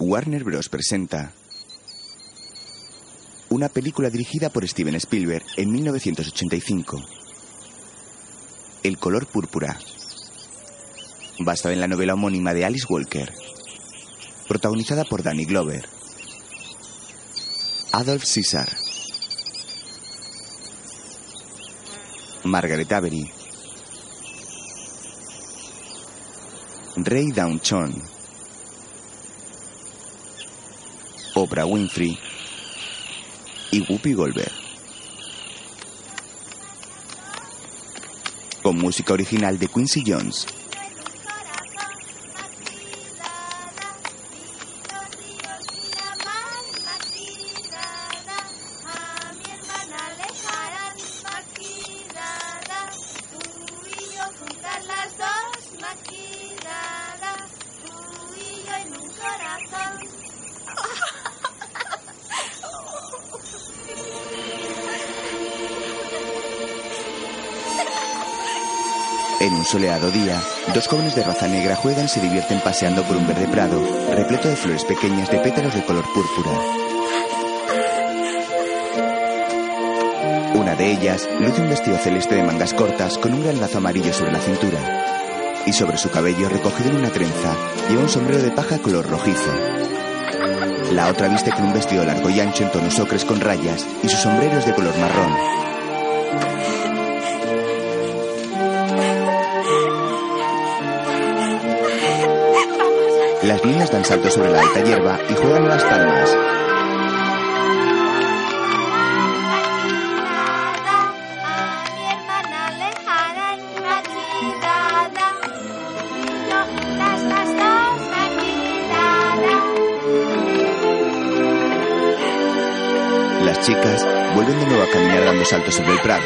Warner Bros. Presenta una película dirigida por Steven Spielberg en 1985. El color púrpura, basada en la novela homónima de Alice Walker, protagonizada por Danny Glover, Adolph César, Margaret Avery, Ray Down-Chon, Oprah Winfrey y Whoopi Goldberg. Con música original de Quincy Jones. En un soleado día, dos jóvenes de raza negra juegan y se divierten paseando por un verde prado, repleto de flores pequeñas de pétalos de color púrpura. Una de ellas luce un vestido celeste de mangas cortas con un gran lazo amarillo sobre la cintura. Y sobre su cabello, recogido en una trenza, lleva un sombrero de paja color rojizo. La otra viste con un vestido largo y ancho en tonos ocres con rayas, y su sombrero es de color marrón. Las niñas dan saltos sobre la alta hierba y juegan a las palmas. Las chicas vuelven de nuevo a caminar dando saltos sobre el prado.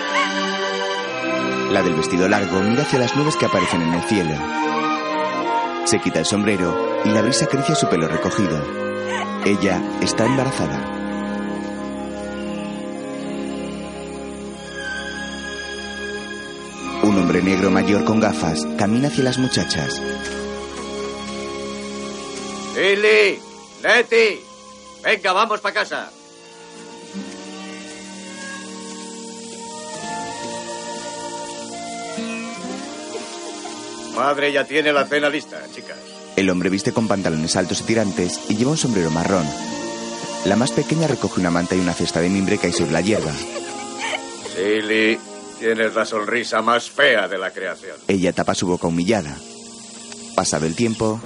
La del vestido largo mira hacia las nubes que aparecen en el cielo. Se quita el sombrero y la brisa acaricia su pelo recogido. Ella está embarazada. Un hombre negro mayor con gafas camina hacia las muchachas. ¡Lily! ¡Letty! ¡Venga, vamos para casa! Madre ya tiene la cena lista, chicas. El hombre viste con pantalones altos y tirantes y lleva un sombrero marrón. La más pequeña recoge una manta y una cesta de mimbre que hay sobre la hierba. Silly, tienes la sonrisa más fea de la creación. Ella tapa su boca humillada. Pasado el tiempo...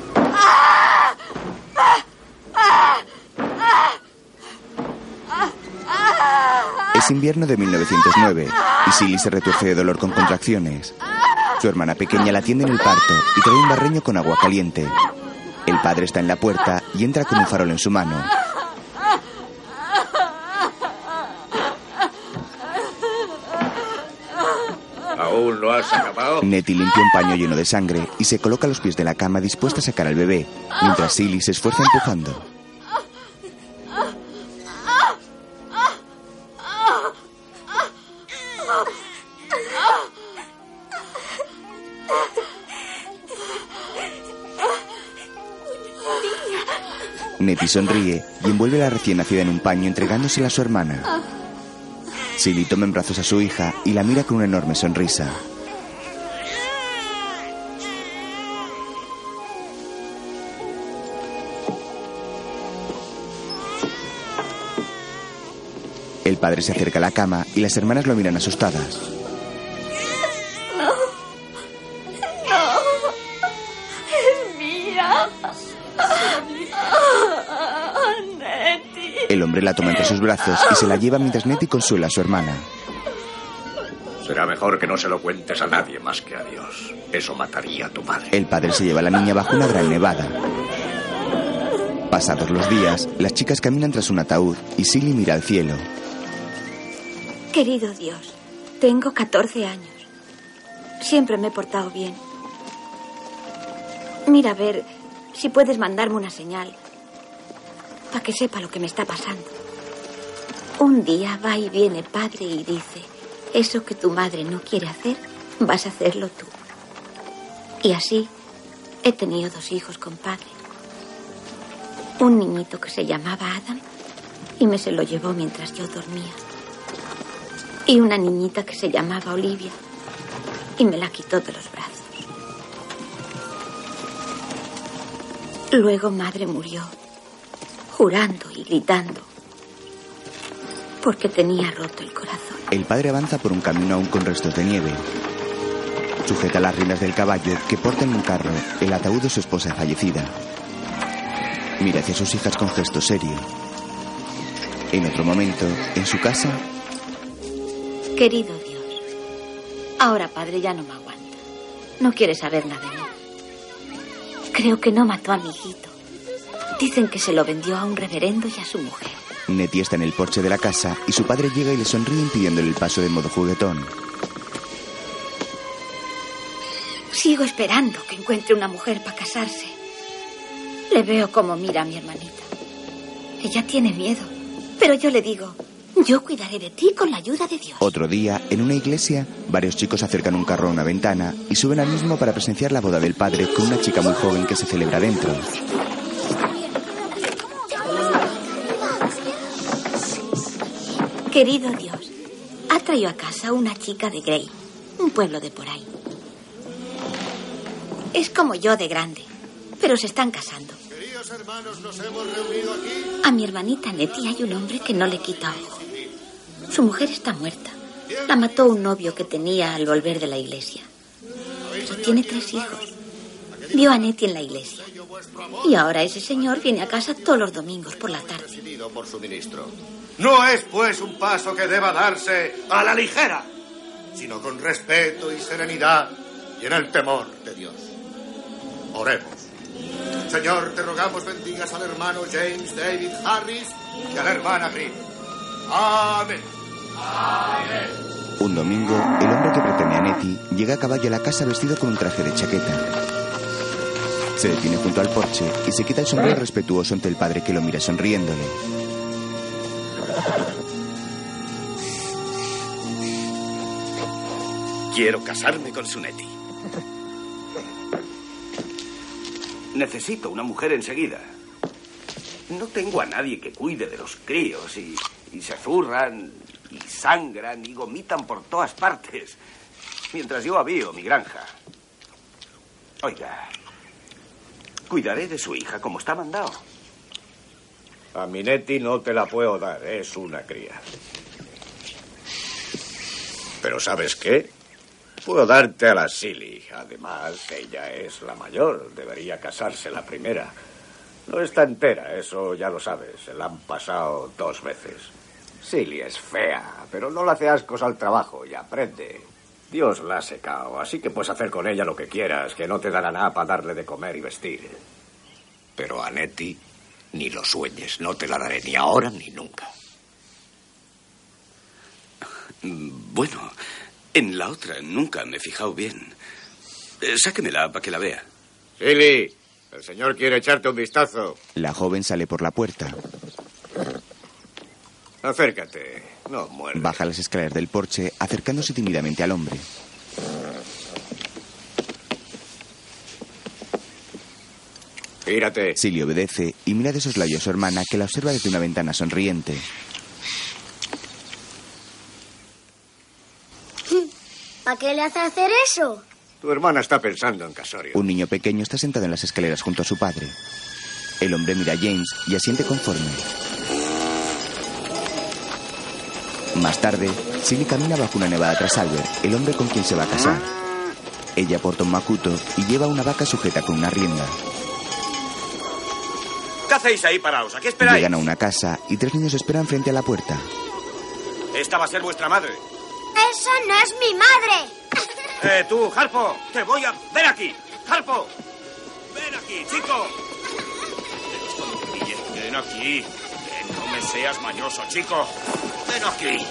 Es invierno de 1909 y Silly se retuerce de dolor con contracciones. Su hermana pequeña la atiende en el parto y trae un barreño con agua caliente. El padre está en la puerta y entra con un farol en su mano. ¿Aún no has acabado? Nettie limpia un paño lleno de sangre y se coloca a los pies de la cama dispuesta a sacar al bebé, mientras Silly se esfuerza empujando. Nettie sonríe y envuelve a la recién nacida en un paño entregándosela a su hermana. Silly toma en brazos a su hija y la mira con una enorme sonrisa. El padre se acerca a la cama y las hermanas lo miran asustadas. El hombre la toma entre sus brazos y se la lleva mientras Nettie consuela a su hermana. Será mejor que no se lo cuentes a nadie más que a Dios. Eso mataría a tu madre. El padre se lleva a la niña bajo una gran nevada. Pasados los días, las chicas caminan tras un ataúd y Silly mira al cielo. Querido Dios, tengo 14 años. Siempre me he portado bien. Mira a ver si puedes mandarme una señal para que sepa lo que me está pasando. Un día va y viene padre y dice: eso que tu madre no quiere hacer, vas a hacerlo tú. Y así he tenido 2 hijos con padre. un niñito que se llamaba Adam y me se lo llevó mientras yo dormía. Y una niñita que se llamaba Olivia y me la quitó de los brazos. Luego madre murió, jurando y gritando, porque tenía roto el corazón. El padre avanza por un camino aún con restos de nieve. Sujeta las riendas del caballo que porta en un carro el ataúd de su esposa fallecida. Mira hacia sus hijas con gesto serio. En otro momento, en su casa... Querido Dios, ahora padre ya no me aguanta. No quiere saber nada de mí. Creo que no mató a mi hijito. Dicen que se lo vendió a un reverendo y a su mujer. Nettie está en el porche de la casa y su padre llega y le sonríe impidiéndole el paso de modo juguetón. Sigo esperando que encuentre una mujer para casarse. Le veo como mira a mi hermanita. Ella tiene miedo, pero yo le digo, yo cuidaré de ti con la ayuda de Dios. Otro día, en una iglesia, varios chicos acercan un carro a una ventana y suben al mismo para presenciar la boda del padre con una chica muy joven que se celebra dentro. Querido Dios, ha traído a casa una chica de Grey, un pueblo de por ahí. Es como yo de grande, pero se están casando. Queridos hermanos, nos hemos reunido aquí. A mi hermanita Nettie hay un hombre que no le quita ojo. Su mujer está muerta. La mató un novio que tenía al volver de la iglesia. Pero tiene 3 hijos. Vio a Nettie en la iglesia. Y ahora ese señor viene a casa todos los domingos por la tarde. Por su ministro. No es, pues, un paso que deba darse a la ligera, sino con respeto y serenidad y en el temor de Dios. Oremos. Señor, te rogamos bendigas al hermano James David Harris y a la hermana Green. Amén. Amén. Un domingo, el hombre que pretende a Nettie llega a caballo a la casa vestido con un traje de chaqueta. Se detiene junto al porche y se quita el sombrero respetuoso ante el padre que lo mira sonriéndole. Quiero casarme con su Nettie. Necesito una mujer enseguida. No tengo a nadie que cuide de los críos y se zurran y sangran y vomitan por todas partes, mientras yo avío mi granja. Oiga, cuidaré de su hija como está mandado. A mi Nettie no te la puedo dar, es una cría. Pero ¿sabes qué? Puedo darte a la Silly. Además, ella es la mayor. Debería casarse la primera. No está entera, eso ya lo sabes. Se la han pasado 2 veces. Silly es fea, pero no le hace ascos al trabajo y aprende. Dios la ha secado, así que puedes hacer con ella lo que quieras, que no te dará nada para darle de comer y vestir. Pero a Nettie ni lo sueñes. No te la daré ni ahora ni nunca. Bueno, en la otra nunca me he fijado bien. Sáquemela para que la vea. Silly, el señor quiere echarte un vistazo. La joven sale por la puerta. Acércate, no muerde. Baja las escaleras del porche, acercándose tímidamente al hombre. Gírate. Silly obedece y mira de soslayo a su hermana, que la observa desde una ventana sonriente. ¿Para qué le hace hacer eso? Tu hermana está pensando en casorio. Un niño pequeño está sentado en las escaleras junto a su padre. El hombre mira a James y asiente conforme. Más tarde, Silly camina bajo una nevada tras Albert, el hombre con quien se va a casar. Ella porta un macuto y lleva una vaca sujeta con una rienda. ¿Qué hacéis ahí paraos? ¿A qué esperáis? Llegan a una casa y 3 niños esperan frente a la puerta. Esta va a ser vuestra madre. ¡Esa no es mi madre! Tú, Harpo, te voy a... ¡Ven aquí! ¡Harpo! ¡Ven aquí, chico! Ven aquí. No me seas mañoso, chico. Ven aquí.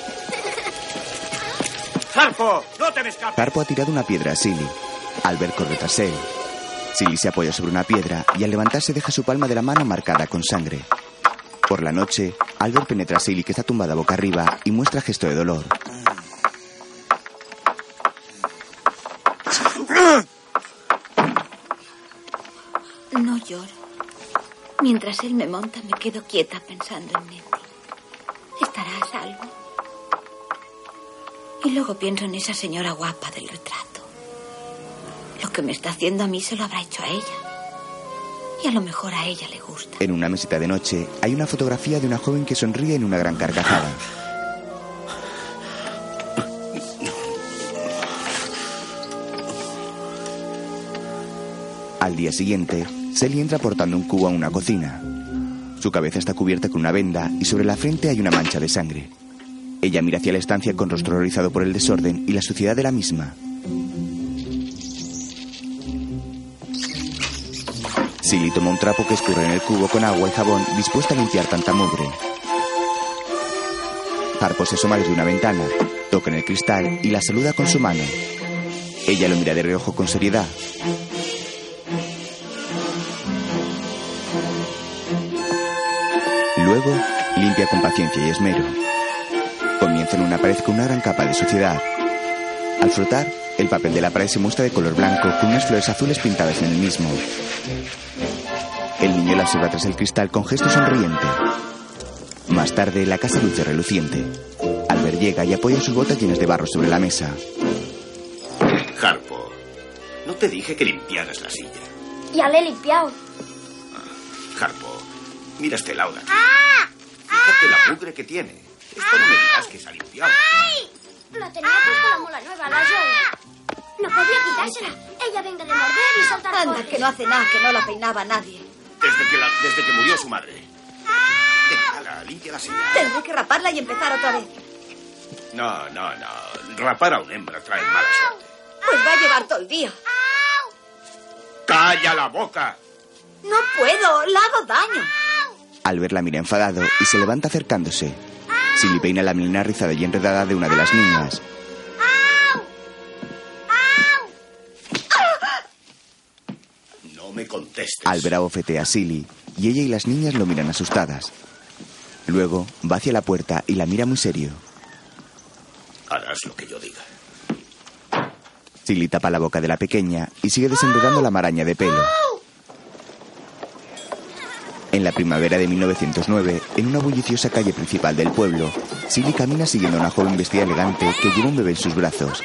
¡Harpo! ¡No te me escapes! Harpo ha tirado una piedra a Silly. Albert corre tras él. Silly se apoya sobre una piedra y al levantarse deja su palma de la mano marcada con sangre. Por la noche, Albert penetra a Silly, que está tumbada boca arriba, y muestra gesto de dolor. No lloro. Mi Mientras él me monta, me quedo quieta pensando en Nettie. ¿Estará a salvo? Y luego pienso en esa señora guapa del retrato. Lo que me está haciendo a mí se lo habrá hecho a ella. Y a lo mejor a ella le gusta. En una mesita de noche hay una fotografía de una joven que sonríe en una gran carcajada. Al día siguiente, Sally entra portando un cubo a una cocina. Su cabeza está cubierta con una venda y sobre la frente hay una mancha de sangre. Ella mira hacia la estancia con rostro horrorizado por el desorden y la suciedad de la misma. Silly toma un trapo que escurre en el cubo con agua y jabón, dispuesta a limpiar tanta mugre. Harpo se asoma desde una ventana, toca en el cristal y la saluda con su mano. Ella lo mira de reojo con seriedad. Luego, limpia con paciencia y esmero. Comienza en una pared con una gran capa de suciedad. Al frotar, el papel de la pared se muestra de color blanco con unas flores azules pintadas en el mismo. El niño la observa tras el cristal con gesto sonriente. Más tarde, la casa luce reluciente. Albert llega y apoya sus botas llenas de barro sobre la mesa. Harpo, no te dije que limpiaras la silla. Ya le he limpiado. Harpo, mira este Laura. Fíjate la mugre que tiene. Esto no me digas que se ha limpiado. ¡Ay! La tenía puesta la mula nueva, la Joy. No podía quitársela. Ella venga de morder y saltar Anda, por que no hace nada, que no la peinaba nadie. Desde que murió su madre. Déjala, limpia la silla. Tendré que raparla y empezar otra vez. No. Rapar a una hembra trae mala suerte. Pues va a llevar todo el día. ¡Calla la boca! No puedo, le hago daño. Albert la mira enfadado y se levanta acercándose. Silly peina la melena rizada y enredada de una de las niñas. No me contestes. Albert abofetea a Silly y ella y las niñas lo miran asustadas. Luego va hacia la puerta y la mira muy serio. Harás lo que yo diga. Silly tapa la boca de la pequeña y sigue desenredando la maraña de pelo. En la primavera de 1909, en una bulliciosa calle principal del pueblo, Silly camina siguiendo a una joven vestida elegante que lleva un bebé en sus brazos.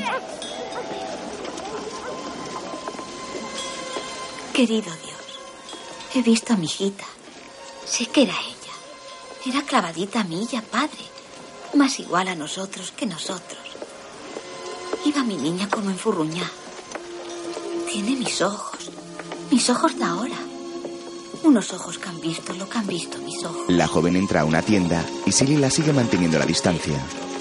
Querido Dios, he visto a mi hijita. Sé que era ella. Era clavadita a mí y a padre. Más igual a nosotros que nosotros. Iba mi niña como enfurruñada. Tiene mis ojos de ahora. Unos ojos que han visto lo que han visto mis ojos. La joven entra a una tienda y Silly la sigue manteniendo la distancia.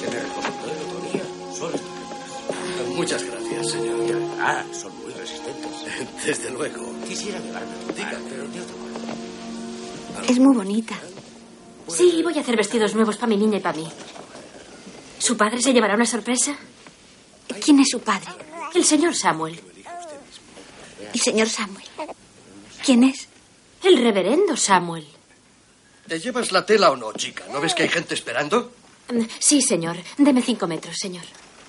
Muchas gracias, señor. Son muy resistentes. Desde luego. Quisiera llevarme tu Dígame. pero de otro color. Es muy bonita. Sí, voy a hacer vestidos nuevos para mi niña y para mí. ¿Su padre se llevará una sorpresa? ¿Quién es su padre? El señor Samuel. El señor Samuel. ¿Quién es? El reverendo Samuel. ¿Te llevas la tela o no, chica? ¿No ves que hay gente esperando? Sí, señor. Deme 5 metros, señor.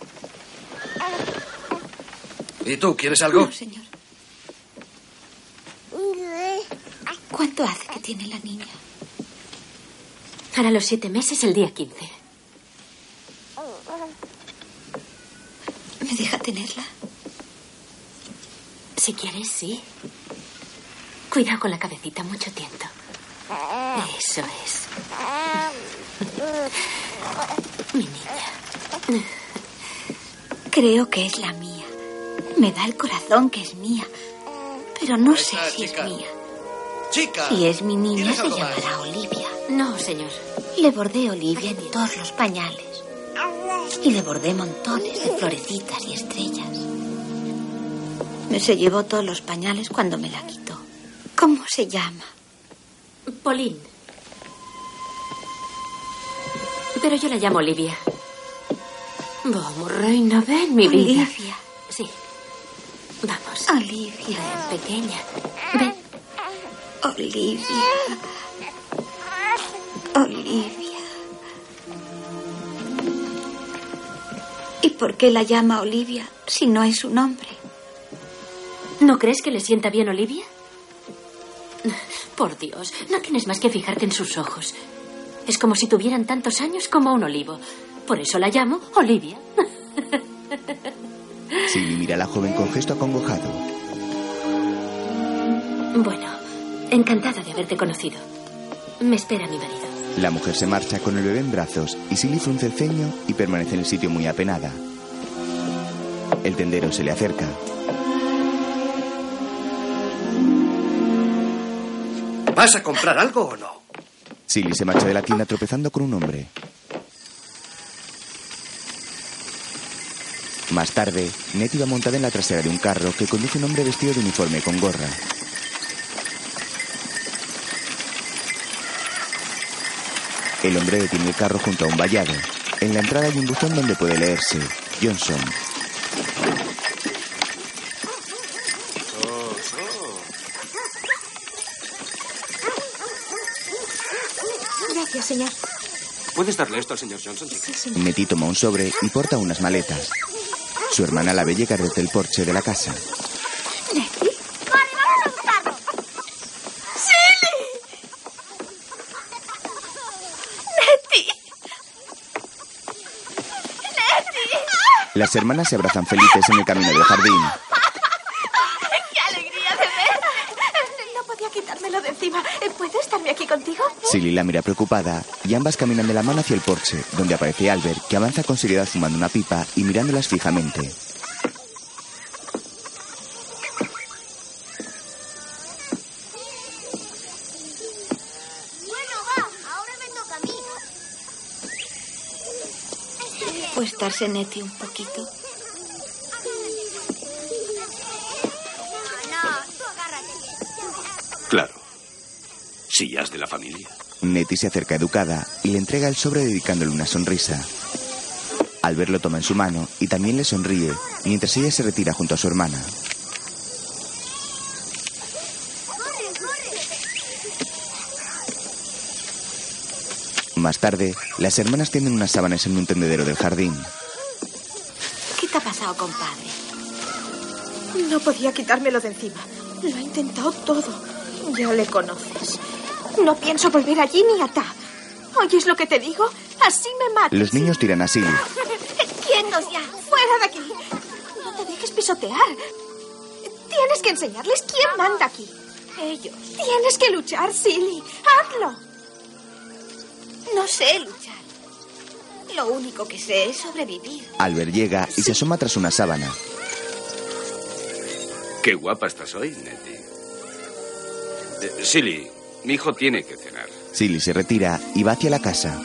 ¿Y tú, quieres algo? No, señor. ¿Cuánto hace que tiene la niña? Hará los 7 meses el día 15. ¿Me deja tenerla? Si quieres, sí. Cuidado con la cabecita, mucho tiento. Eso es. Mi niña. Creo que es la mía. Me da el corazón que es mía. Pero no sé si es mía. ¡Chica! Si es mi niña, ¿Quieres se algo más? llamará Olivia. No, señor. Le bordé Olivia en todos los pañales. Y le bordé montones de florecitas y estrellas. Me se llevó todos los pañales cuando me la quitó. ¿Cómo se llama? Pauline. Pero yo la llamo Olivia. Vamos, reina, ven, mi vida. Olivia. Sí. Vamos. Olivia. Ven, pequeña. Ven. Olivia. Olivia. ¿Y por qué la llama Olivia si no es su nombre? ¿No crees que le sienta bien Olivia? Por Dios, no tienes más que fijarte en sus ojos. Es como si tuvieran tantos años como un olivo. Por eso la llamo Olivia. Silly mira a la joven con gesto acongojado. Bueno, encantada de haberte conocido. Me espera mi marido. La mujer se marcha con el bebé en brazos y Silly frunce el ceño y permanece en el sitio muy apenada. El tendero se le acerca. ¿Vas a comprar algo o no? Silly se marcha de la tienda tropezando con un hombre. Más tarde, Nettie va montada en la trasera de un carro que conduce un hombre vestido de uniforme con gorra. El hombre detiene el carro junto a un vallado. En la entrada hay un buzón donde puede leerse Johnson. Gracias, señor. ¿Puedes darle esto al señor Johnson? Sí, señor. Nettie toma un sobre y porta unas maletas. Su hermana la ve llegar desde el porche de la casa. ¿Nettie? Vale, vamos a buscarlo. ¡Silly! ¡Nettie! ¡Nettie! Las hermanas se abrazan felices en el camino del jardín. ¡Qué alegría de ver! No podía quitármelo de encima. ¿Puedo estarme aquí contigo? Silly la mira preocupada y ambas caminan de la mano hacia el porche, donde aparece Albert, que avanza con seriedad fumando una pipa y mirándolas fijamente. Bueno, va, ahora me toca a mí. ¿Puede estarse Nettie un poquito? No, tú agárrate. Claro. Sillas de la familia. Nettie se acerca educada y le entrega el sobre dedicándole una sonrisa. Albert lo toma en su mano y también le sonríe, mientras ella se retira junto a su hermana. Más tarde, las hermanas tienden unas sábanas en un tendedero del jardín. ¿Qué te ha pasado, compadre? No podía quitármelo de encima. Lo he intentado todo. Ya le conoces. No pienso volver allí ni a Ta. ¿Oyes lo que te digo? Así me matas. Los niños tiran a Silly. ¡Quietos ya! ¡Fuera de aquí! No te dejes pisotear. Tienes que enseñarles quién manda aquí. Ellos. Tienes que luchar, Silly. ¡Hazlo! No sé luchar. Lo único que sé es sobrevivir. Albert llega y se asoma tras una sábana. Qué guapa estás hoy, Nettie. Silly, mi hijo tiene que cenar. Silly se retira y va hacia la casa.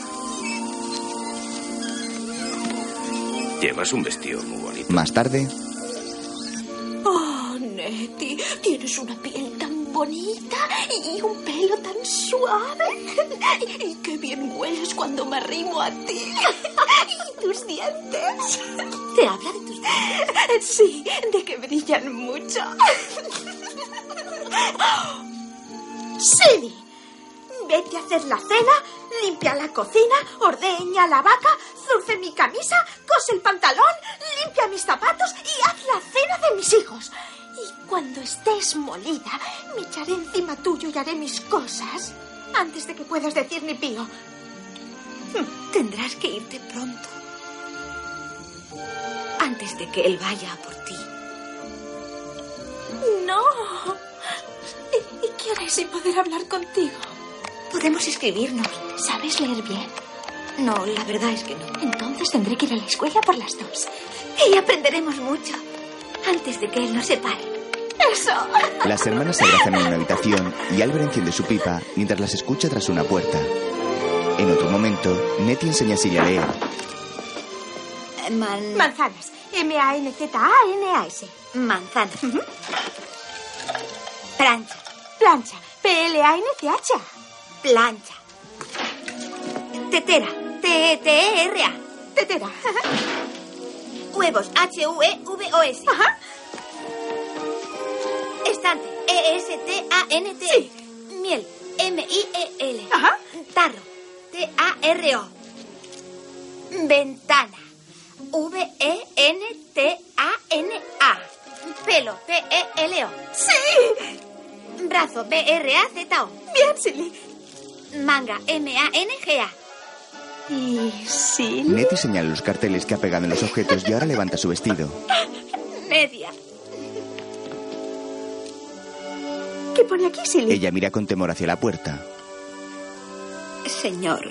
Llevas un vestido muy bonito. Más tarde, Oh, Nettie, tienes una piel tan bonita y un pelo tan suave. Y qué bien hueles cuando me arrimo a ti. Y tus dientes. ¿Te habla de tus dientes? Sí, de que brillan mucho. Silly, vete a hacer la cena, limpia la cocina, ordeña la vaca, zurce mi camisa, cose el pantalón, limpia mis zapatos y haz la cena de mis hijos. Y cuando estés molida, me echaré encima tuyo y haré mis cosas antes de que puedas decir ni pío. Tendrás que irte pronto. Antes de que él vaya a por ti. No. ¿Y qué haré sin poder hablar contigo? Podemos escribirnos. ¿Sabes leer bien? No, la verdad es que no. Entonces tendré que ir a la escuela por las dos. Y aprenderemos mucho. Antes de que él nos separe. ¡Eso! las hermanas se abrazan en una habitación y Albert enciende su pipa mientras las escucha tras una puerta. En otro momento, Nettie enseña a Silly a leer. Manzanas. M-A-N-Z-A-N-A-S. Manzana. Plancha. Plancha. P-L-A-N-C-H. Plancha. Tetera. T-E-T-E-R-A. Tetera. Huevos. H-U-E-V-O-S. Ajá. Estante. E-S-T-A-N-T. Sí. Miel. M-I-E-L. Ajá. Tarro. T-A-R-O. Ventana. V-E-N-T-A-N-A. Pelo. P-E-L-O. ¡Sí! Brazo. B-R-A-Z-O. Bien, Silly. Manga, M-A-N-G-A. ¿Y Silly? Nettie señala los carteles que ha pegado en los objetos y ahora levanta su vestido. Media. ¿Qué pone aquí, Silly? Ella mira con temor hacia la puerta. Señor,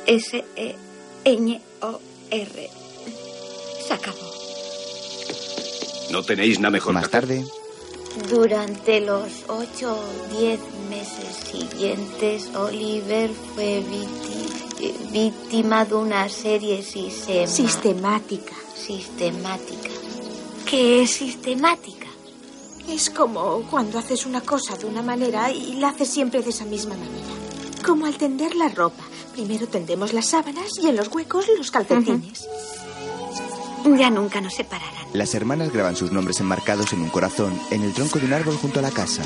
S-E-Ñ-O-R. Se acabó. ¿No tenéis nada mejor? Más tarde. Durante los 8 o 10 meses siguientes, Oliver fue víctima de una serie sistemática. Sistemática. ¿Qué es sistemática? Es como cuando haces una cosa de una manera y la haces siempre de esa misma manera. Como al tender la ropa. Primero tendemos las sábanas y en los huecos los calcetines. Ya nunca nos separarán. Las hermanas graban sus nombres enmarcados en un corazón en el tronco de un árbol junto a la casa.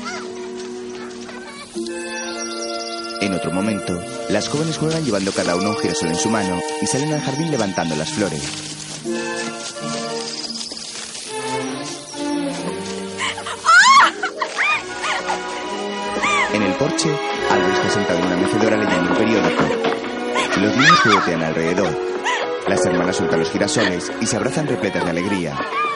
En otro momento, las jóvenes juegan llevando cada uno un girasol en su mano y salen al jardín levantando las flores. En el porche, Albert está sentado en una mecedora leyendo un periódico. Los niños juguetean alrededor. Las hermanas sueltan los girasoles y se abrazan repletas de alegría.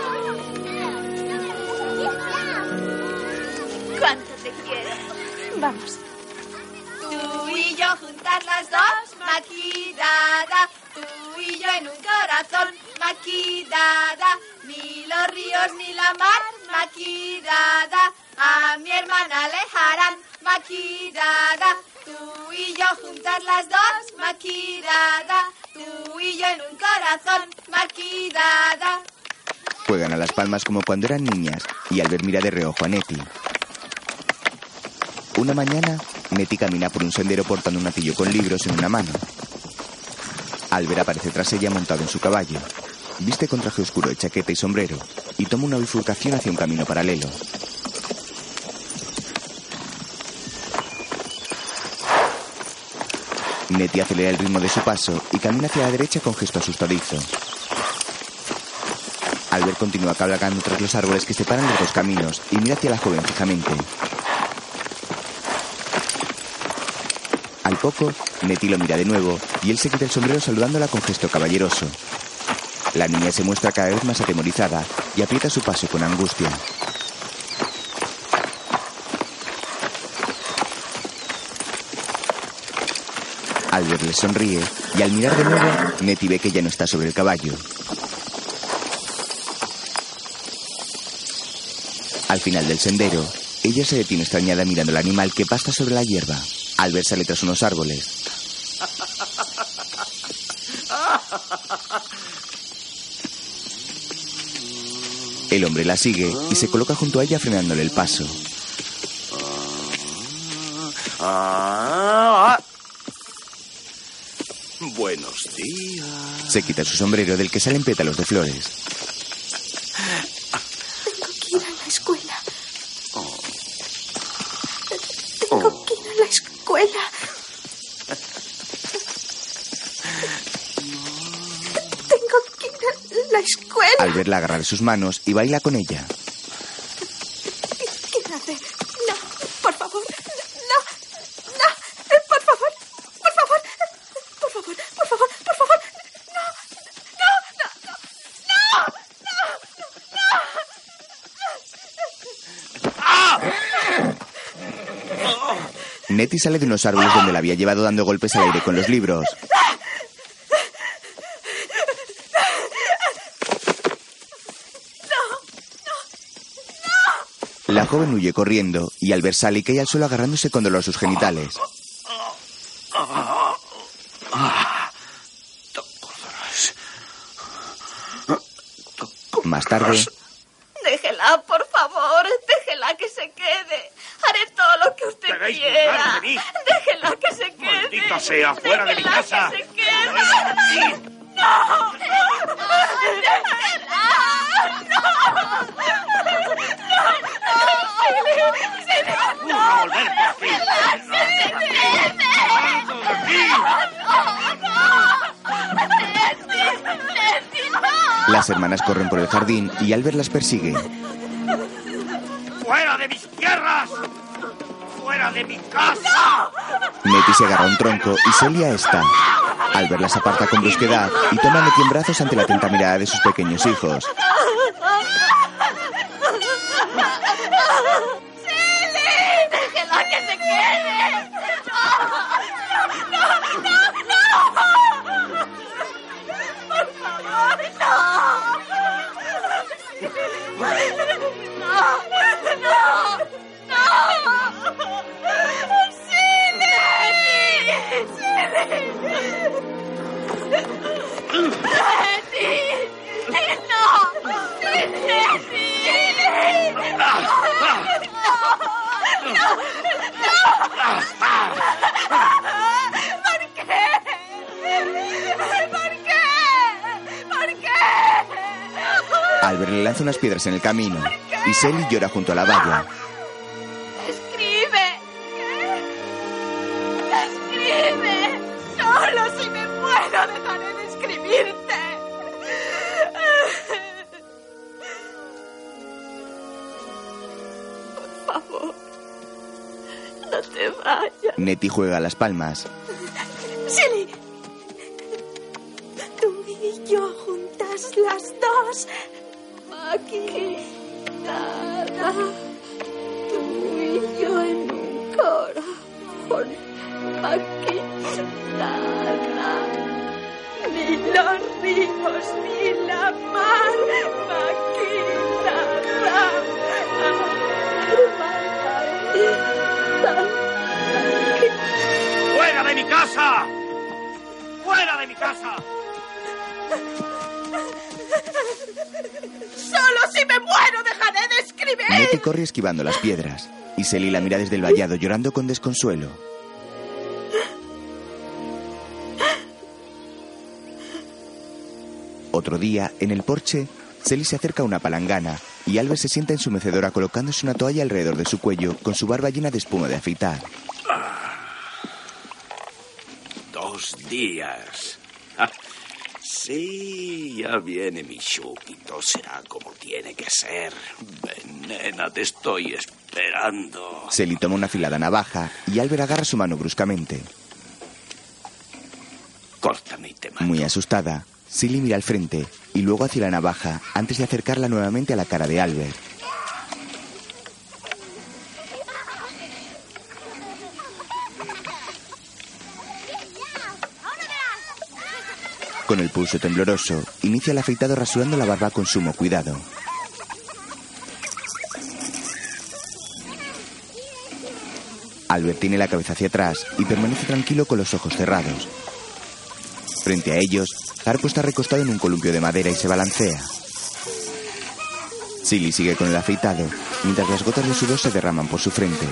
¿Cuánto te quiero? Vamos. Tú y yo juntas las dos, maquidada. Tú y yo en un corazón, maquidada. Ni los ríos ni la mar, maquidada. A mi hermana alejarán, maquidada. Tú y yo juntas las dos, maquidada. Tú y yo en un corazón, maquidada. Juegan a las palmas como cuando eran niñas y Albert mira de reojo a Nettie. Una mañana, Nettie camina por un sendero portando un atillo con libros en una mano. Albert aparece tras ella montado en su caballo. Viste con traje oscuro de chaqueta y sombrero y toma una bifurcación hacia un camino paralelo. Nettie acelera el ritmo de su paso y camina hacia la derecha con gesto asustadizo. Albert continúa cabalgando tras los árboles que separan los dos caminos y mira hacia la joven fijamente. Al poco, Nettie lo mira de nuevo y él se quita el sombrero saludándola con gesto caballeroso. La niña se muestra cada vez más atemorizada y aprieta su paso con angustia. Albert le sonríe y al mirar de nuevo, Nettie ve que ya no está sobre el caballo. Al final del sendero, ella se detiene extrañada mirando al animal que pasta sobre la hierba. Albert sale tras unos árboles. El hombre la sigue y se coloca junto a ella frenándole el paso. Buenos días. Se quita su sombrero del que salen pétalos de flores. Tengo que ir a la escuela. Tengo que ir a la escuela. Tengo que ir a la escuela. Albert la agarra de sus manos y baila con ella. ¿Qué hace? No, por favor. No, no, por favor. Por favor. Por favor, por favor, por favor. No, no, no, no, no, no. Nettie sale de unos árboles donde la había llevado dando golpes al aire con los libros. La joven huye corriendo y Albert sale y cae al suelo agarrándose con dolor sus genitales. Más tarde... Déjela, por favor. Déjela que se quede. Haré todo lo que usted ¿Queréis quiera. burlar de mí? Déjela que se quede. ¡Maldita sea! ¡Fuera de mi Déjela casa! que se quede. ¡No! ¡Déjela! ¡No volver por aquí! Las hermanas corren por el jardín y Albert las persigue. ¡Fuera de mis tierras! ¡Fuera de de mi casa! Nettie se agarra a un tronco y Celia está. Albert las aparta con brusquedad y toma a Nettie en brazos ante la atenta mirada de sus pequeños hijos. ¡Silly! ¡Déjela que se quede! ¡No! ¡Por favor, no! Albert le lanza unas piedras en el camino y Sally llora junto a la valla. ¡Escribe! ¡Escribe! ¡Solo si me muero dejaré de escribirte! Por favor, no te vayas. Nettie juega a las palmas. Silly, tú y yo juntas las dos. Aquí, nada. Tú y yo en un corazón. Aquí, nada. Ni los ríos ni la mar. Aquí, nada. ¡Fuera de mi casa! ¡Fuera de mi casa! ¡Solo si me muero dejaré de escribir! Nettie corre esquivando las piedras y Sally la mira desde el vallado llorando con desconsuelo. Otro día, en el porche, Sally se acerca a una palangana y Albert se sienta en su mecedora colocándose una toalla alrededor de su cuello con su barba llena de espuma de afeitar. 2 días. Sí, ya viene mi Shukito. Será como tiene que ser. Ven, nena, te estoy esperando. Sally toma una afilada navaja y Albert agarra su mano bruscamente. Córtame y te mato. Muy asustada, Sally mira al frente y luego hacia la navaja antes de acercarla nuevamente a la cara de Albert. Con el pulso tembloroso, inicia el afeitado rasurando la barba con sumo cuidado. Albert tiene la cabeza hacia atrás y permanece tranquilo con los ojos cerrados. Frente a ellos, Harpo está recostado en un columpio de madera y se balancea. Silly sigue con el afeitado, mientras las gotas de sudor se derraman por su frente.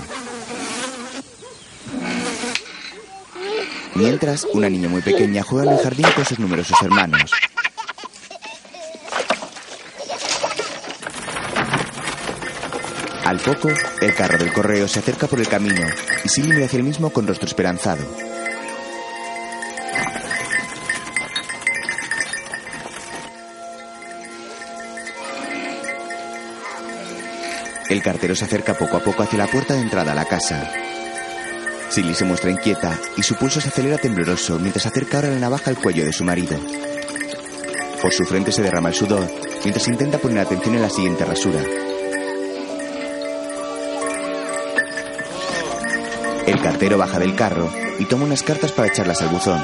Mientras, una niña muy pequeña juega en el jardín con sus numerosos hermanos. Al poco, el carro del correo se acerca por el camino y Silly mira hacia el mismo con rostro esperanzado. El cartero se acerca poco a poco hacia la puerta de entrada a la casa. Silly se muestra inquieta y su pulso se acelera tembloroso mientras acerca ahora la navaja al cuello de su marido. Por su frente se derrama el sudor mientras intenta poner atención en la siguiente rasura. El cartero baja del carro y toma unas cartas para echarlas al buzón.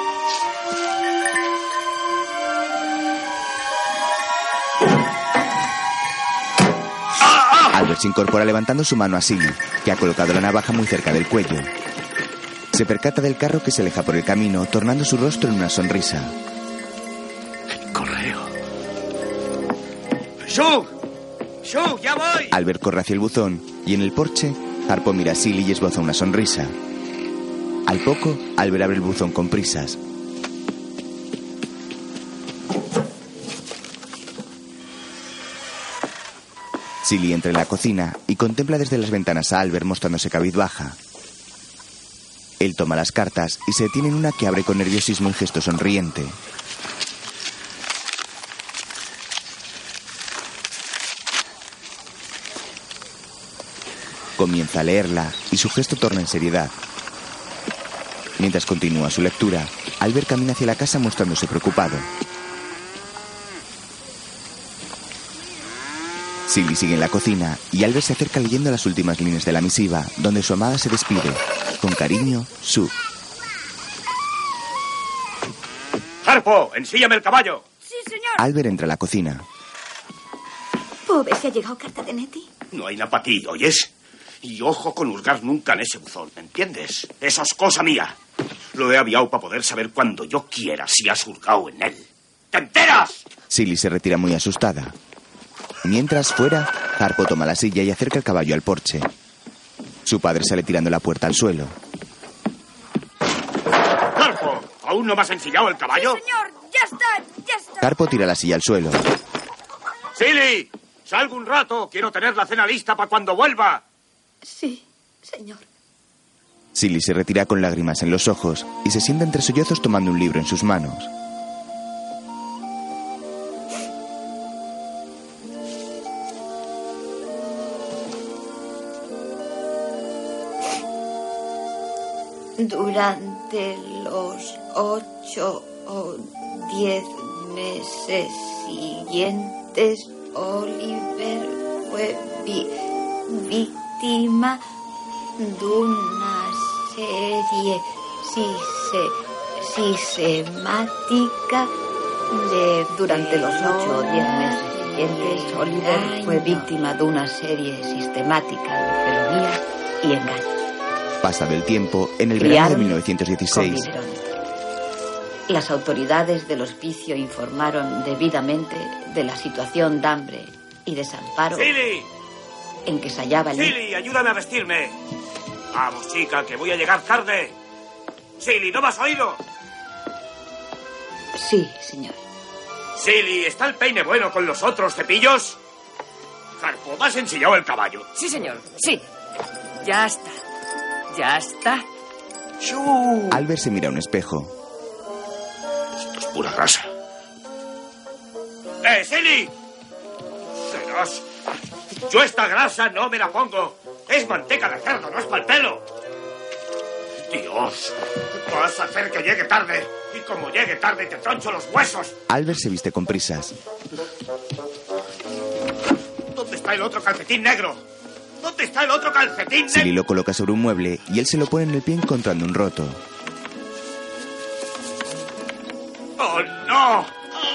Albert se incorpora levantando su mano a Silly, que ha colocado la navaja muy cerca del cuello. Se percata del carro que se aleja por el camino, tornando su rostro en una sonrisa. El correo. ¡Shug! ¡Shug, ya voy! Albert corre hacia el buzón y en el porche, Harpo mira a Silly y esboza una sonrisa. Al poco, Albert abre el buzón con prisas. Silly entra en la cocina y contempla desde las ventanas a Albert mostrándose cabizbaja. Él toma las cartas y se detiene en una que abre con nerviosismo y gesto sonriente. Comienza a leerla y su gesto torna en seriedad. Mientras continúa su lectura, Albert camina hacia la casa mostrándose preocupado. Silly sigue en la cocina y Albert se acerca leyendo las últimas líneas de la misiva, donde su amada se despide. Con cariño, Sue. ¡Harpo! ¡Ensíllame el caballo! Sí, señor. Albert entra a la cocina. ¿Puedo ver si ha llegado carta de Nettie? No hay nada para ti, ¿oyes? Y ojo con hurgar nunca en ese buzón, ¿me entiendes? Eso es cosa mía. Lo he aviado para poder saber cuando yo quiera si has hurgado en él. ¿Te enteras? Silly se retira muy asustada. Mientras, fuera, Harpo toma la silla y acerca el caballo al porche. Su padre sale tirando la puerta al suelo. ¡Harpo! ¿Aún no me has ensillado el caballo? Sí, señor. Ya está. Harpo tira la silla al suelo. ¡Silly! ¡Salgo un rato! Quiero tener la cena lista para cuando vuelva. Sí, señor. Silly se retira con lágrimas en los ojos y se sienta entre sollozos tomando un libro en sus manos. Durante los 8 o 10 meses siguientes, Oliver fue víctima de una serie sistemática de... Durante los 8 o 10 meses siguientes, Oliver fue víctima de una serie sistemática de felonía y engaño. Pasado el tiempo, en el verano de 1916... Las autoridades del hospicio informaron debidamente de la situación de hambre y desamparo ¡Silly! en que se hallaba el... ¡Silly, ayúdame a vestirme! Vamos, chica, que voy a llegar tarde. ¡Silly, ¿no me has oído? Sí, señor. ¡Silly, ¿está el peine bueno con los otros cepillos? Harpo, ¿me has ensillado el caballo? Sí, señor, sí. Ya está. Ya está. Albert se mira a un espejo. Esto es pura grasa. Silly! Serás... Yo esta grasa no me la pongo. Es manteca de cerdo, no es pa'l pelo. Dios, vas a hacer que llegue tarde. Y como llegue tarde te troncho los huesos. Albert se viste con prisas. ¿Dónde está el otro calcetín negro? ¿Dónde está el otro calcetín negro? Silly lo coloca sobre un mueble y él se lo pone en el pie encontrando un roto. ¡Oh, no!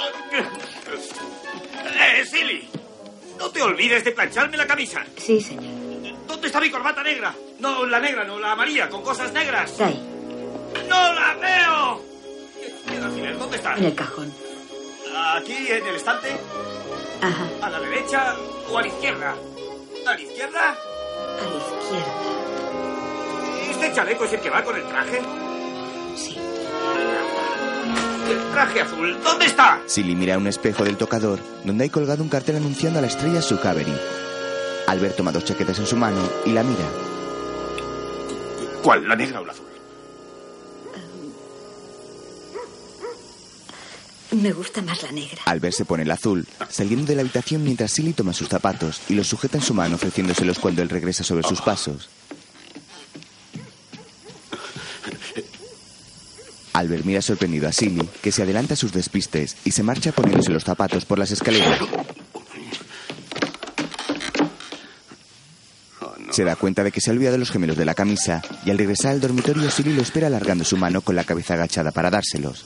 Silly, no te olvides de plancharme la camisa. Sí, señor. ¿Dónde está mi corbata negra? No, la negra, no, la amarilla, con cosas negras. Ahí. ¡No la veo! ¿Dónde está? En el cajón. ¿Aquí, en el estante? Ajá. ¿A la derecha o a la izquierda? ¿A la izquierda? A la izquierda. ¿Este chaleco es el que va con el traje? Sí. El traje azul, ¿dónde está? Silly mira a un espejo del tocador donde hay colgado un cartel anunciando a la estrella Sue Cavery. Albert toma 2 chaquetas en su mano y la mira. ¿Cuál, la negra o la azul? Me gusta más la negra. Albert se pone el azul, saliendo de la habitación mientras Silly toma sus zapatos y los sujeta en su mano ofreciéndoselos cuando él regresa sobre sus pasos. Albert mira sorprendido a Silly, que se adelanta a sus despistes y se marcha poniéndose los zapatos por las escaleras. Se da cuenta de que se ha olvidado los gemelos de la camisa y al regresar al dormitorio Silly lo espera alargando su mano con la cabeza agachada para dárselos.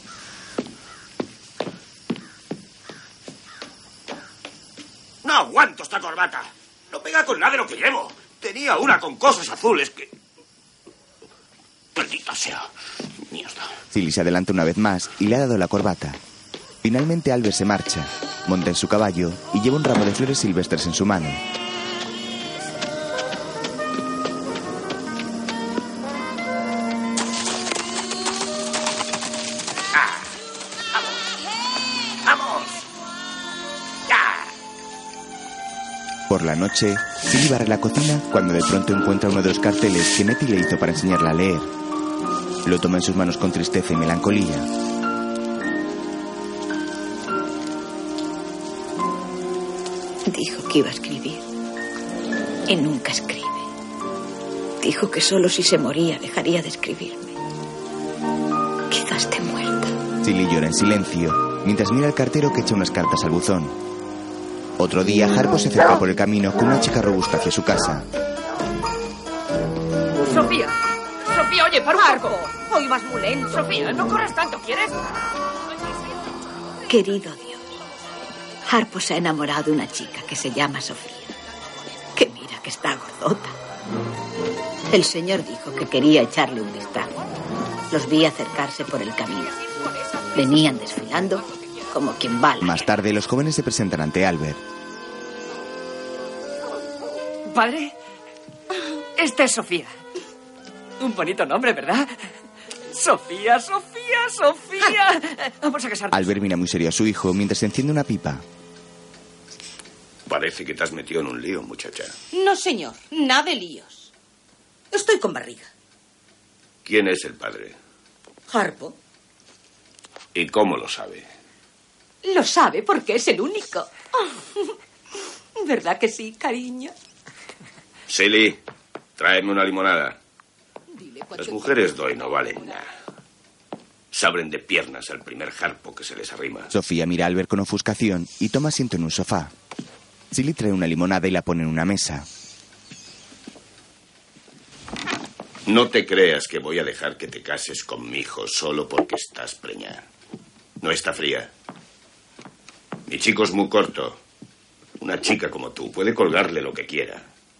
No aguanto esta corbata. No pega con nada de lo que llevo. Tenía una con cosas azules que... Maldita sea. Mierda. Silly se adelanta una vez más y le ha dado la corbata. Finalmente Albert se marcha, monta en su caballo y lleva un ramo de flores silvestres en su mano. Por la noche, Silly barre la cocina cuando de pronto encuentra uno de los carteles que Nettie le hizo para enseñarla a leer. Lo toma en sus manos con tristeza y melancolía. Dijo que iba a escribir y nunca escribe. Dijo que solo si se moría dejaría de escribirme. Quizás esté muerta. Silly llora en silencio, mientras mira al cartero que echa unas cartas al buzón. Otro día, Harpo se acerca por el camino con una chica robusta hacia su casa. Sofía. Sofía, oye, para un poco. Hoy vas muy lento. Sofía, no corras tanto, ¿quieres? Querido Dios, Harpo se ha enamorado de una chica que se llama Sofía. Que mira que está gordota. El señor dijo que quería echarle un vistazo. Los vi acercarse por el camino. Venían desfilando como quien va. Más tarde, los jóvenes se presentan ante Albert. Padre, esta es Sofía. Un bonito nombre, ¿verdad? Sofía, Sofía, Sofía. Vamos a casarnos. Albert mira muy serio a su hijo mientras enciende una pipa. Parece que te has metido en un lío, muchacha. No, señor. Nada de líos. Estoy con barriga. ¿Quién es el padre? Harpo. ¿Y cómo lo sabe? Lo sabe porque es el único. ¿Verdad que sí, cariño? Silly, tráeme una limonada. Las mujeres de hoy no valen nada. Se abren de piernas al primer Harpo que se les arrima. Sofía mira a Albert con ofuscación y toma asiento en un sofá. Silly trae una limonada y la pone en una mesa. No te creas que voy a dejar que te cases con mi hijo solo porque estás preñada. No está fría. Mi chico es muy corto. Una chica como tú puede colgarle lo que quiera.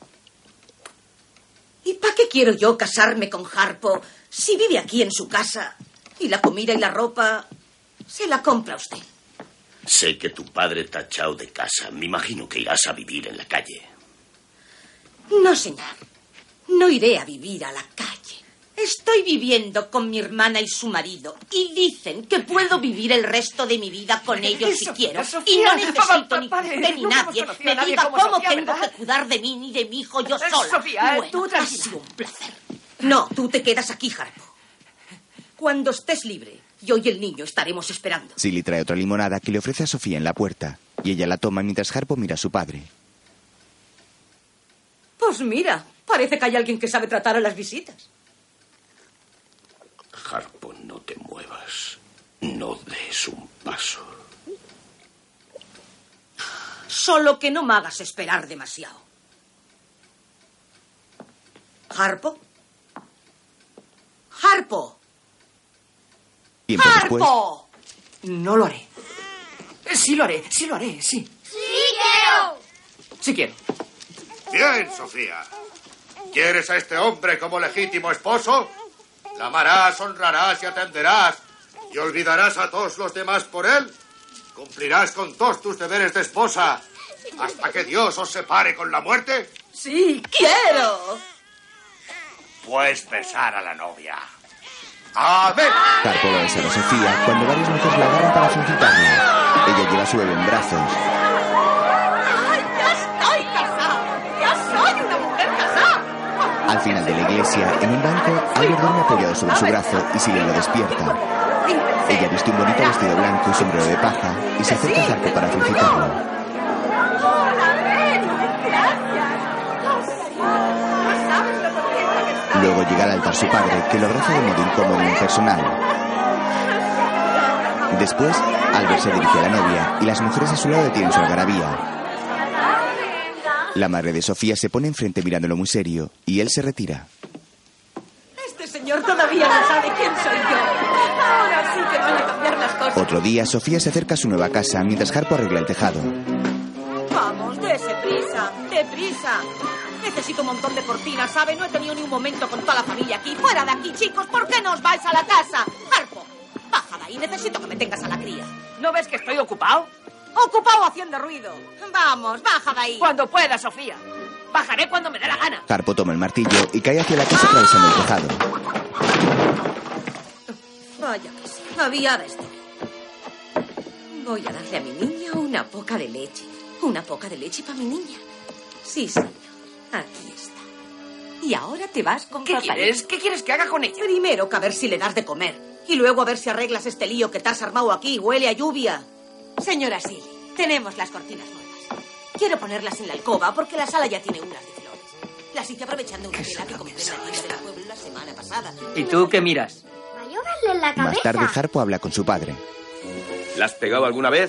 ¿Y para qué quiero yo casarme con Harpo si vive aquí en su casa y la comida y la ropa se la compra usted? Sé que tu padre te ha echado de casa. Me imagino que irás a vivir en la calle. No, señor. No iré a vivir a la calle. Estoy viviendo con mi hermana y su marido y dicen que puedo vivir el resto de mi vida con ellos si quiero. Y no necesito ni usted ni nadie me diga cómo tengo que cuidar de mí ni de mi hijo yo sola. Sofía, bueno, tú ha sido un placer. No, tú te quedas aquí, Harpo. Cuando estés libre, yo y el niño estaremos esperando. Silly trae otra limonada que le ofrece a Sofía en la puerta y ella la toma mientras Harpo mira a su padre. Pues mira, parece que hay alguien que sabe tratar a las visitas. Harpo, no te muevas. No des un paso. Solo que no me hagas esperar demasiado. ¿Harpo? ¡Harpo! Tiempo después. ¡Harpo! No lo haré. Sí lo haré, sí lo haré, sí. ¡Sí quiero! Sí quiero. Bien, Sofía. ¿Quieres a este hombre como legítimo esposo? La amarás, honrarás y atenderás. ¿Y olvidarás a todos los demás por él? ¿Cumplirás con todos tus deberes de esposa hasta que Dios os separe con la muerte? ¡Sí, quiero! Pues besar a la novia. ¡Amén! Harpo va a besar a Sofía cuando varias mujeres la agarran para felicitarla. Ella lleva a su bebé en brazos. ¡Ay, ya estoy casada! ¡Ya soy una mujer casada! Al final de la iglesia, en un banco, Albert duerme apoyado sobre su brazo y Silly lo despierta. Ella viste un bonito vestido blanco y sombrero de paja y se acerca a Harpo para felicitarlo. ¡Hola, Mary! ¡Gracias! ¿Sabes lo contenta que está? Luego llega al altar su padre, que lo abraza de modo incómodo e impersonal. Después, Albert se dirige a la novia y las mujeres a su lado detienen su algarabía. La madre de Sofía se pone enfrente mirándolo muy serio y él se retira. Este señor todavía no sabe quién soy yo. Ahora sí que van a cambiar las cosas. Otro día, Sofía se acerca a su nueva casa mientras Harpo arregla el tejado. Vamos, dése prisa, deprisa. Necesito un montón de cortinas, ¿sabe? No he tenido ni un momento con toda la familia aquí. ¡Fuera de aquí, chicos! ¿Por qué no os vais a la casa? Harpo, baja de ahí. Necesito que me tengas a la cría. ¿No ves que estoy ocupado? Ocupado haciendo ruido. Vamos, baja de ahí. Cuando pueda, Sofía. Bajaré cuando me dé la gana. Harpo toma el martillo y cae hacia la casa atravesando el tejado. Vaya que sí. Había de esto. Voy a darle a mi niña una poca de leche. Una poca de leche para mi niña. Sí, señor. Aquí está. Y ahora te vas con ¿Qué papá. quieres? ¿Qué quieres que haga con ella? Primero que a ver si le das de comer. Y luego a ver si arreglas este lío que te has armado aquí. Huele a lluvia. Señora Silly, tenemos las cortinas nuevas. Quiero ponerlas en la alcoba porque la sala ya tiene unas de flores. Las hice aprovechando una tela que compré en la tienda del pueblo la semana pasada. ¿Y tú qué miras? Vaya a darle en la cabeza. Más tarde, Harpo habla con su padre. ¿La has pegado alguna vez?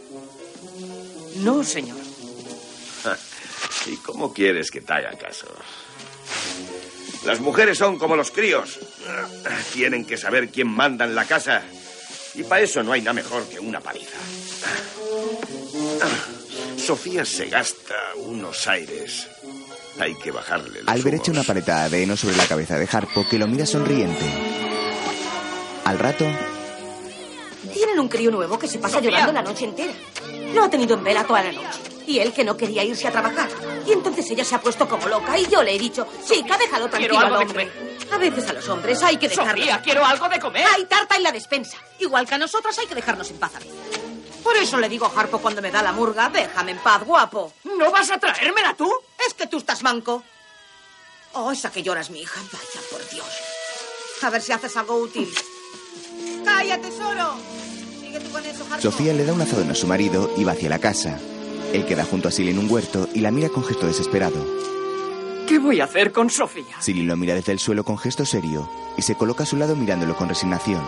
No, señor. ¿Y cómo quieres que te haga caso? Las mujeres son como los críos. Tienen que saber quién manda en la casa. Y para eso no hay nada mejor que una paliza. Sofía se gasta unos aires. Hay que bajarle los Albert echa una paletada de heno sobre la cabeza de Harpo, que lo mira sonriente. Al rato... Tienen un crío nuevo que se pasa llorando la noche entera. Lo ha tenido en vela toda la noche. Y él que no quería irse a trabajar. Y entonces ella se ha puesto como loca y yo le he dicho, chica, déjalo tranquilo al hombre. A veces a los hombres hay que dejarlos. Sofía, quiero algo de comer. Hay tarta en la despensa. Igual que a nosotras hay que dejarnos en paz a veces. Por eso le digo a Harpo cuando me da la murga, déjame en paz, guapo. ¿No vas a traérmela tú? Es que tú estás manco. Oh, esa que lloras, mi hija. Vaya, por Dios. A ver si haces algo útil. ¡Calla, tesoro! Sigue tú con eso, Harpo. Sofía le da un azadón a su marido y va hacia la casa. Él queda junto a Silly en un huerto y la mira con gesto desesperado. ¿Qué voy a hacer con Sofía? Silly lo mira desde el suelo con gesto serio y se coloca a su lado mirándolo con resignación.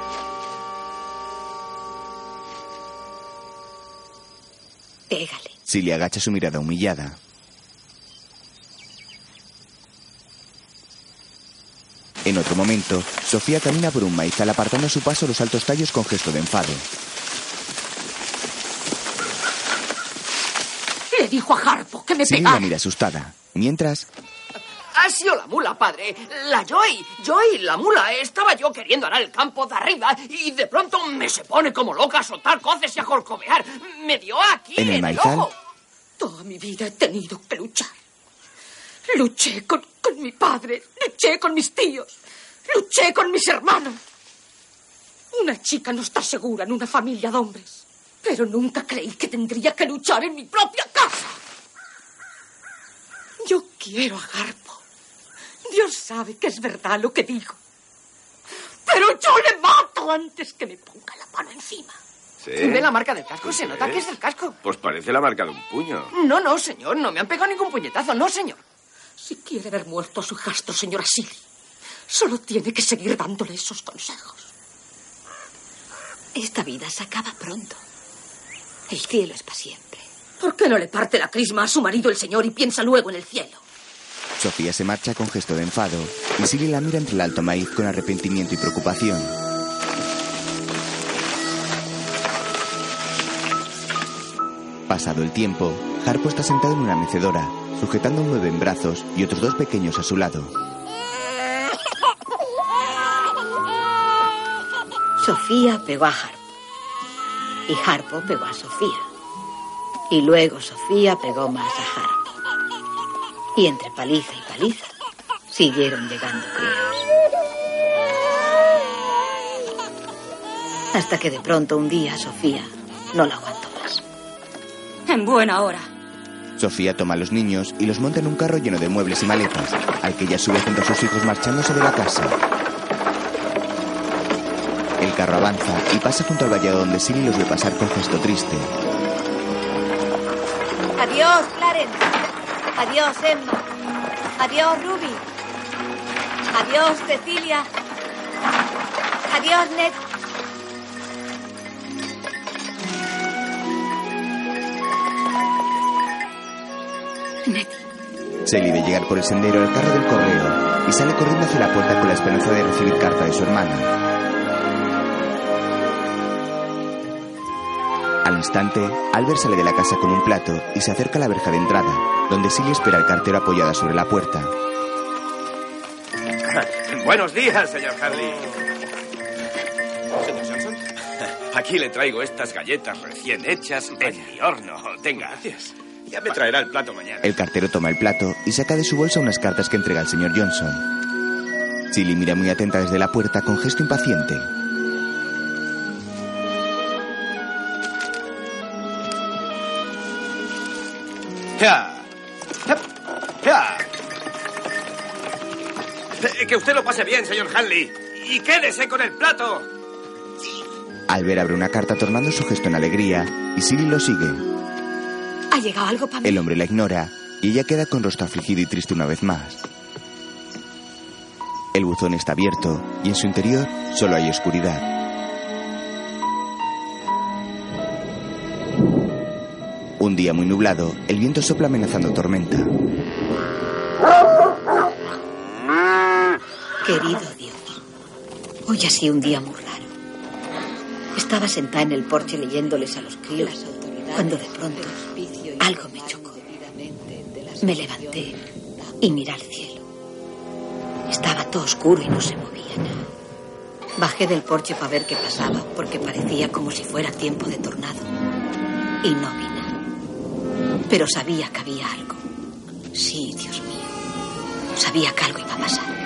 Pégale. Silly agacha su mirada humillada. En otro momento, Sofía camina por un maizal apartando a su paso los altos tallos con gesto de enfado. Le dijo a Harpo que me Silly pegara. la mira asustada. Mientras... Ha sido la mula, padre. La Joy, la mula. Estaba yo queriendo arar el campo de arriba y de pronto me se pone como loca a soltar coces y a corcovear. Me dio aquí En el maizal... ojo. Toda mi vida he tenido que luchar. Luché con mi padre, luché con mis tíos, luché con mis hermanos. Una chica no está segura en una familia de hombres, pero nunca creí que tendría que luchar en mi propia casa. Yo quiero a Harpo. Dios sabe que es verdad lo que digo. Pero yo le mato antes que me ponga la mano encima. ¿Sí? ¿Ve la marca del casco? Se nota que es del casco. Pues parece la marca de un puño. No, señor. No me han pegado ningún puñetazo. No, señor. Si quiere ver muerto a su hijastro, señora Silly, solo tiene que seguir dándole esos consejos. Esta vida se acaba pronto. El cielo es para siempre. ¿Por qué no le parte la crisma a su marido el señor y piensa luego en el cielo? Sofía se marcha con gesto de enfado y Silly la mira entre el alto maíz con arrepentimiento y preocupación. Pasado el tiempo, Harpo está sentado en una mecedora, sujetando a un bebé en brazos y otros dos pequeños a su lado. Sofía pegó a Harpo. Y Harpo pegó a Sofía. Y luego Sofía pegó más a Harpo. Y entre paliza y paliza siguieron llegando críos. Hasta que de pronto un día Sofía no la aguantó más. En buena hora. Sofía toma a los niños y los monta en un carro lleno de muebles y maletas, al que ella sube junto a sus hijos marchándose de la casa. El carro avanza y pasa junto al vallado donde Silly los ve pasar con gesto triste. Adiós, Clarence. Adiós, Emma. Adiós, Ruby. Adiós, Cecilia. Adiós, Ned. Silly ve llegar por el sendero el carro del correo y sale corriendo hacia la puerta con la esperanza de recibir carta de su hermana. Al instante, Albert sale de la casa con un plato y se acerca a la verja de entrada, donde Silly espera al cartero apoyada sobre la puerta. Buenos días, señor Hadley. ¿Señor Johnson? Aquí le traigo estas galletas recién hechas en mi horno. Tenga. Gracias. Ya me traerá el plato mañana. El cartero toma el plato y saca de su bolsa unas cartas que entrega al señor Johnson. Silly mira muy atenta desde la puerta con gesto impaciente. ¡Ya! ¡Ya! Que usted lo pase bien, señor Hadley. Y quédese con el plato. Albert abre una carta tornando su gesto en alegría y Silly lo sigue. ¿Ha llegado algo para mí? El hombre la ignora y ella queda con rostro afligido y triste una vez más. El buzón está abierto y en su interior solo hay oscuridad. Un día muy nublado, el viento sopla amenazando tormenta. Querido Dios, hoy ha sido un día muy raro. Estaba sentada en el porche leyéndoles a los críos cuando de pronto algo me chocó. Me levanté y miré al cielo. Estaba todo oscuro y no se movía nada. Bajé del porche para ver qué pasaba, porque parecía como si fuera tiempo de tornado. Y no vi nada. Pero sabía que había algo. Sí, Dios mío. Sabía que algo iba a pasar.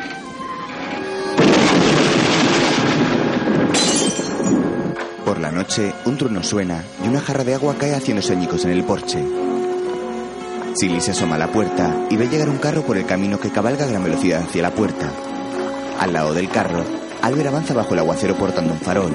Por la noche, un trueno suena y una jarra de agua cae haciéndose añicos en el porche. Silly se asoma a la puerta y ve llegar un carro por el camino que cabalga a gran velocidad hacia la puerta. Al lado del carro, Albert avanza bajo el aguacero portando un farol.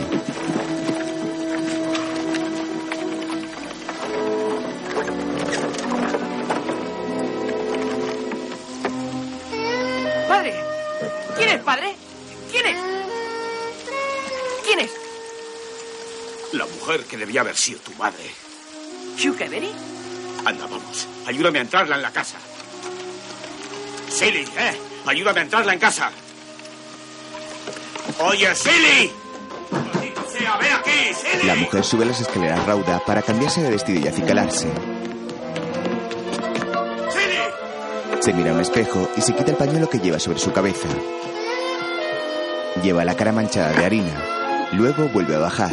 ¡Padre! ¿Quién es, padre? ¿Quién es? ¿Quién es? La mujer que debía haber sido tu madre. ¿Hugh Avery? Anda, vamos. Ayúdame a entrarla en la casa. Silly, ayúdame a entrarla en casa. Oye, Silly. Sea, ven aquí, Silly. La mujer sube las escaleras rauda para cambiarse de vestido y acicalarse. ¡Silly! Se mira a un espejo y se quita el pañuelo que lleva sobre su cabeza. Lleva la cara manchada de harina. Luego vuelve a bajar.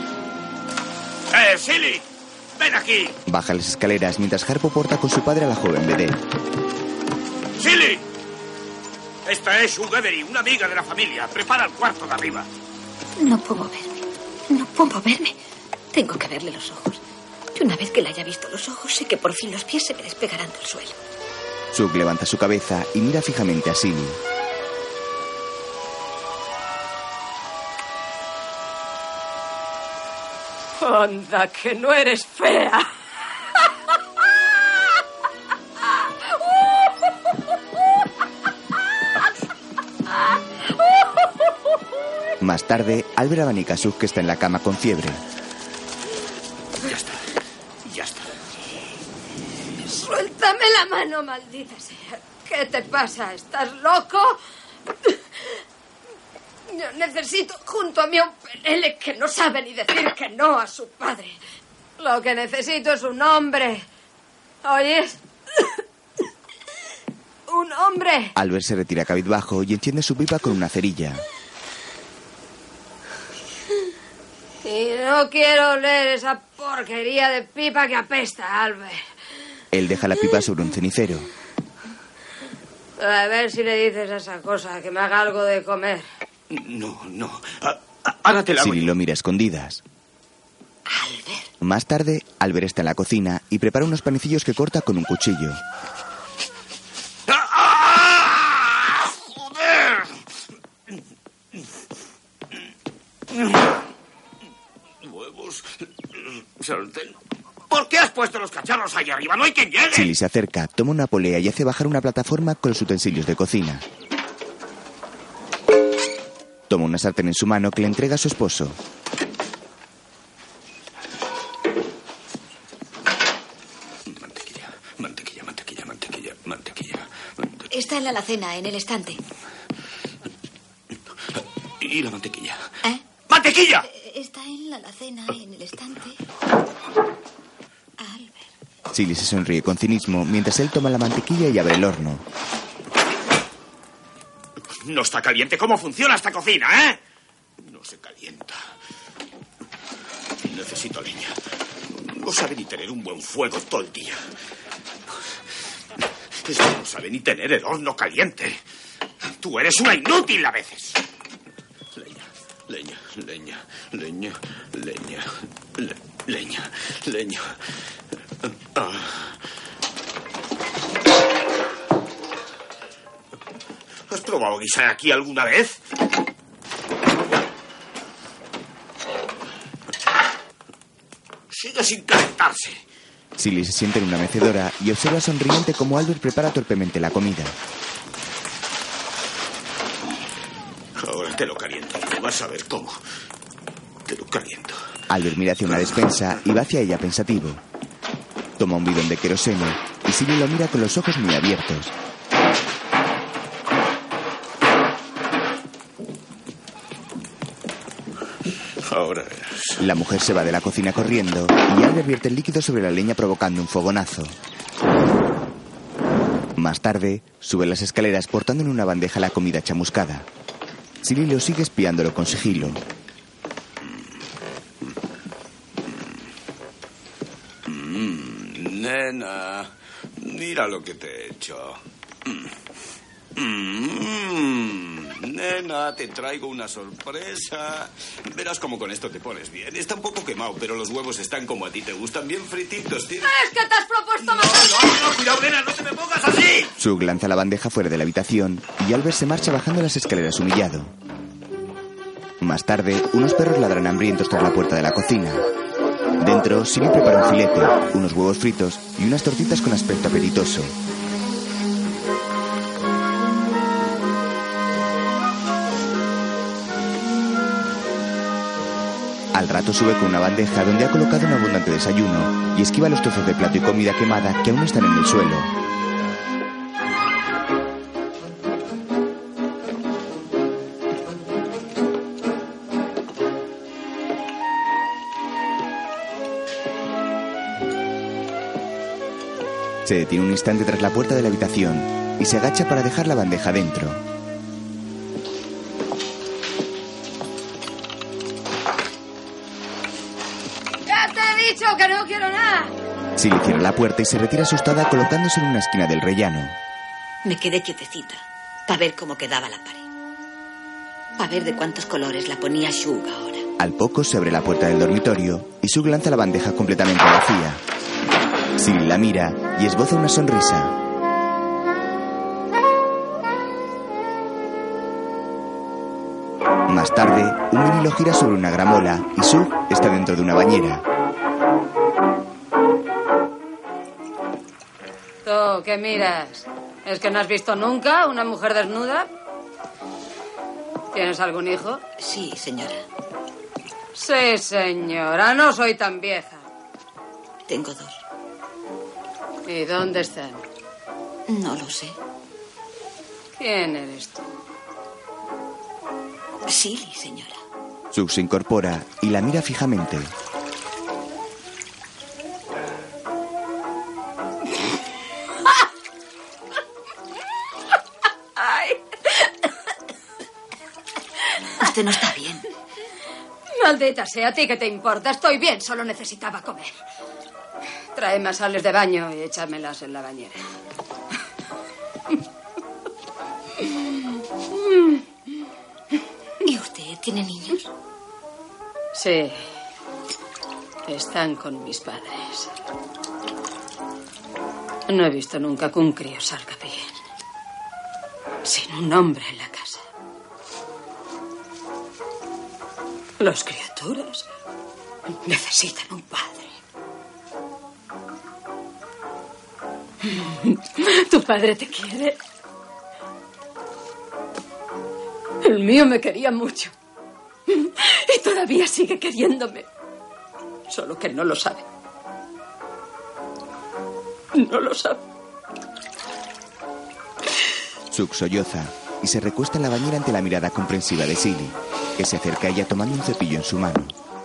Silly! ¡Ven aquí! Baja las escaleras mientras Harpo porta con su padre a la joven Vedette. ¡Silly! Esta es Hugh Avery, una amiga de la familia. Prepara el cuarto de arriba. No puedo moverme. No puedo moverme. Tengo que verle los ojos. Y una vez que le haya visto los ojos, sé que por fin los pies se me despegarán del suelo. Sug levanta su cabeza y mira fijamente a Silly. Anda, que no eres fea. Más tarde, Albert abanica a Sug, que está en la cama con fiebre. Ya está. Ya está. Suéltame la mano, maldita sea. ¿Qué te pasa? ¿Estás loco? Yo necesito junto a mí a un pelele que no sabe ni decir que no a su padre. Lo que necesito es un hombre. ¿Oyes? ¡Un hombre! Albert se retira cabizbajo y enciende su pipa con una cerilla. Y no quiero oler esa porquería de pipa que apesta, Albert. Él deja la pipa sobre un cenicero. A ver si le dices a esa cosa, que me haga algo de comer. No, no. Ahora te la hago. Silly lo mira a escondidas. Albert. Más tarde, Albert está en la cocina y prepara unos panecillos que corta con un cuchillo. ¡Joder! Huevos. Sartén. ¿Por qué has puesto los cacharros ahí arriba? No hay quien llegue. Silly se acerca, toma una polea y hace bajar una plataforma con los utensilios de cocina. Toma una sartén en su mano que le entrega a su esposo. Mantequilla. Está en la alacena, en el estante. ¿Y la mantequilla? ¿Eh? ¡Mantequilla! Está en la alacena, en el estante. Albert. Silly se sonríe con cinismo mientras él toma la mantequilla y abre el horno. No está caliente. ¿Cómo funciona esta cocina, No se calienta. Necesito leña. No sabe ni tener un buen fuego todo el día. Esto no sabe ni tener el horno caliente. Tú eres una inútil a veces. Leña. ¿Has probado guisar aquí alguna vez? Sigue sin calentarse. Silly se sienta en una mecedora y observa sonriente cómo Albert prepara torpemente la comida. Ahora te lo caliento. Vas a ver cómo. Te lo caliento. Albert mira hacia una despensa y va hacia ella pensativo. Toma un bidón de queroseno y Silly lo mira con los ojos muy abiertos. Ahora verás. La mujer se va de la cocina corriendo y Albert vierte el líquido sobre la leña provocando un fogonazo. Más tarde, sube las escaleras portando en una bandeja la comida chamuscada. Silly lo sigue espiándolo con sigilo. Nena, mira lo que te he hecho. Nena, te traigo una sorpresa. Verás cómo con esto te pones bien. Está un poco quemado, pero los huevos están como a ti te gustan, bien frititos. ¡Es que te has propuesto más! No, cuidado, nena, no te me pongas así. Sug lanza la bandeja fuera de la habitación y Albert se marcha bajando las escaleras humillado. Más tarde, unos perros ladran hambrientos tras la puerta de la cocina. Dentro, Silly prepara un filete, unos huevos fritos y unas tortitas con aspecto apetitoso. Al rato sube con una bandeja donde ha colocado un abundante desayuno y esquiva los trozos de plato y comida quemada que aún están en el suelo. Se detiene un instante tras la puerta de la habitación y se agacha para dejar la bandeja dentro. ¡Ya te he dicho que no quiero nada! Silly cierra la puerta y se retira asustada colocándose en una esquina del rellano. Me quedé quietecita para ver cómo quedaba la pared. Para ver de cuántos colores la ponía Shug ahora. Al poco se abre la puerta del dormitorio y Shug lanza la bandeja completamente vacía. Silly la mira y esboza una sonrisa. Más tarde, un vinilo gira sobre una gramola y Shug está dentro de una bañera. ¿Tú qué miras? ¿Es que no has visto nunca una mujer desnuda? ¿Tienes algún hijo? Sí, señora. Sí, señora. No soy tan vieja. Tengo 2. ¿Y dónde están? No lo sé. ¿Quién eres tú? Silly, señora. Shug se incorpora y la mira fijamente. Usted no está bien. Maldita sea, ¿a ti qué te importa? Estoy bien, solo necesitaba comer. Tráeme sales de baño y échamelas en la bañera. ¿Y usted tiene niños? Sí. Están con mis padres. No he visto nunca que un crío salga bien. Sin un hombre en la casa. Las criaturas necesitan un padre. ¿Tu padre te quiere? El mío me quería mucho. Y todavía sigue queriéndome. Solo que no lo sabe. No lo sabe. Shug solloza y se recuesta en la bañera ante la mirada comprensiva de Silly, que se acerca a ella tomando un cepillo en su mano.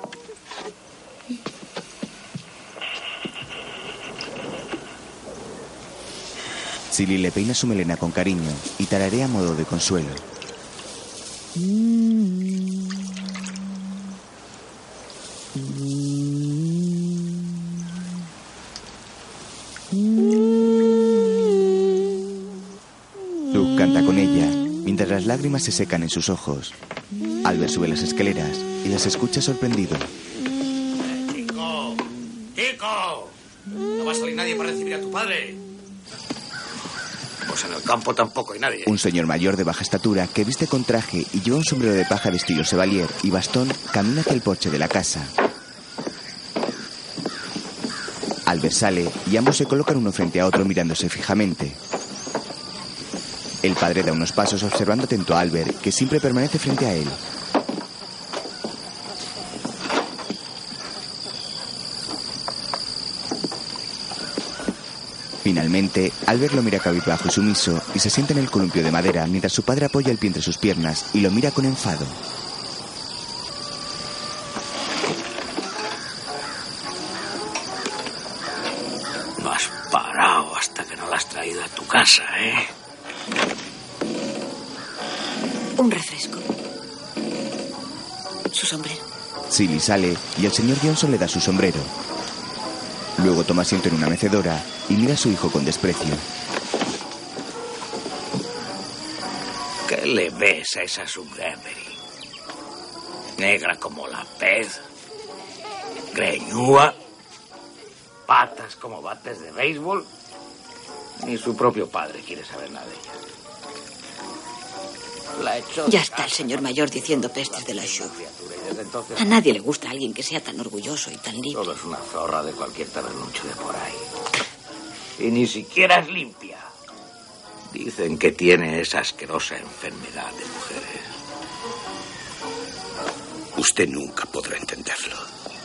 Silly le peina su melena con cariño y tararea a modo de consuelo. Shug canta con ella mientras las lágrimas se secan en sus ojos. Albert sube las escaleras y las escucha sorprendido. ¡Chico! ¡Chico! No va a salir nadie para recibir a tu padre. Pues en el campo tampoco hay nadie. Un señor mayor de baja estatura que viste con traje y lleva un sombrero de paja de estilo Chevalier y bastón camina hacia el porche de la casa. Albert sale y ambos se colocan uno frente a otro mirándose fijamente. El padre da unos pasos observando atento a Albert, que siempre permanece frente a él. Finalmente, Albert lo mira cabizbajo y sumiso y se sienta en el columpio de madera mientras su padre apoya el pie entre sus piernas y lo mira con enfado. No has parado hasta que no la has traído a tu casa, ¿eh? Un refresco. Su sombrero. Silly sale y el señor Johnson le da su sombrero. Luego toma asiento en una mecedora y mira a su hijo con desprecio. ¿Qué le ves a esa Suggebery? Negra como la pez, greñúa, patas como bates de béisbol. Ni su propio padre quiere saber nada de ella. Ya está el señor mayor diciendo pestes de la Shug. A nadie le gusta a alguien que sea tan orgulloso y tan limpio. Todo es una zorra de cualquier tabernucho de por ahí. Y ni siquiera es limpia. Dicen que tiene esa asquerosa enfermedad de mujeres. Usted nunca podrá entenderlo.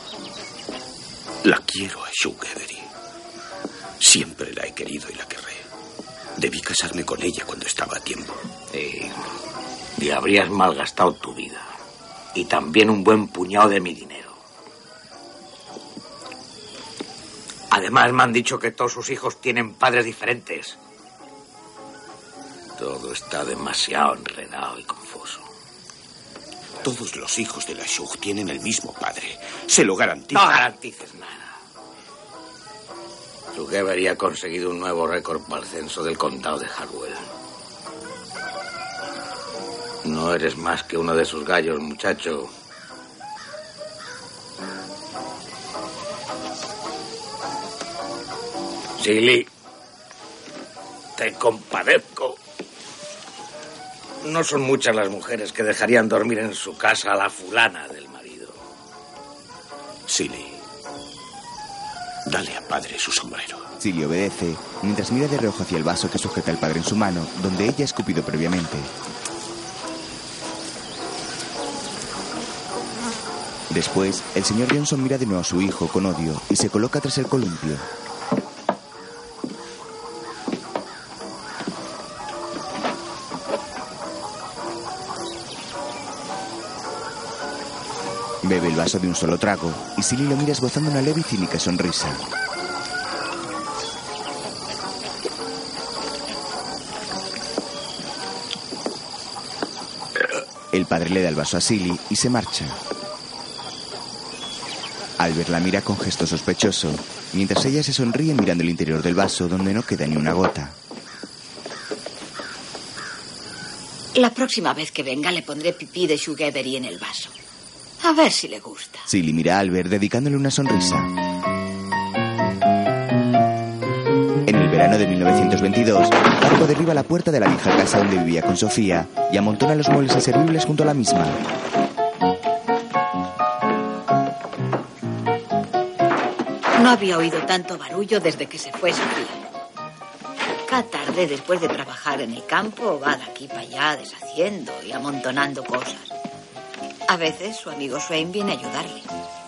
La quiero a Suggebery. Siempre la he querido y la querré. Debí casarme con ella cuando estaba a tiempo. Y habrías malgastado tu vida. Y también un buen puñado de mi dinero. Además me han dicho que todos sus hijos tienen padres diferentes. Todo está demasiado enredado y confuso. Todos los hijos de la Shug tienen el mismo padre. Se lo garantizo. No garantices nada. Suggebery ha conseguido un nuevo récord para el censo del condado de Harwell. No eres más que uno de sus gallos, muchacho. Silly, te compadezco. No son muchas las mujeres que dejarían dormir en su casa a la fulana del marido. Silly, dale a padre su sombrero. Silly obedece mientras mira de reojo hacia el vaso que sujeta el padre en su mano, donde ella ha escupido previamente. Después, el señor Johnson mira de nuevo a su hijo con odio y se coloca tras el columpio. Bebe el vaso de un solo trago y Silly lo mira esbozando una leve y cínica sonrisa. El padre le da el vaso a Silly y se marcha. Albert la mira con gesto sospechoso, mientras ella se sonríe mirando el interior del vaso donde no queda ni una gota. La próxima vez que venga le pondré pipí de Suggebery en el vaso. A ver si le gusta. Silly mira a Albert dedicándole una sonrisa. En el verano de 1922, Harpo derriba la puerta de la vieja casa donde vivía con Sofía y amontona los muebles inservibles junto a la misma. No había oído tanto barullo desde que se fue Sofía. Cada tarde, después de trabajar en el campo, va de aquí para allá deshaciendo y amontonando cosas. A veces su amigo Swain viene a ayudarle.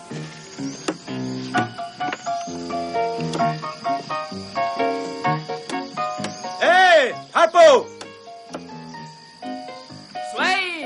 ¡Eh! ¡Harpo! ¡Swain!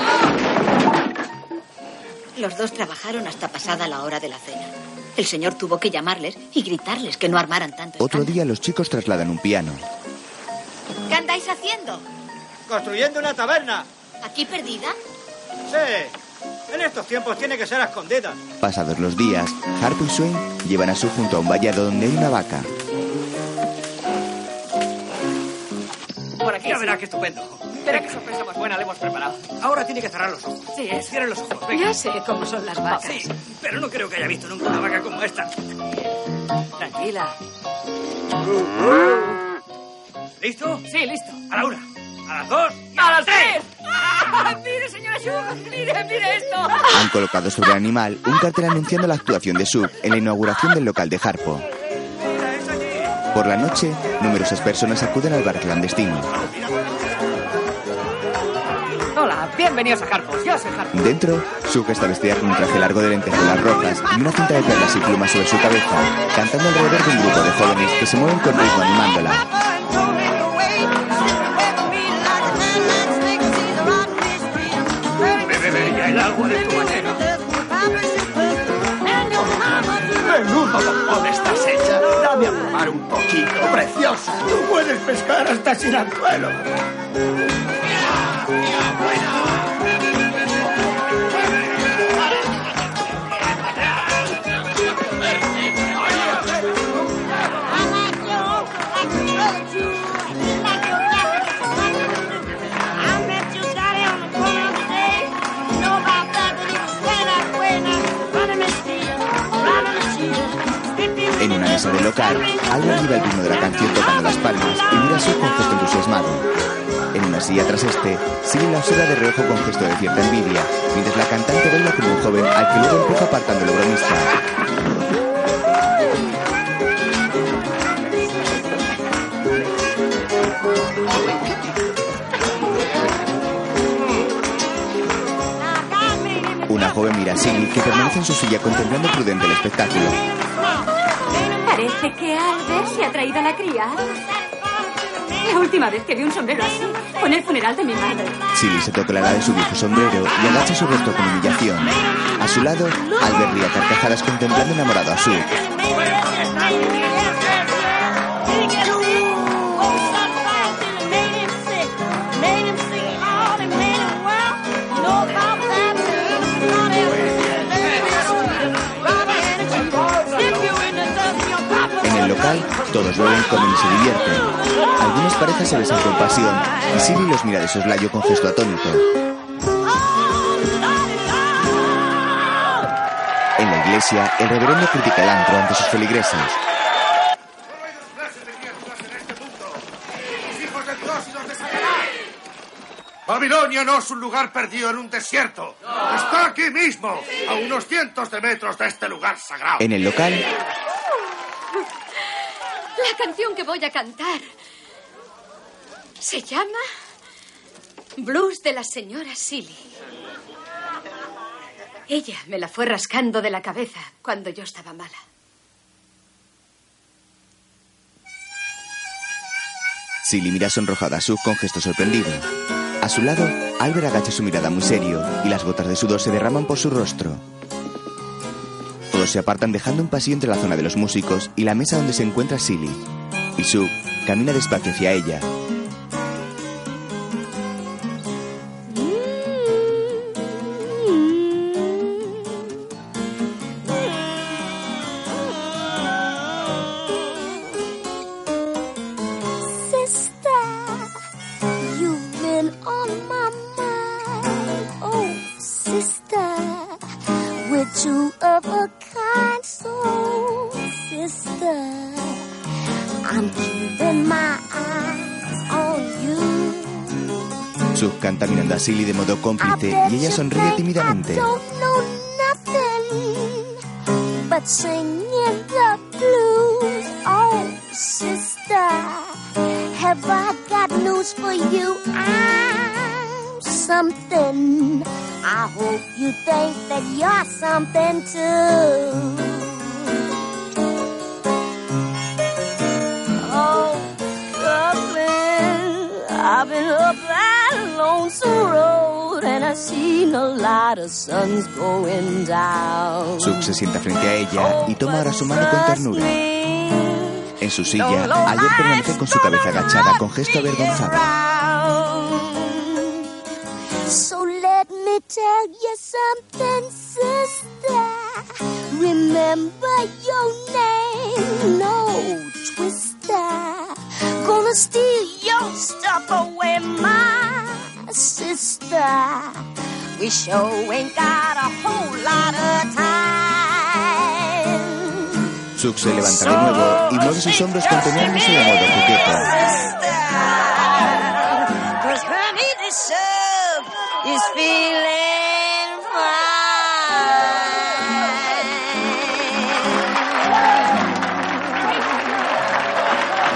Los dos trabajaron hasta pasada la hora de la cena. El señor tuvo que llamarles y gritarles que no armaran tanto escándalo. Otro día los chicos trasladan un piano. ¿Qué andáis haciendo? Construyendo una taberna. ¿Aquí perdida? Sí. En estos tiempos tiene que ser a escondidas. Pasados los días, Harpo y Swain llevan a Sue junto a un vallado donde hay una vaca. Por aquí. Ya verá qué estupendo. Verá qué sorpresa más buena le hemos preparado. Ahora tiene que cerrar los ojos. Sí, es. Cierren los ojos, venga. Ya sé cómo son las vacas. Sí, pero no creo que haya visto nunca una vaca como esta. Tranquila. ¿Listo? Sí, listo. A la una, a las dos y ¡A las tres! ¡Ah! ¡Mire, señora Shug! ¡Mire esto! Han colocado sobre el animal un cartel anunciando la actuación de Sue en la inauguración del local de Harpo. Por la noche, numerosas personas acuden al bar clandestino. Hola, bienvenidos a Harpos. Yo soy Harpos. Dentro, Suk está vestida con un traje largo de lentejuelas rojas y una cinta de perlas y plumas sobre su cabeza, cantando alrededor de un grupo de jóvenes que se mueven con ritmo animándola. Bebe ya el agua de tu manera. Menudo bombón estás hecha. Dame a probar un poquito, preciosa. Tú puedes pescar hasta sin anzuelo. En una mesa del local, Albert lleva el ritmo de la canción tocando las palmas y mira a Suk con gesto entusiasmado. En una silla tras Silly la observa de reojo con gesto de cierta envidia, mientras la cantante baila como un joven al que luego empuja apartándolo bromista. Una joven mira a Silly, que permanece en su silla contemplando prudente el espectáculo. Parece que Albert se ha traído a la criada. La última vez que vi un sombrero así fue en el funeral de mi madre. Silly se toca la ala de su viejo sombrero y agacha su rostro con humillación. A su lado, Albert ríe a carcajadas contemplando enamorado a Suk. Todos beben, comen y se divierten. Algunas parejas se besan con pasión y Silly los mira de soslayo con gesto atónito. En la iglesia, el reverendo critica el antro ante sus feligreses. Babilonia no es un lugar perdido en un desierto. Está aquí mismo, a unos cientos de metros de este lugar sagrado. En el local, La canción que voy a cantar se llama Blues de la señora Silly. Ella me la fue rascando de la cabeza cuando yo estaba mala. Silly mira sonrojada a Suk con gesto sorprendido. A su lado, Albert agacha su mirada muy serio y las gotas de sudor se derraman por su rostro. Todos se apartan dejando un pasillo entre la zona de los músicos y la mesa donde se encuentra Silly. Y Suk camina despacio hacia ella. Suk canta mirando a Silly de modo cómplice y ella sonríe tímidamente. I've been up that lonesome road and I've seen a lot of suns going down. Suk se sienta frente a ella y toma ahora su mano con ternura. En su silla, Albert permanece con su cabeza agachada con gesto avergonzado. So let me tell you something, sister. Remember your name, no twister. Gonna steal your stuff away, my sister. We sure ain't got a whole lot of time. Suk se levanta de nuevo y mueve sus hombros conteniéndose de modo coqueto. Cause honey, this sub is feeling fine.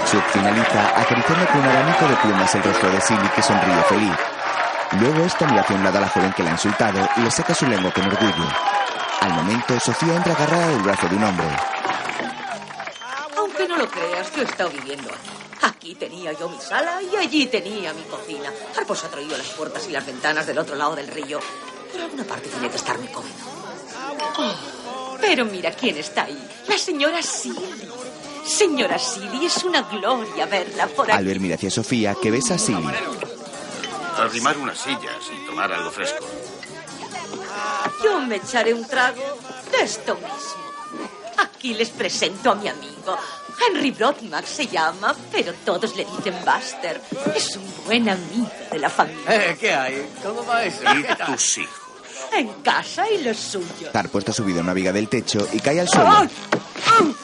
Sug finaliza acariciando con un abanico de plumas el rostro de Silly, que sonríe feliz. Luego esta mira hacia un lado a la joven que la ha insultado y le saca su lengua con orgullo. Al momento, Sofía entra agarrada del brazo de un hombre. Aunque no lo creas, yo he estado viviendo aquí. Aquí tenía yo mi sala y allí tenía mi cocina. Harpo se ha traído las puertas y las ventanas del otro lado del río. Por alguna parte tiene que estar mi comedor. Oh, pero mira quién está ahí. La señora Silly. Señora Silly, es una gloria verla por aquí. Albert mira hacia Sofía, que besa a Silly. Arrimar unas sillas y tomar algo fresco. Yo me echaré un trago de esto mismo. Aquí les presento a mi amigo. Henry Broadmack se llama, pero todos le dicen Buster. Es un buen amigo de la familia. ¿Qué hay? ¿Cómo va eso? ¿Y tus hijos? En casa y los suyos. Harpo está subido a una viga del techo y cae al suelo. ¡Ay! ¡Ay!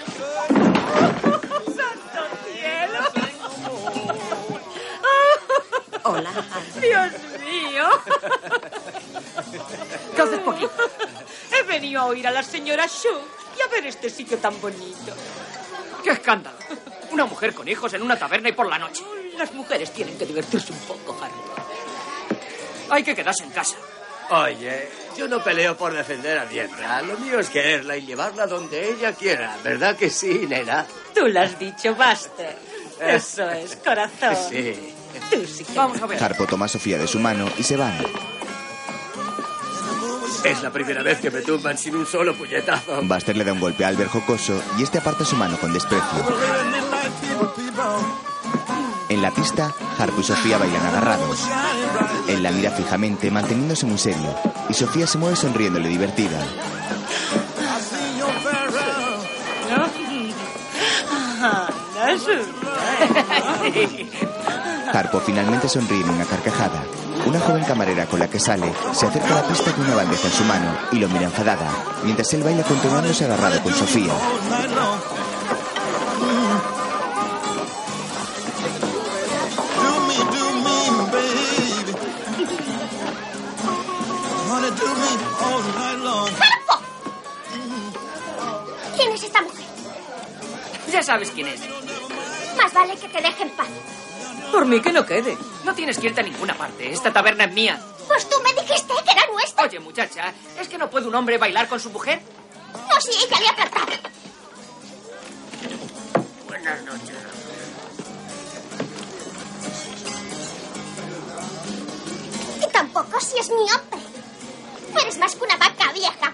¡Santo cielo! Hola. ¡Dios mío! ¿Qué haces por aquí? He venido a oír a la señora Shug y a ver este sitio tan bonito. ¡Qué escándalo! Una mujer con hijos en una taberna y por la noche. Las mujeres tienen que divertirse un poco, Harry. Hay que quedarse en casa. Oye, yo no peleo por defender a Diendra. Lo mío es quererla y llevarla donde ella quiera. ¿Verdad que sí, nena? Tú lo has dicho, Buster. Eso es, corazón. Sí. Tú sí que... Vamos a ver. Harpo toma a Sofía de su mano y se van. Es la primera vez que me tumban sin un solo puñetazo. Buster le da un golpe a Albert jocoso y este aparta su mano con desprecio. En la pista, Harpo y Sofía bailan agarrados. Él la mira fijamente, manteniéndose muy serio, y Sofía se mueve sonriéndole divertida. Harpo finalmente sonríe en una carcajada. Una joven camarera con la que sale se acerca a la pista con una bandeja en su mano y lo mira enfadada, mientras él baila continuándose agarrado con Sofía. ¡Harpo! ¿Quién es esta mujer? Ya sabes quién es. Más vale que te deje en paz. Por mí que no quede. No tienes que irte a ninguna parte. Esta taberna es mía. Pues tú me dijiste que era nuestra. Oye, muchacha, ¿es que no puede un hombre bailar con su mujer? No, si ella le ha tratado. Buenas noches. Y tampoco si es mi hombre. Eres más que una vaca vieja.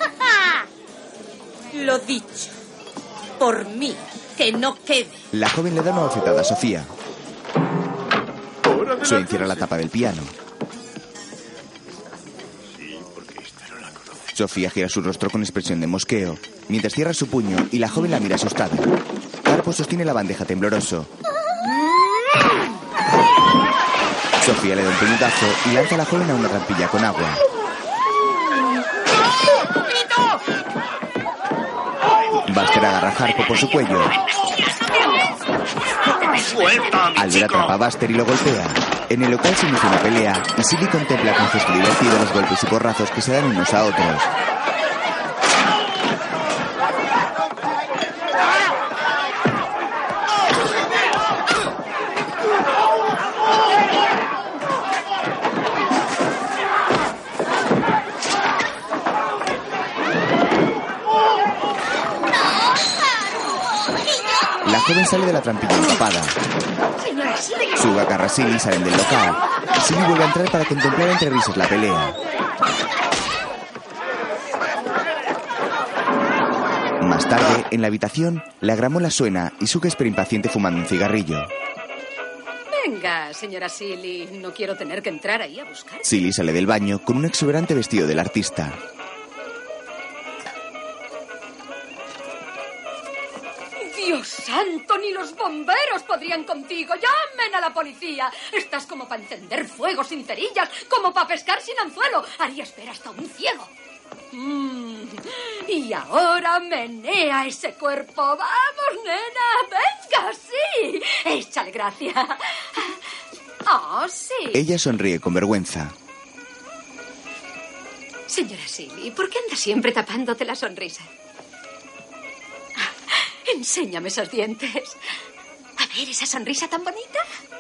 Lo dicho. Por mí, que no quede. La joven le da una bofetada a Sofía. Swain cierra la tapa del piano. Sofía gira su rostro con expresión de mosqueo, mientras cierra su puño y la joven la mira asustada. Harpo sostiene la bandeja tembloroso. Sofía le da un puñetazo y lanza a la joven a una trampilla con agua. Buster agarra a Harpo por su cuello. Albert atrapa a Buster y lo golpea. En el local se inicia una pelea y Silly contempla con gesto divertido los golpes y porrazos que se dan unos a otros. La joven sale de la trampilla empapada. Sug agarra a Silly y salen del local. Silly vuelve a entrar para contemplar entre risas la pelea. Más tarde, en la habitación, la gramola suena y Sug espera impaciente fumando un cigarrillo. Venga, señora Silly, no quiero tener que entrar ahí a buscar. Silly sale del baño con un exuberante vestido del artista. ¡Dios santo! Ni los bomberos podrían contigo. ¡Llamen a la policía! Estás como para encender fuego sin cerillas, como para pescar sin anzuelo. Harías ver hasta un ciego. Y ahora menea ese cuerpo. ¡Vamos, nena! ¡Venga, sí! Échale gracia. ¡Oh, sí! Ella sonríe con vergüenza. Señora Silly, ¿por qué anda siempre tapándote la sonrisa? Enséñame esos dientes. ver esa sonrisa tan bonita?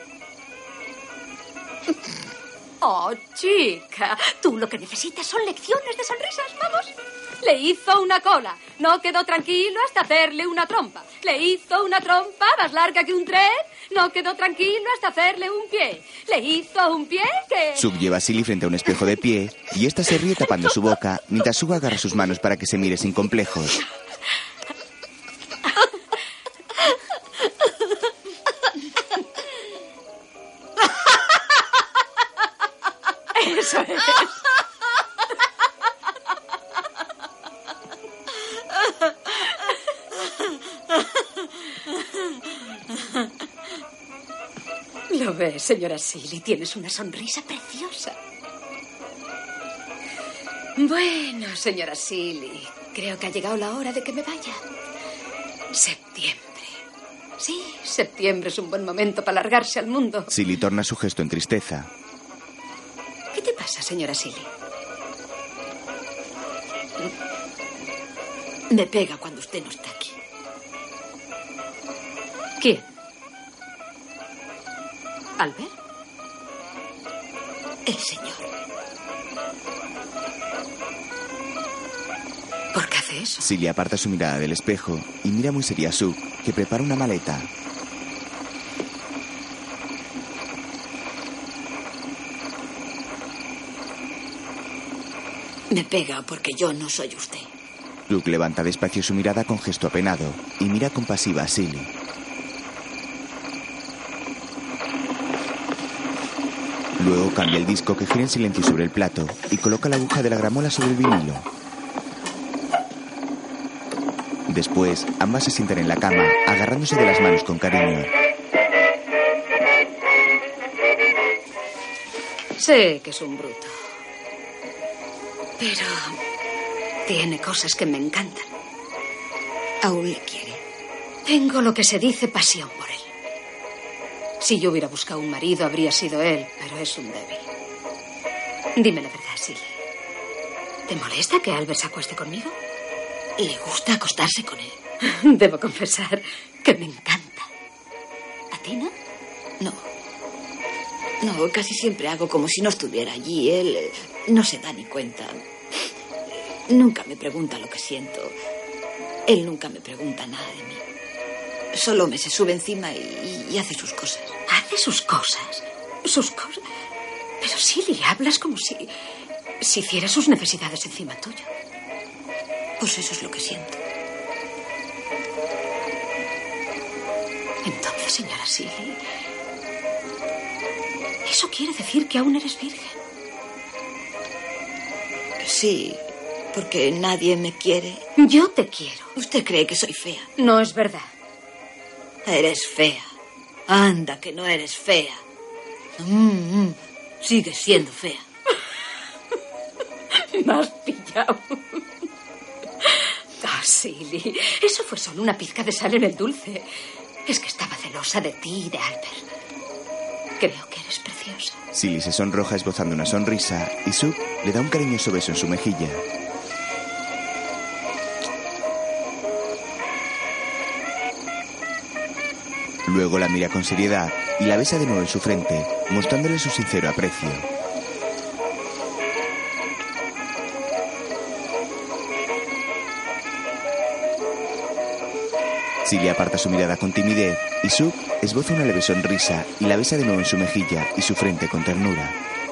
Oh, chica, tú lo que necesitas son lecciones de sonrisas, vamos. Le hizo una cola, no quedó tranquilo hasta hacerle una trompa. Le hizo una trompa más larga que un tren, no quedó tranquilo hasta hacerle un pie. Le hizo un pie que... Sug lleva a Silly frente a un espejo de pie y esta se ríe tapando su boca mientras Sug agarra sus manos para que se mire sin complejos. Eso es. Lo ves, señora Silly, tienes una sonrisa preciosa. Bueno, señora Silly, creo que ha llegado la hora de que me vaya. Septiembre. Sí, septiembre es un buen momento para largarse al mundo. Silly torna su gesto en tristeza. ¿Qué te pasa, señora Silly? Me pega cuando usted no está aquí. ¿Quién? ¿Albert? El señor. ¿Por qué hace eso? Silly aparta su mirada del espejo y mira muy seria a Sug, que prepara una maleta. Me pega porque yo no soy usted. Sug levanta despacio su mirada con gesto apenado y mira compasiva a Silly. Luego cambia el disco que gira en silencio sobre el plato y coloca la aguja de la gramola sobre el vinilo. Después, ambas se sientan en la cama, agarrándose de las manos con cariño. Sé que es un bruto. Pero tiene cosas que me encantan. Aún le quiere. Tengo lo que se dice pasión por él. Si yo hubiera buscado un marido, habría sido él, pero es un débil. Dime la verdad, Silly. ¿Te molesta que Albert se acueste conmigo? Le gusta acostarse con él. Debo confesar que me encanta. ¿A ti no? No. No, casi siempre hago como si no estuviera allí. Él no se da ni cuenta. Nunca me pregunta lo que siento. Él nunca me pregunta nada de mí. Solo me se sube encima y hace sus cosas. ¿Hace sus cosas? ¿Sus cosas? Pero Silly, hablas como si hiciera sus necesidades encima tuyo. Pues eso es lo que siento. Entonces, señora Silly, ¿eso quiere decir que aún eres virgen? Sí, porque nadie me quiere. Yo te quiero. ¿Usted cree que soy fea? No es verdad. Eres fea. Anda, que no eres fea. Sigues siendo fea. Me has pillado. Ah, Silly, eso fue solo una pizca de sal en el dulce. Es que estaba celosa de ti y de Albert. Creo que eres preciosa. Silly se sonroja esbozando una sonrisa y Sug le da un cariñoso beso en su mejilla. Luego la mira con seriedad y la besa de nuevo en su frente, mostrándole su sincero aprecio. Silly aparta su mirada con timidez y Sug esboza una leve sonrisa y la besa de nuevo en su mejilla y su frente con ternura.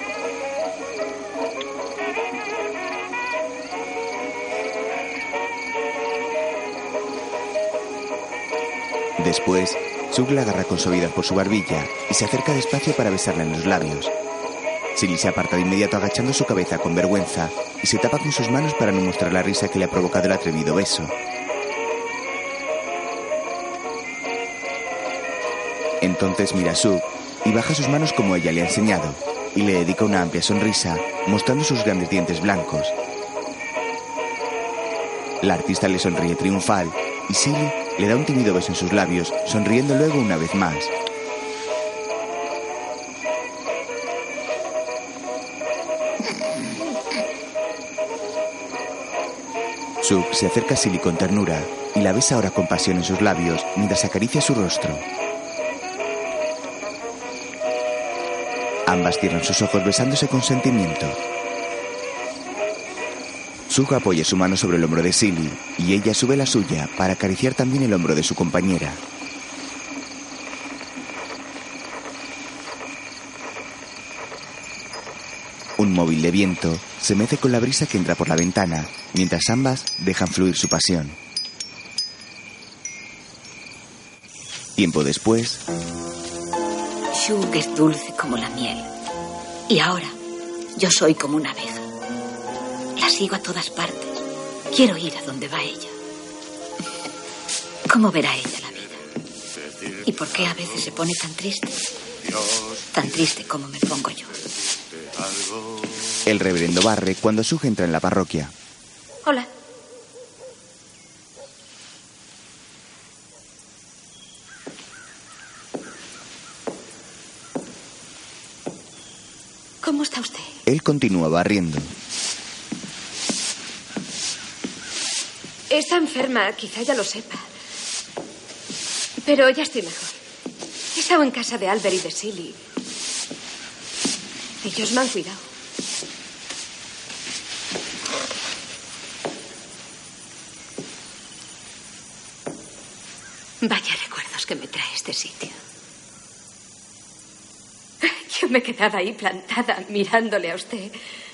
Después, Sug la agarra con suavidad por su barbilla y se acerca despacio para besarla en los labios. Silly se aparta de inmediato agachando su cabeza con vergüenza y se tapa con sus manos para no mostrar la risa que le ha provocado el atrevido beso. Entonces mira a Sug y baja sus manos como ella le ha enseñado y le dedica una amplia sonrisa, mostrando sus grandes dientes blancos. La artista le sonríe triunfal y Silly le da un tímido beso en sus labios, sonriendo luego una vez más. Sug se acerca a Silly con ternura y la besa ahora con pasión en sus labios mientras acaricia su rostro. Ambas cierran sus ojos besándose con sentimiento. Sue apoya su mano sobre el hombro de Silly y ella sube la suya para acariciar también el hombro de su compañera. Un móvil de viento se mece con la brisa que entra por la ventana, mientras ambas dejan fluir su pasión. Tiempo después... Shug es dulce como la miel. Y ahora, yo soy como una abeja. La sigo a todas partes. Quiero ir a donde va ella. ¿Cómo verá ella la vida? ¿Y por qué a veces se pone tan triste? Tan triste como me pongo yo. El reverendo barre cuando Shug entra en la parroquia. Hola. ¿Cómo está usted? Él continúa barriendo. Está enferma, quizá ya lo sepa. Pero ya estoy mejor. He estado en casa de Albert y de Silly. Ellos me han cuidado. Vaya recuerdos que me trae este sitio. Yo me quedaba ahí plantada mirándole a usted.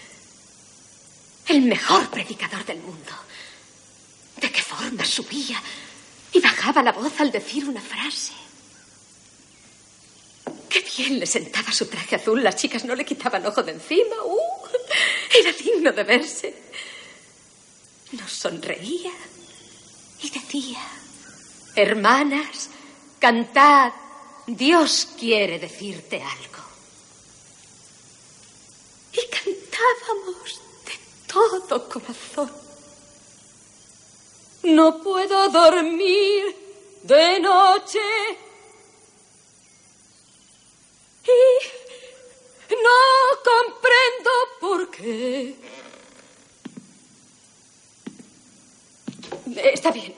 El mejor predicador del mundo. ¿De qué forma subía y bajaba la voz al decir una frase? Qué bien le sentaba su traje azul. Las chicas no le quitaban ojo de encima. Era digno de verse. Nos sonreía y decía: hermanas, cantad. Dios quiere decirte algo. Y cantábamos de todo corazón. No puedo dormir de noche y no comprendo por qué. Está bien.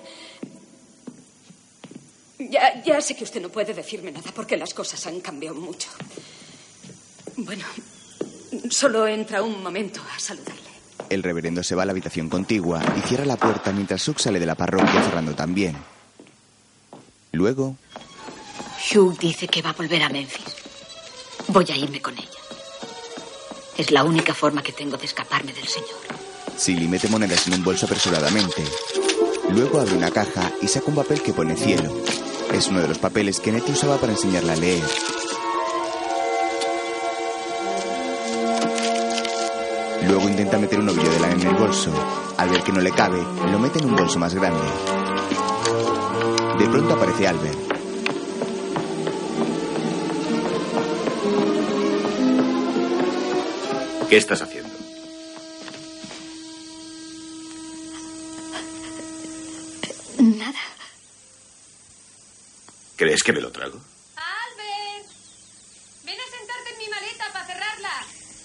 Ya sé que usted no puede decirme nada porque las cosas han cambiado mucho. Bueno, solo entra un momento a saludarle. El reverendo se va a la habitación contigua y cierra la puerta mientras Shug sale de la parroquia cerrando también. Luego... Shug dice que va a volver a Memphis. Voy a irme con ella. Es la única forma que tengo de escaparme del Señor. Silly mete monedas en un bolso apresuradamente. Luego abre una caja y saca un papel que pone cielo. Es uno de los papeles que Nettie usaba para enseñarle a leer. Luego intenta meter un ovillo de lana en el bolso. Al ver que no le cabe, lo mete en un bolso más grande. De pronto aparece Albert. ¿Qué estás haciendo? Nada. ¿Crees que me lo trago? ¡Albert! ¡Ven a sentarte en mi maleta para cerrarla!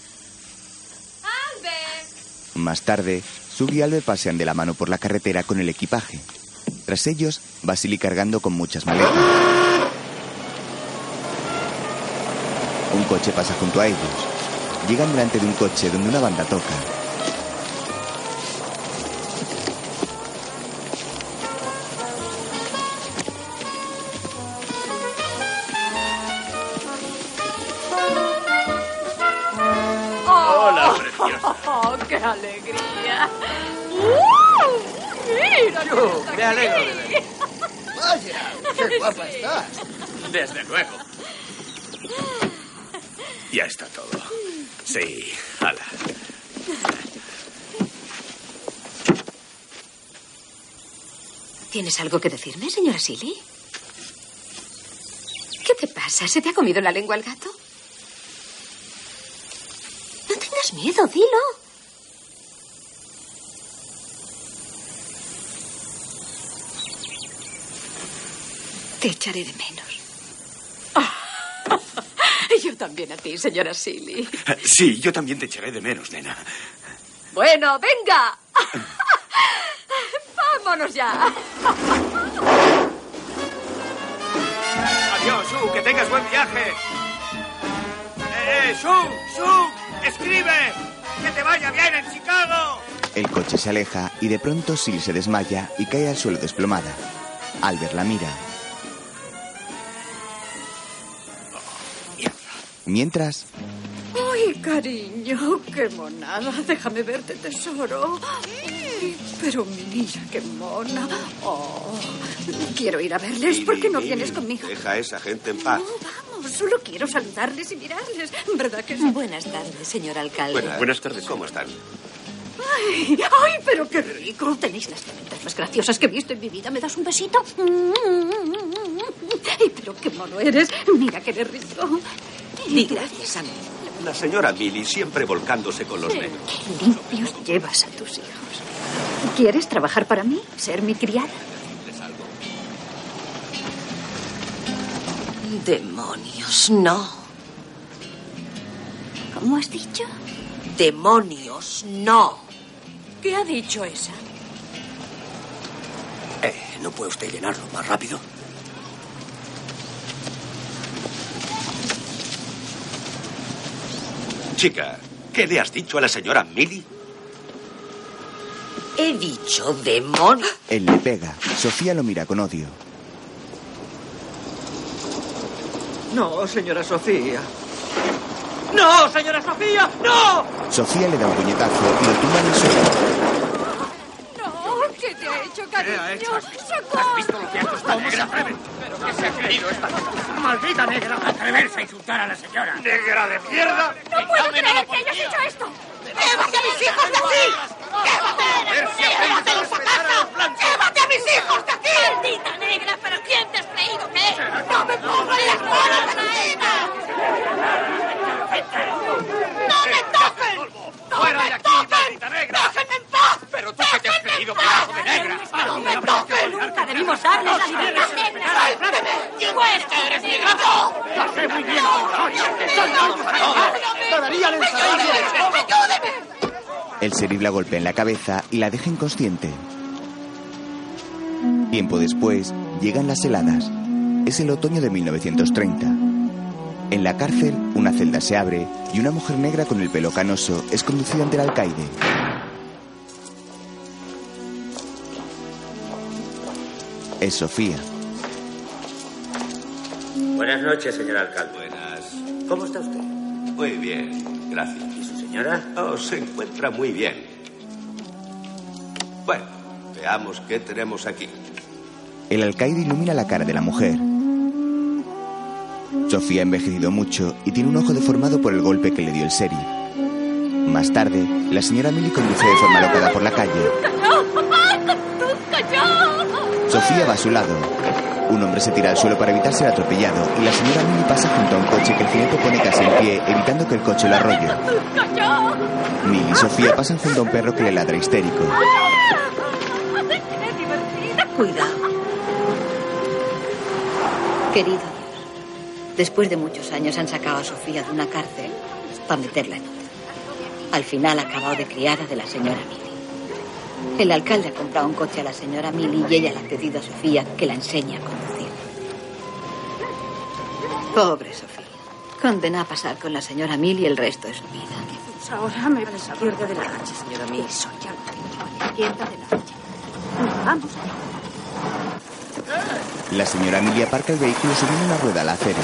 ¡Albert! Más tarde, Shug y Albert pasean de la mano por la carretera con el equipaje. Tras ellos, va Silly cargando con muchas maletas. Un coche pasa junto a ellos. Llegan delante de un coche donde una banda toca. ¡Hola, preciosa! ¡Oh, qué alegría! ¡Mira! Me alegro de verte. Vaya, qué guapa estás. Desde luego. Ya está todo. Sí, hala. ¿Tienes algo que decirme, señora Silly? ¿Qué te pasa? ¿Se te ha comido la lengua el gato? No tengas miedo, dilo. Te echaré de menos. Yo también a ti, señora Silly. Sí, yo también te echaré de menos, nena. Bueno, venga. Vámonos ya. Adiós, que tengas buen viaje. ¡Shug! ¡Escribe! ¡Que te vaya bien en Chicago! El coche se aleja y de pronto Sil se desmaya y cae al suelo desplomada. Albert la mira. Mientras... ¡Ay, cariño! ¡Qué monada! Déjame verte, tesoro. Ay, pero mi niña, qué mona. Oh, quiero ir a verles. ¿Por qué no vienes conmigo? Deja a esa gente en paz. Vamos, solo quiero saludarles y mirarles. ¿Verdad que sí? Buenas tardes, señor alcalde. Buenas tardes. ¿Cómo están? ¡Ay, pero qué rico! Tenéis las tremendas más graciosas que he visto en mi vida. ¿Me das un besito? ¡Ay, pero qué mono eres! Mira que eres rico. Gracias, Sam. La señora Millie siempre volcándose con los negros. Qué limpios llevas a tus hijos. ¿Quieres trabajar para mí? ¿Ser mi criada? Demonios, no. ¿Cómo has dicho? Demonios, no. ¿Qué ha dicho esa? ¿No puede usted llenarlo más rápido? Chica, ¿qué le has dicho a la señora Millie? He dicho demonios. Él le pega. Sofía lo mira con odio. No, señora Sofía. ¡No, señora Sofía! ¡No! Sofía le da un puñetazo y lo tumba en el suelo. No, ¿qué te ha hecho, cariño? ¿Has visto lo que ha costado negra Fremen? ¿Pero qué se ha creído esta maldita negra atreverse a insultar a la señora? ¡Negra de mierda! ¡No puedo creer que hayas hecho esto! ¡Llévate a mis hijos de aquí! ¡Llévatelos a casa! ¡Llévate a mis hijos de aquí! ¡Maldita negra! ¿Pero quién te has creído que es? ¡No me pongas las manos encima! ¡No me toquen! ¡Fuera de aquí, maldita negra! ¡Déjenme en paz! ¿Pero tú qué te has creído, pedazo de negra? ¡No me toquen! Nunca debimos darles la libertad negra. ¡Suélteme! ¡Pues que eres negra! ¡No! ¡La sé muy bien cómo soy! ¡Estoy dando a todos! ¡Deberían encerrarme! ¡Ayúdeme! El sheriff la golpea en la cabeza y la deja inconsciente. Tiempo después, llegan las heladas. Es el otoño de 1930. En la cárcel, una celda se abre y una mujer negra con el pelo canoso es conducida ante el alcaide. Es Sofía. Buenas noches, señor alcalde. Buenas. ¿Cómo está usted? Muy bien, gracias. ¿Y su señora? Oh, se encuentra muy bien. Bueno, veamos qué tenemos aquí. El alcaide ilumina la cara de la mujer. Sofía ha envejecido mucho y tiene un ojo deformado por el golpe que le dio el sheriff. Más tarde, la señora Millie conduce de forma alocada por la calle. Sofía va a su lado. Un hombre se tira al suelo para evitar ser atropellado y la señora Millie pasa junto a un coche que el jinete pone casi en pie, evitando que el coche la arrolle. Millie y Sofía pasan junto a un perro que le ladra histérico. Cuidado. Querido, después de muchos años han sacado a Sofía de una cárcel para meterla en otra. Al final ha acabado de criada de la señora Millie. El alcalde ha comprado un coche a la señora Millie y ella le ha pedido a Sofía que la enseñe a conducir. Pobre Sofía. Condena a pasar con la señora Millie el resto de su vida. Pues ahora me ves a izquierda de la calle, señora Millie. Eso ya lo tengo a la izquierda de la calle. Vamos. La señora Millie aparca el vehículo subiendo una rueda a la acera.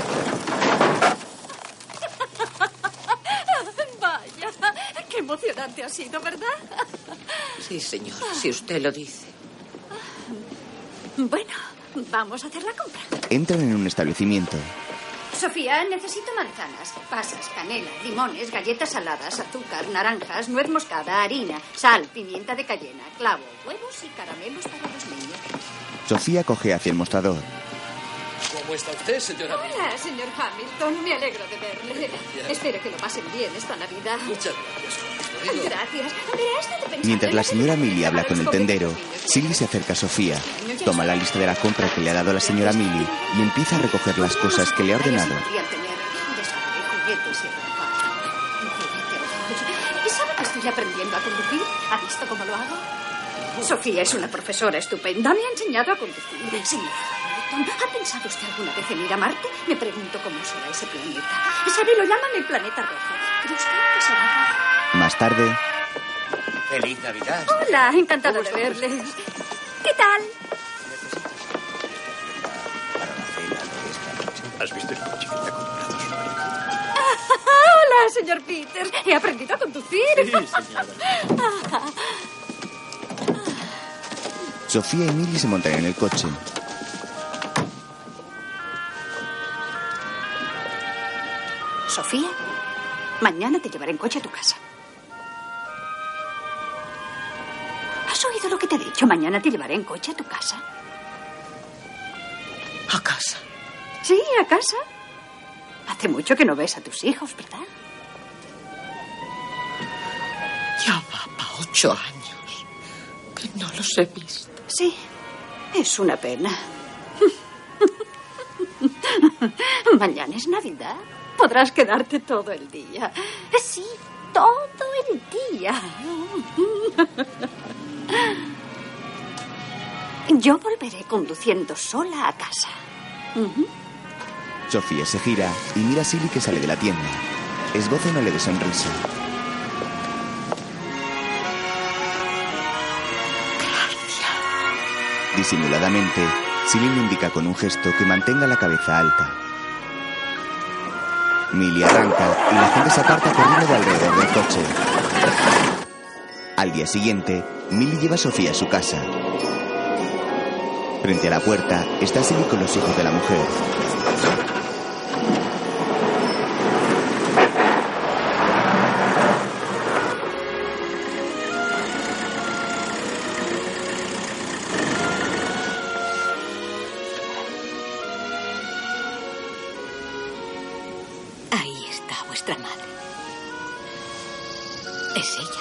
Vaya, qué emocionante ha sido, ¿verdad? Sí, señor, si usted lo dice. Bueno, vamos a hacer la compra. Entran en un establecimiento. Sofía, necesito manzanas, pasas, canela, limones, galletas saladas, azúcar, naranjas, nuez moscada, harina, sal, pimienta de cayena, clavo, huevos y caramelos para los niños. Sofía coge hacia el mostrador. ¿Cómo está usted, señora Millie? Hola, señor Hamilton. Me alegro de verle. Gracias. Espero que lo pasen bien esta Navidad. Muchas gracias. Gracias. Verá, esto de pensar Mientras en la señora comida Millie habla para con el los tendero, pobrecitos Silly se acerca a Sofía, toma la lista de la compra que le ha dado la señora Millie y empieza a recoger las cosas que le ha ordenado. podrían tener desorden, juguetes y ropa. Juguetes. ¿Y sabe que estoy aprendiendo a conducir? ¿Ha visto cómo lo hago? Sofía es una profesora estupenda. Me ha enseñado a conducir. Sí. Hampton, ¿ha pensado usted alguna vez en ir a Marte? Me pregunto cómo será ese planeta. Sabe, lo llaman el planeta rojo. ¿Cree usted que será rojo? Más tarde... ¡Feliz Navidad! Hola, encantada de verles. ¿Qué tal? ¿Has visto el coche que te ha comprado su marido? Hola, señor Peters. He aprendido a conducir. Sí, señora. Sofía y Millie se montan en el coche. Sofía, mañana te llevaré en coche a tu casa. ¿Has oído lo que te he dicho? Mañana te llevaré en coche a tu casa. ¿A casa? Sí, a casa. Hace mucho que no ves a tus hijos, ¿verdad? Ya va para 8 años que no los he visto. Sí, es una pena. Mañana es Navidad. Podrás quedarte todo el día. Sí, todo el día. Yo volveré conduciendo sola a casa. Sofía se gira y mira a Silly que sale de la tienda. Esboza una leve sonrisa. Disimuladamente, Silly le indica con un gesto que mantenga la cabeza alta. Millie arranca y la gente se aparta corriendo de alrededor del coche. Al día siguiente, Millie lleva a Sofía a su casa. Frente a la puerta está Silly con los hijos de la mujer. Ahí está vuestra madre. Es ella.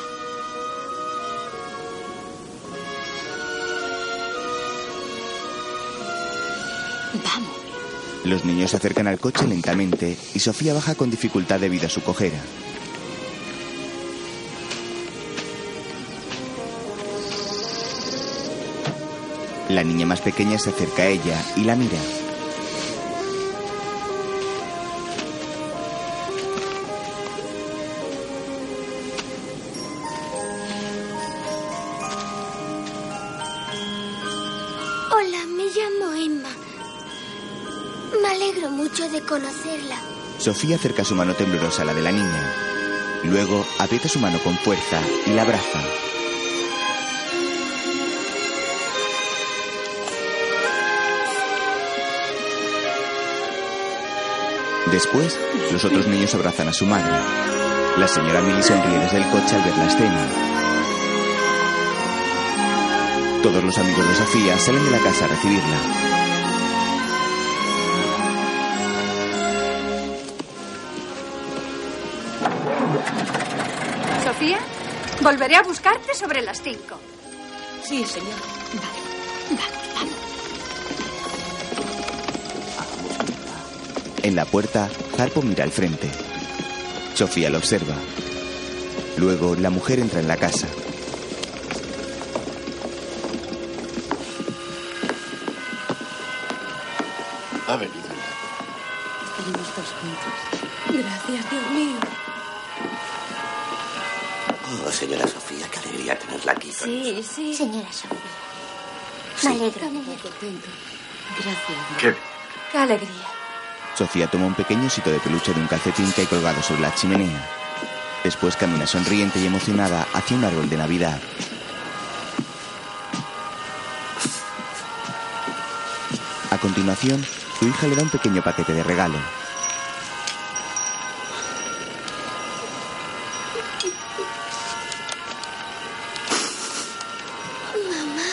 Vamos. Los niños se acercan al coche lentamente y Sofía baja con dificultad debido a su cojera. La niña más pequeña se acerca a ella y la mira. Hola, me llamo Emma. Me alegro mucho de conocerla. Sofía acerca su mano temblorosa a la de la niña. Luego aprieta su mano con fuerza y la abraza. Después, los otros niños abrazan a su madre. La señora Millie sonríe desde el coche al ver la escena. Todos los amigos de Sofía salen de la casa a recibirla. Sofía, volveré a buscarte sobre las 5. Sí, señor. Vamos. En la puerta, Harpo mira al frente. Sofía lo observa. Luego, la mujer entra en la casa. Ha venido. Estaremos todos juntos. Gracias, Dios mío. Oh, señora Sofía, qué alegría tenerla aquí. Sí. Señora Sofía. Me alegro. Estamos muy contentos. Gracias. ¿Qué? Qué alegría. Sofía toma un pequeño osito de peluche de un calcetín que hay colgado sobre la chimenea. Después camina sonriente y emocionada hacia un árbol de Navidad. A continuación, su hija le da un pequeño paquete de regalo. Mamá,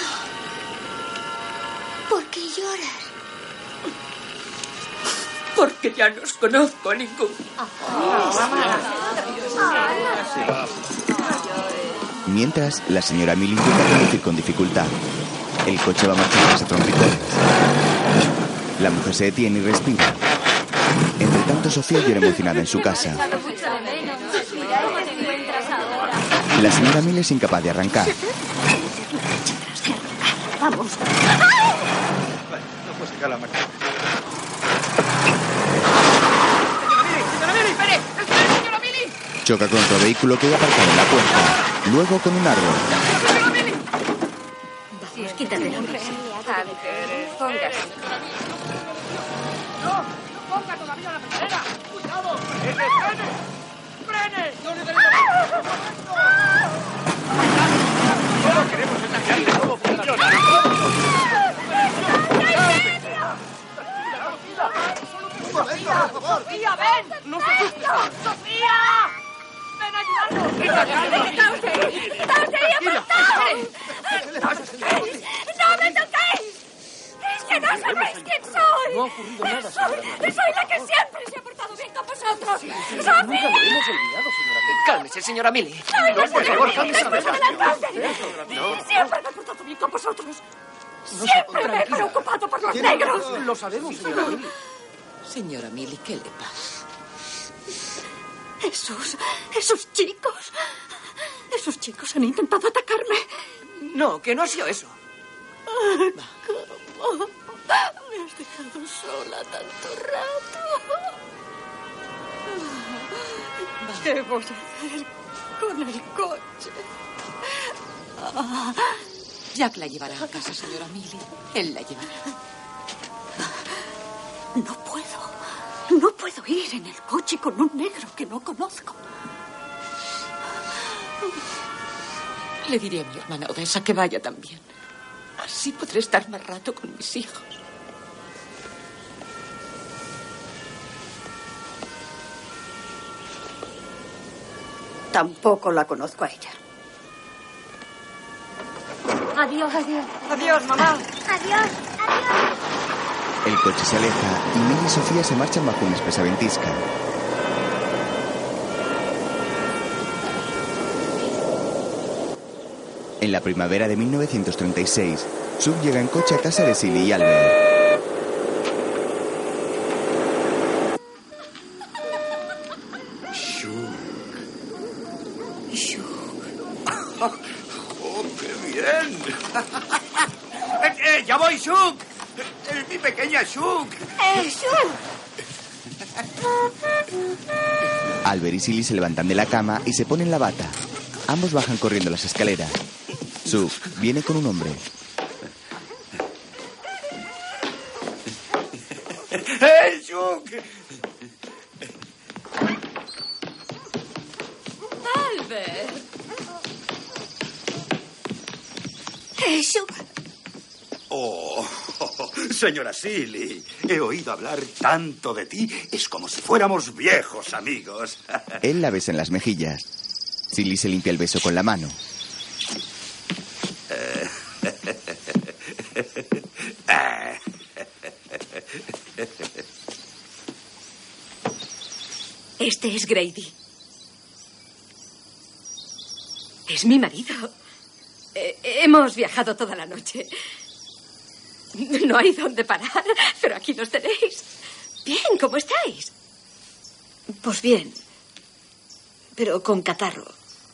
¿por qué lloras? Porque ya no os conozco a ninguno. Mientras, la señora Millie intenta conducir con dificultad. El coche va marchando a trompicones. La mujer se detiene y respira. Entre tanto, Sofía llora emocionada en su casa. La señora Millie es incapaz de arrancar. Vamos. Bueno, no puedo sacar la marcha. ¡Señora Mili! ¡Espere! ¡Espere, señora Mili! Choca con otro vehículo que hay aparcado en la puerta. Luego con un árbol. Vamos, quítate la prisa. Póngase. ¡No! ¡No ponga todavía la primera! ¡Cuidado! ¡Frene! ¡No le daré Solo queremos enseñarle cómo funciona. ¡Sofía, ven! ¡No se asuste! ¡Sofía! ¡Ven a ayudarnos! ¡No me toquéis! ¡Es que no sabéis quién soy! No ha ocurrido nada, señora Mili. Soy la que siempre se ha portado bien con vosotros. Nunca lo hemos olvidado, señora Mili. Cálmese, señora Mili. No, por favor, cálmese. Siempre me he portado bien con vosotros. Siempre me he preocupado por los negros. Lo sabemos, señora Mili. Señora Mili, ¿qué le pasa? Esos chicos han intentado atacarme. No, que no ha sido eso. ¿Cómo? Me has dejado sola tanto rato. ¿Qué voy a hacer con el coche? Jack la llevará a casa, señora Mili. Él la llevará. No puedo ir en el coche con un negro que no conozco. Le diré a mi hermana Odessa que vaya también. Así podré estar más rato con mis hijos. Tampoco la conozco a ella. Adiós, adiós. Adiós, mamá. Adiós, adiós. El coche se aleja y Mili y Sofía se marchan bajo una espesa ventisca. En la primavera de 1936, Sue llega en coche a casa de Silly y Albert. ¡Oh, qué bien! ¡Ya voy, Shug! ¡Es mi pequeña Shug! Shug! Albert y Silly se levantan de la cama y se ponen la bata. Ambos bajan corriendo las escaleras. Sue viene con un hombre. ¡Hey, Shug! ¡Albert! Shug. Oh, señora Silly, he oído hablar tanto de ti. Es como si fuéramos viejos amigos. Él la besa en las mejillas. Silly se limpia el beso con la mano. Este es Grady. Es mi marido. Hemos viajado toda la noche. No hay dónde parar, pero aquí los tenéis. Bien, ¿cómo estáis? Pues bien, pero con catarro.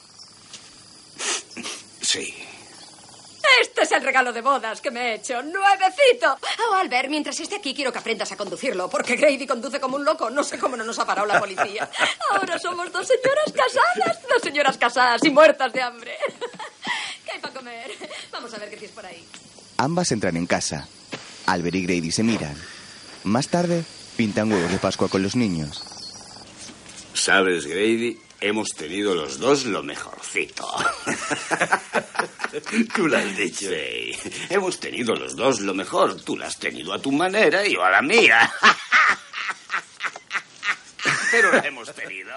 Sí. Este es el regalo de bodas que me he hecho. ¡Nuevecito! Oh, Albert, mientras esté aquí quiero que aprendas a conducirlo, porque Grady conduce como un loco. No sé cómo no nos ha parado la policía. Ahora somos dos señoras casadas y muertas de hambre. ¿Qué hay para comer? Vamos a ver qué tienes por ahí. Ambas entran en casa. Albert y Grady se miran. Más tarde, pintan huevos de Pascua con los niños. ¿Sabes, Grady? Hemos tenido los dos lo mejorcito. Tú lo has dicho. Sí, hemos tenido los dos lo mejor. Tú lo has tenido a tu manera y yo a la mía. Pero la hemos tenido.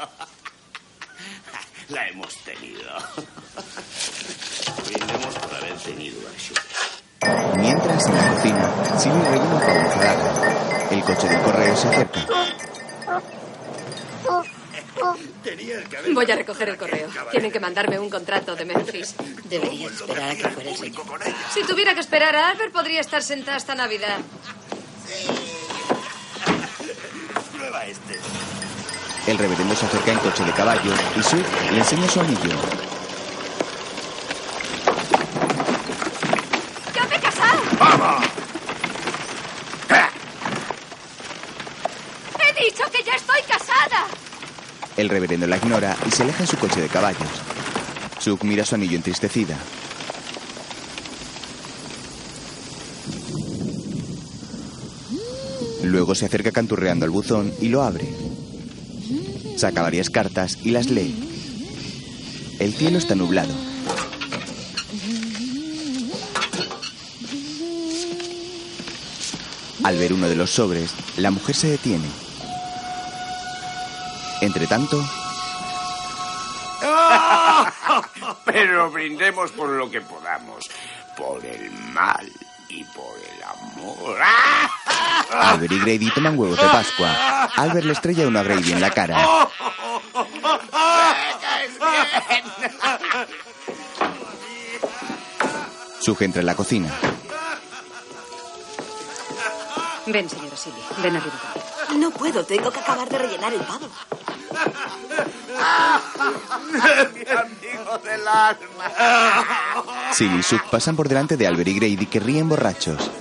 La hemos tenido. Brindemos por haber tenido a Shug. Mientras, en la cocina, Silly rellena un pavo ensalada. El coche del correo se acerca. Voy a recoger el correo. Tienen que mandarme un contrato de Memphis. Debería esperar a que fuera el señor. Si tuviera que esperar a Albert, podría estar sentada hasta Navidad. Prueba este. El reverendo se acerca en coche de caballo y Sue le enseña su anillo. ¡Ya me he casado! ¡Vamos! El reverendo la ignora y se aleja en su coche de caballos. Suk mira su anillo entristecida. Luego se acerca canturreando al buzón y lo abre. Saca varias cartas y las lee. El cielo está nublado. Al ver uno de los sobres, la mujer se detiene. Entretanto... Pero brindemos por lo que podamos. Por el mal y por el amor. Albert y Grady toman huevos de Pascua. Albert le estrella uno a Grady en la cara. Suk entra en la cocina. Ven, señora Silly. Ven arriba. No puedo, tengo que acabar de rellenar el pavo. Mi amigo del alma. Silly y Suk pasan por delante de Albert y Grady, que ríen borrachos.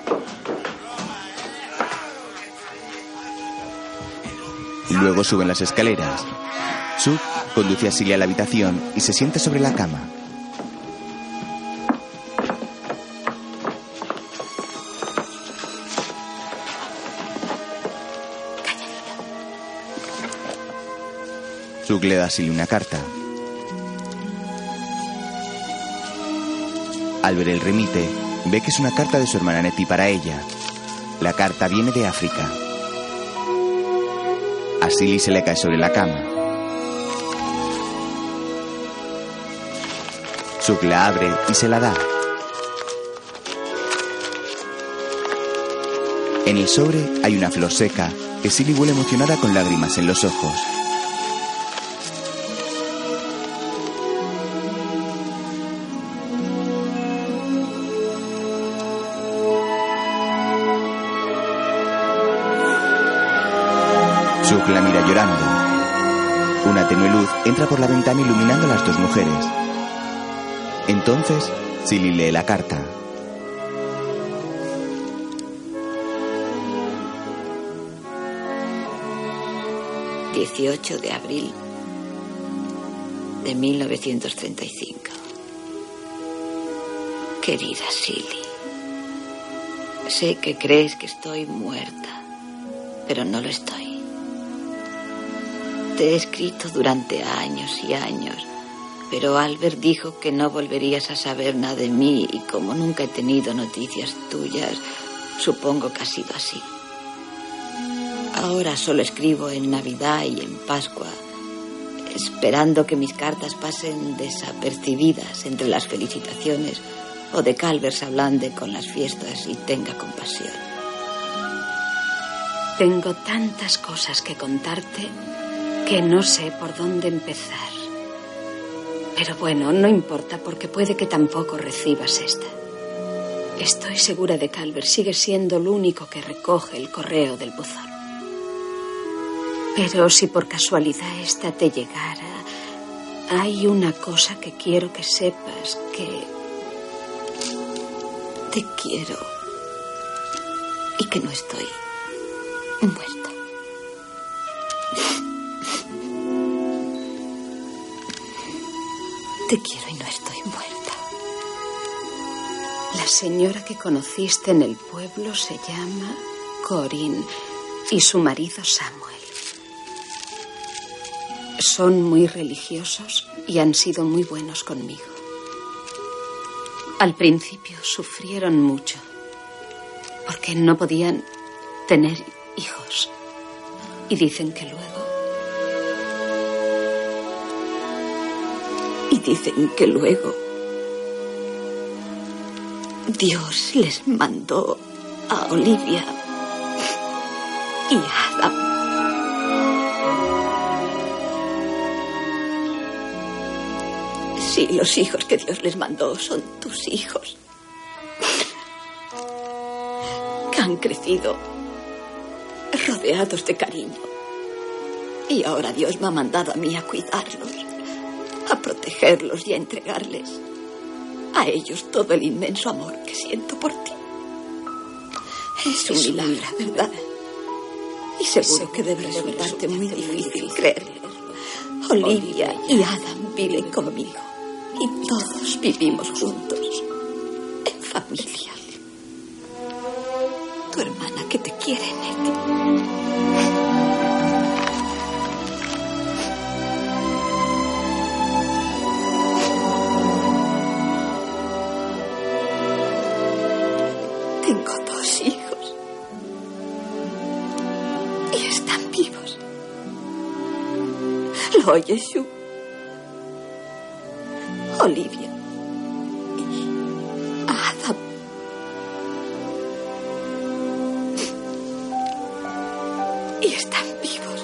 Luego suben las escaleras. Suk conduce a Silly a la habitación y se sienta sobre la cama. Suk le da a Silly una carta. Al ver el remite, ve que es una carta de su hermana Nettie para ella. La carta viene de África. A Silly se le cae sobre la cama. Suk la abre y se la da. En el sobre hay una flor seca que Silly huele emocionada con lágrimas en los ojos. Suk la mira llorando. Una tenue luz entra por la ventana iluminando a las dos mujeres. Entonces, Silly lee la carta. ...18 de abril de 1935. Querida Silly, sé que crees que estoy muerta, pero no lo estoy. Te he escrito durante años y años, pero Albert dijo que no volverías a saber nada de mí y como nunca he tenido noticias tuyas, supongo que ha sido así. Ahora solo escribo en Navidad y en Pascua, esperando que mis cartas pasen desapercibidas entre las felicitaciones o de que Albert se ablande con las fiestas y tenga compasión. Tengo tantas cosas que contarte que no sé por dónde empezar. Pero bueno, no importa porque puede que tampoco recibas esta. Estoy segura de que Albert sigue siendo el único que recoge el correo del buzón. Pero si por casualidad esta te llegara, hay una cosa que quiero que sepas, que te quiero y que no estoy muerta. Te quiero y no estoy muerta. La señora que conociste en el pueblo se llama Corinne y su marido Samuel. Son muy religiosos y han sido muy buenos conmigo. Al principio sufrieron mucho porque no podían tener hijos y dicen que luego Dios les mandó a Olivia y a Adam. Sí, los hijos que Dios les mandó son tus hijos, que han crecido rodeados de cariño. Y ahora Dios me ha mandado a mí a cuidarlos, a protegerlos y a entregarles a ellos todo el inmenso amor que siento por ti. Es un milagro, ¿verdad? Y seguro que debe resultarte muy difícil creerlo. Olivia y Adam viven conmigo. Y todos vivimos juntos. En familia. Tu hermana que te quiere, Nettie. Tengo 2 hijos. Y están vivos. ¿Lo oyes, Sue? Olivia. Y Adam. Y están vivos.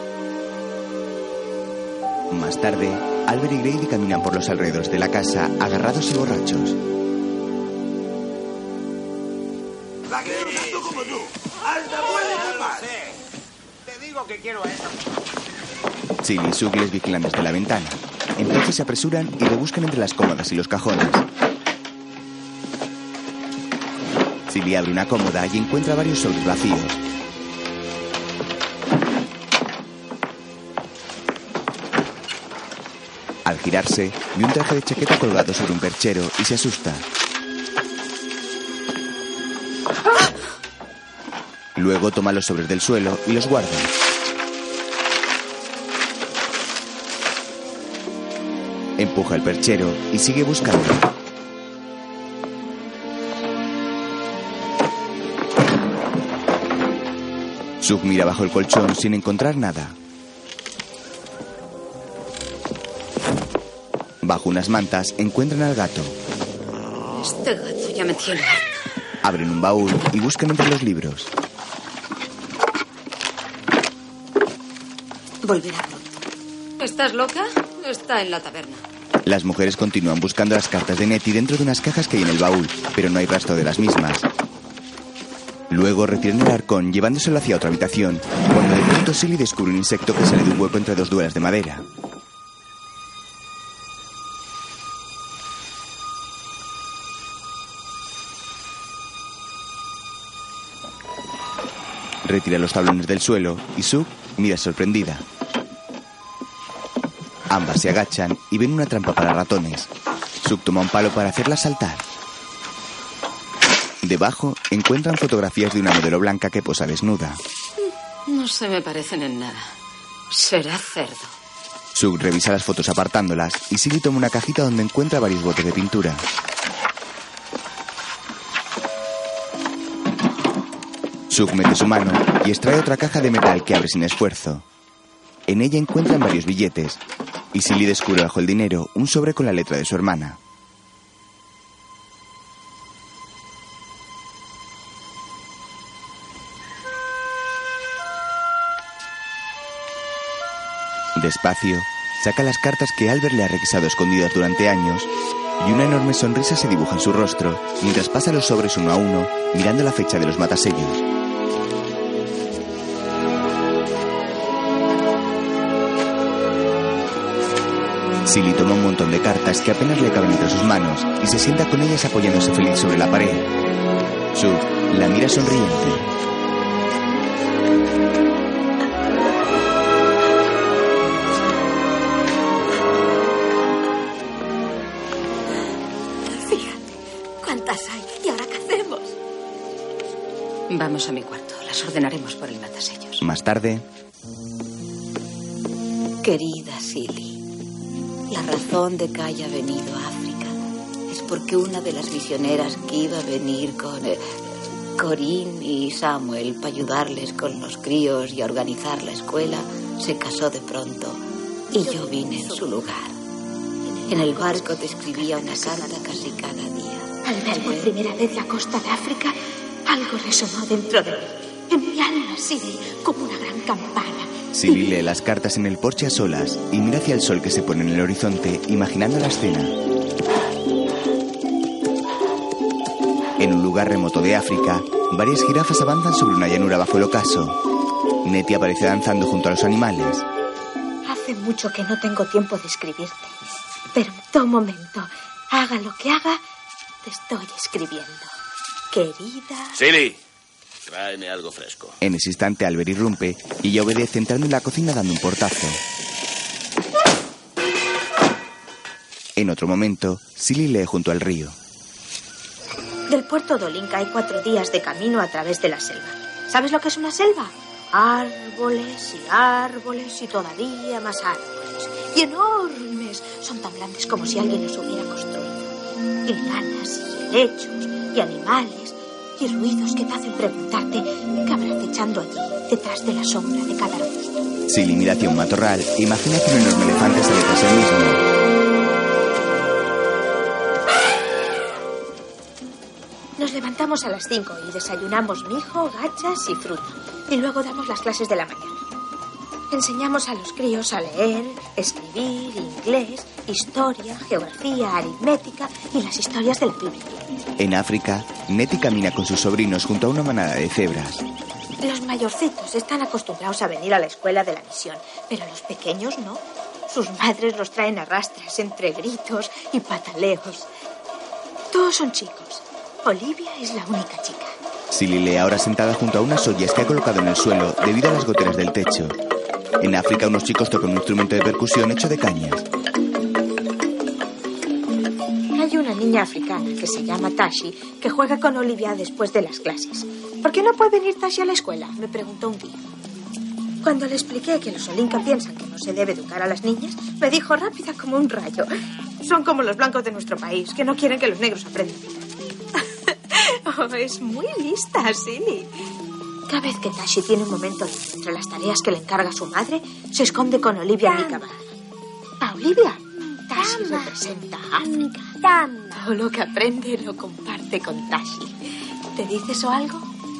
Más tarde, Albert y Grady caminan por los alrededores de la casa, agarrados y borrachos. Como tú. ¡Hasta puede más! Te digo que quiero a esa. Silly y Sue les vigilan desde la ventana. Entonces se apresuran y rebuscan entre las cómodas y los cajones. Silly abre una cómoda y encuentra varios sobres vacíos. Al girarse, ve un traje de chaqueta colgado sobre un perchero y se asusta. Luego toma los sobres del suelo y los guarda. Empuja el perchero y sigue buscando. Sue mira bajo el colchón sin encontrar nada. Bajo unas mantas encuentran al gato. Este gato ya me tiene harta. Abren un baúl y buscan entre los libros. Volverá pronto. ¿Estás loca? Está en la taberna. Las mujeres continúan buscando las cartas de Nettie dentro de unas cajas que hay en el baúl, pero no hay rastro de las mismas. Luego retiran el arcón llevándoselo hacia otra habitación, cuando de pronto Silly descubre un insecto que sale de un hueco entre 2 duelas de madera. Retira los tablones del suelo y Sue mira sorprendida. Ambas se agachan y ven una trampa para ratones. Sue toma un palo para hacerla saltar. Debajo encuentran fotografías de una modelo blanca que posa desnuda. No se me parecen en nada. Será cerdo. Sue revisa las fotos apartándolas y Silly toma una cajita donde encuentra varios botes de pintura. Sue mete su mano y extrae otra caja de metal que abre sin esfuerzo. En ella encuentran varios billetes y Silly descubre bajo el dinero un sobre con la letra de su hermana. Despacio, saca las cartas que Albert le ha requisado escondidas durante años y una enorme sonrisa se dibuja en su rostro mientras pasa los sobres uno a uno mirando la fecha de los matasellos. Silly toma un montón de cartas que apenas le caben entre sus manos y se sienta con ellas apoyándose feliz sobre la pared. Sue la mira sonriente. ¿Cuántas hay? ¿Y ahora qué hacemos? Vamos a mi cuarto. Las ordenaremos por el matasellos. Más tarde. Querida Silly, la razón de que haya venido a África es porque una de las misioneras que iba a venir con Corinne y Samuel para ayudarles con los críos y a organizar la escuela se casó de pronto y yo vine en su lugar. En el barco te escribía una carta casi cada día. Al ver por primera vez la costa de África, algo resonó dentro de mí. En mi alma, Silly, como una gran campana. Silly lee las cartas en el porche a solas y mira hacia el sol que se pone en el horizonte, imaginando la escena. En un lugar remoto de África, varias jirafas avanzan sobre una llanura bajo el ocaso. Nettie aparece danzando junto a los animales. Hace mucho que no tengo tiempo de escribirte, pero en todo momento, haga lo que haga, te estoy escribiendo. Querida... Silly, tráeme algo fresco. En ese instante Albert irrumpe y ella obedece entrando en la cocina dando un portazo. En otro momento, Silly lee junto al río. Del puerto de Olinka hay 4 días de camino a través de la selva. ¿Sabes lo que es una selva? Árboles y árboles y todavía más árboles. Y enormes. Son tan grandes como si alguien los hubiera construido. Y lianas y helechos y animales y ruidos que te hacen preguntarte qué habrá acechando allí, detrás de la sombra de cada arbusto. Silly mira hacia un matorral e imagina que un enorme elefante sale tras él mismo. Nos levantamos a las 5 y desayunamos mijo, gachas y fruta. Y luego damos las clases de la mañana. Enseñamos a los críos a leer, escribir, inglés, historia, geografía, aritmética y las historias de la Biblia. En África, Nettie camina con sus sobrinos junto a una manada de cebras. Los mayorcitos están acostumbrados a venir a la escuela de la misión, pero los pequeños no. Sus madres los traen a rastras entre gritos y pataleos. Todos son chicos. Olivia es la única chica. Silly lee ahora sentada junto a unas ollas que ha colocado en el suelo debido a las goteras del techo. En África, unos chicos tocan un instrumento de percusión hecho de cañas. Hay una niña africana que se llama Tashi que juega con Olivia después de las clases. ¿Por qué no puede venir Tashi a la escuela?, me preguntó un día. Cuando le expliqué que los Olinka piensan que no se debe educar a las niñas, me dijo rápida como un rayo: son como los blancos de nuestro país, que no quieren que los negros aprendan. Oh, es muy lista, Silly. Cada vez que Tashi tiene un momento libre entre las tareas que le encarga su madre, se esconde con Olivia en mi cama. ¿A Olivia? Tashi representa a África. Todo lo que aprende lo comparte con Tashi. ¿Te dice eso algo?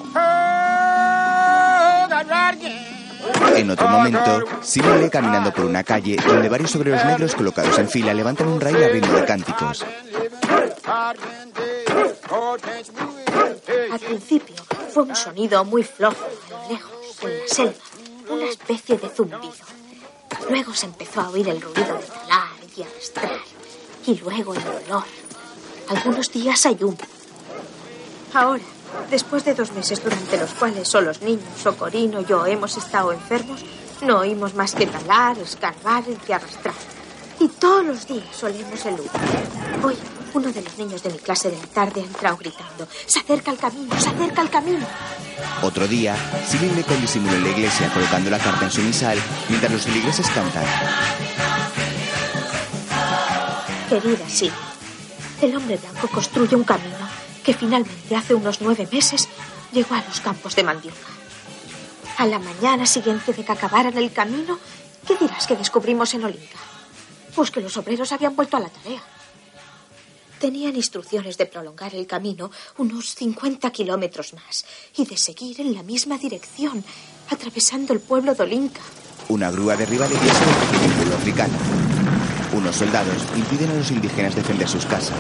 En otro momento, Silly lee caminando por una calle donde varios obreros negros colocados en fila levantan un rail a ritmo de cánticos. Al principio fue un sonido muy flojo, a lo lejos, en la selva, una especie de zumbido. Luego se empezó a oír el ruido de talar y arrastrar, y luego el olor. Algunos días hay humo. Ahora, después de 2 meses durante los cuales o los niños o Corino y yo hemos estado enfermos, no oímos más que talar, escarbar y arrastrar. Y todos los días olemos el humo. Hoy, uno de los niños de mi clase de la tarde ha entrado gritando: ¡se acerca el camino, se acerca el camino! Otro día, Silly lee con disimulo en la iglesia colocando la carta en su misal mientras los feligreses cantan. Querida Silly, el hombre blanco construye un camino que finalmente hace unos 9 meses llegó a los campos de mandioca. A la mañana siguiente de que acabaran el camino, ¿qué dirás que descubrimos en Olinka? Pues que los obreros habían vuelto a la tarea. Tenían instrucciones de prolongar el camino unos 50 kilómetros más y de seguir en la misma dirección, atravesando el pueblo de Olinka. Una grúa derriba la iglesia del pequeño pueblo africano. Unos soldados impiden a los indígenas defender sus casas.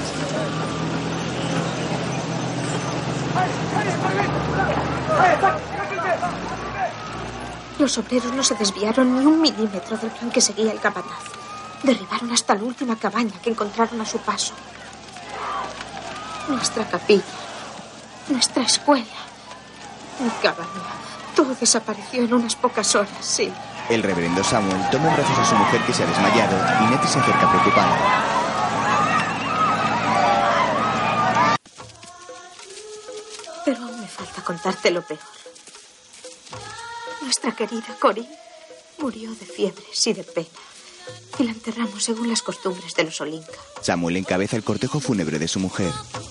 Los obreros no se desviaron ni un milímetro del plan que seguía el capataz. Derribaron hasta la última cabaña que encontraron a su paso. Nuestra capilla, nuestra escuela, mi cabaña, todo desapareció en unas pocas horas, sí. El reverendo Samuel toma en brazos a su mujer que se ha desmayado y Nettie se acerca preocupada. Pero aún me falta contarte lo peor. Nuestra querida Corinne murió de fiebres y de pena. Y la enterramos según las costumbres de los Olinka. Samuel encabeza el cortejo fúnebre de su mujer.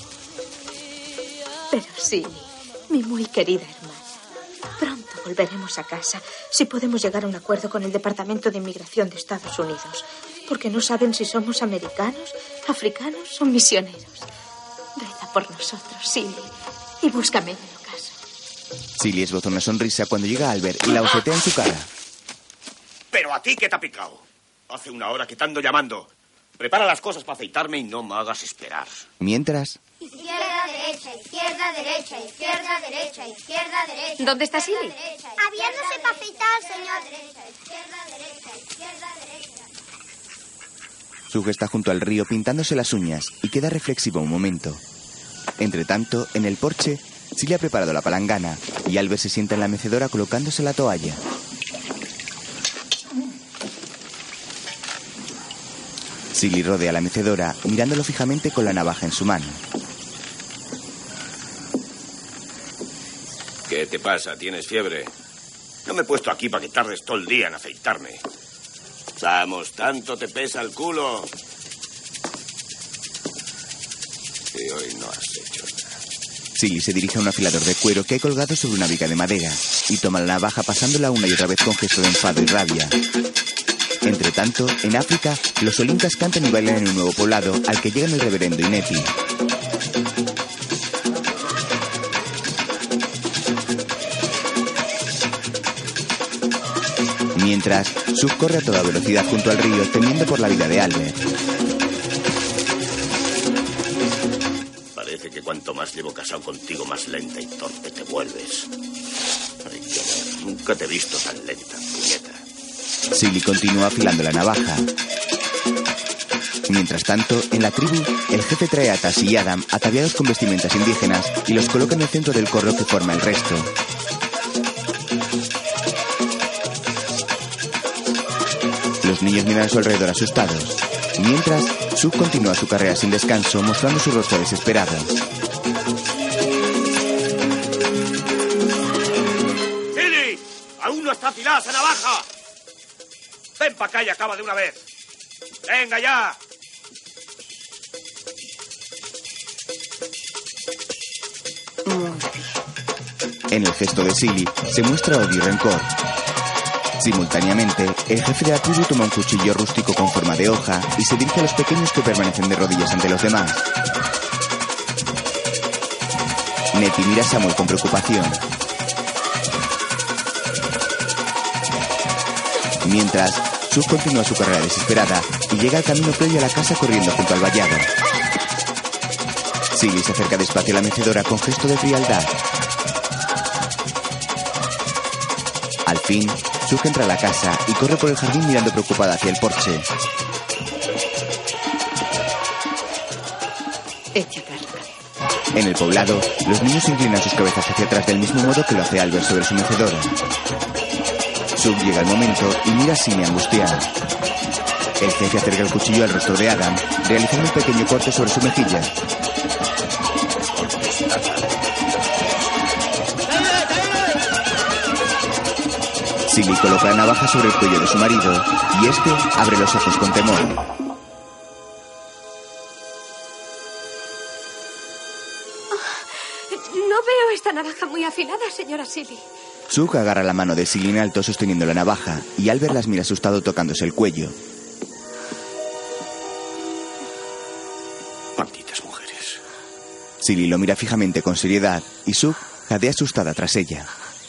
Pero sí, mi muy querida hermana, pronto volveremos a casa si podemos llegar a un acuerdo con el Departamento de Inmigración de Estados Unidos, porque no saben si somos americanos, africanos o misioneros. Reza por nosotros, Silly, y búscame en el ocaso. Silly esboza una sonrisa cuando llega Albert y la bofetea en su cara. ¿Pero a ti qué te ha picado? Hace 1 hora que te ando llamando. Prepara las cosas para afeitarme y no me hagas esperar. Mientras... Izquierda, derecha, izquierda, derecha, izquierda, derecha, izquierda, derecha. ¿Dónde está Silly? Abriéndose para afeitar, señor. Izquierda, derecha, izquierda, derecha. Suge está junto al río pintándose las uñas y queda reflexivo un momento. Entre tanto, en el porche, Silly ha preparado la palangana y Albert se sienta en la mecedora colocándose la toalla. Silly rodea la mecedora, mirándolo fijamente con la navaja en su mano. ¿Qué te pasa? ¿Tienes fiebre? No me he puesto aquí para que tardes todo el día en afeitarme. Vamos, ¿tanto te pesa el culo? Y hoy no has hecho nada. Silly se dirige a un afilador de cuero que hay colgado sobre una viga de madera y toma la navaja pasándola una y otra vez con gesto de enfado y rabia. Entre tanto, en África, los olincas cantan y bailan en un nuevo poblado al que llegan el reverendo y Nettie. Mientras, Sue corre a toda velocidad junto al río, temiendo por la vida de Albert. Parece que cuanto más llevo casado contigo, más lenta y torpe te vuelves. Ay, qué ver, nunca te he visto tan lenta, puñeta. Silly continúa afilando la navaja. Mientras tanto, en la tribu, el jefe trae a Tassie y Adam ataviados con vestimentas indígenas y los coloca en el centro del corro que forma el resto. Los niños miran a su alrededor asustados. Mientras, Sue continúa su carrera sin descanso, mostrando su rostro desesperado. ¡Silly! ¡Aún no está afilada esa navaja! ¡Ven para acá y acaba de una vez! ¡Venga ya! En el gesto de Silly se muestra odio y rencor. Simultáneamente, el jefe de la tribu toma un cuchillo rústico con forma de hoja y se dirige a los pequeños que permanecen de rodillas ante los demás. Nettie mira a Samuel con preocupación. Mientras, Sue continúa su carrera desesperada y llega al camino previo a la casa corriendo junto al vallado. Silly se acerca despacio a la mecedora con gesto de frialdad. Al fin, Sue entra a la casa y corre por el jardín mirando preocupada hacia el porche. Echa atrás la cabeza. En el poblado, los niños inclinan sus cabezas hacia atrás del mismo modo que lo hace Albert sobre su mecedora. Sue llega el momento y mira a Silly angustiada. El jefe acerca el cuchillo al rostro de Adam, realizando un pequeño corte sobre su mejilla. Silly coloca la navaja sobre el cuello de su marido y este abre los ojos con temor. No veo esta navaja muy afilada, señora Silly. Sue agarra la mano de Silly en alto sosteniendo la navaja y Albert las mira asustado tocándose el cuello. Malditas mujeres. Silly lo mira fijamente con seriedad y Sue jadea asustada tras ella.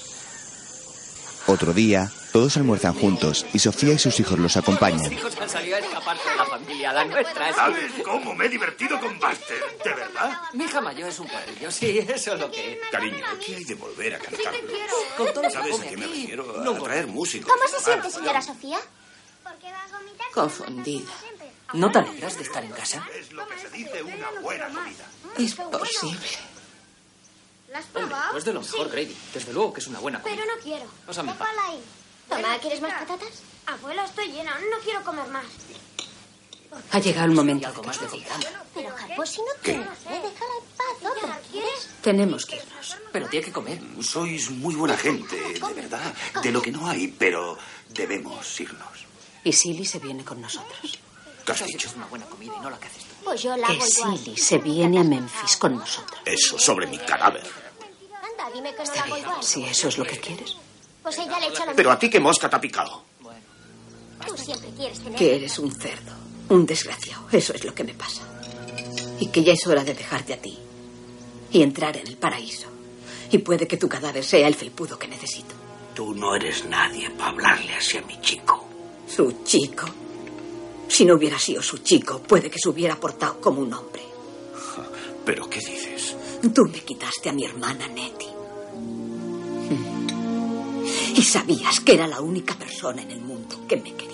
Otro día, todos almuerzan juntos y Sofía y sus hijos los acompañan. Los hijos han salido a escaparse de la familia, la nuestra. ¿Sabes cómo me he divertido con Buster? ¿De verdad? Mi hija mayor es un perrillo, sí, eso es lo que es. Cariño, ¿qué hay de volver a cantarlo? Con todo lo que ¿Sabes a come qué me aquí. refiero? No, A traer músicos. ¿Cómo se siente, señora Sofía? Confundida. ¿No te alegras de estar en casa? Es lo que se dice una buena comida. Es posible. ¿La has Hombre, probado? pues de lo mejor, Grady. Desde luego que es una buena comida. Pero no quiero. Pásame el pan. Tópala ahí. Mamá, ¿quieres más patatas? Abuela, estoy llena. No quiero comer más. Ha llegado el momento Algo más de comida. Pero, Harpo, si no quieres, déjala en paz. ¿Otra quieres? Tenemos que irnos. Pero tiene que comer. Sois muy buena gente, de verdad. De lo que no hay, pero debemos irnos. Y Silly se viene con nosotros. ¿Qué has dicho? Es una buena comida y no la que haces tú. Pues yo la Que hago igual. Silly se viene a Memphis con nosotros. Eso, sobre mi cadáver. Anda, dime que no Está la hago bien, igual. si eso es lo que quieres. Pues ella le echa la Pero a ti qué mosca te ha picado. Tú siempre quieres tener... Que eres un cerdo, un desgraciado. Eso es lo que me pasa. Y que ya es hora de dejarte a ti y entrar en el paraíso. Y puede que tu cadáver sea el felpudo que necesito. Tú no eres nadie para hablarle así a mi chico. ¿Su chico? Si no hubiera sido su chico, puede que se hubiera portado como un hombre. ¿Pero qué dices? Tú me quitaste a mi hermana Nettie. Y sabías que era la única persona en el mundo que me quería.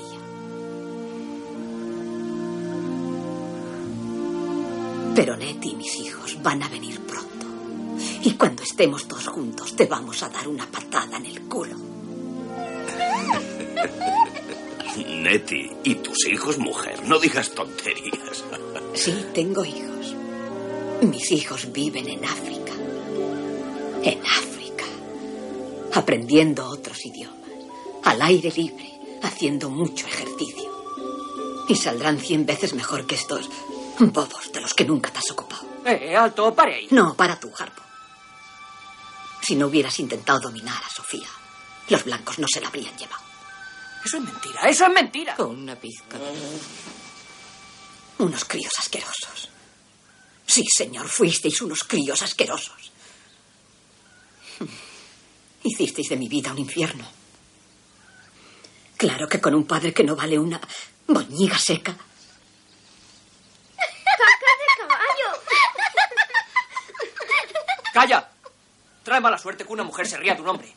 Pero Nettie y mis hijos van a venir pronto. Y cuando estemos todos juntos, te vamos a dar una patada en el culo. Nettie, ¿y tus hijos, mujer? No digas tonterías. Sí, tengo hijos. Mis hijos viven en África. En África. Aprendiendo otros idiomas. Al aire libre. Haciendo mucho ejercicio. Y saldrán 100 veces mejor que estos bobos de los que nunca te has ocupado. Alto, pare ahí. No, para tú, Harpo. Si no hubieras intentado dominar a Sofía, los blancos no se la habrían llevado. Eso es mentira, eso es mentira. Con una pizca de... Unos críos asquerosos. Sí, señor, fuisteis unos críos asquerosos. Hicisteis de mi vida un infierno. Claro que con un padre que no vale una boñiga seca. ¡Caca de caballo! ¡Calla! Trae mala suerte que una mujer se ría de un hombre.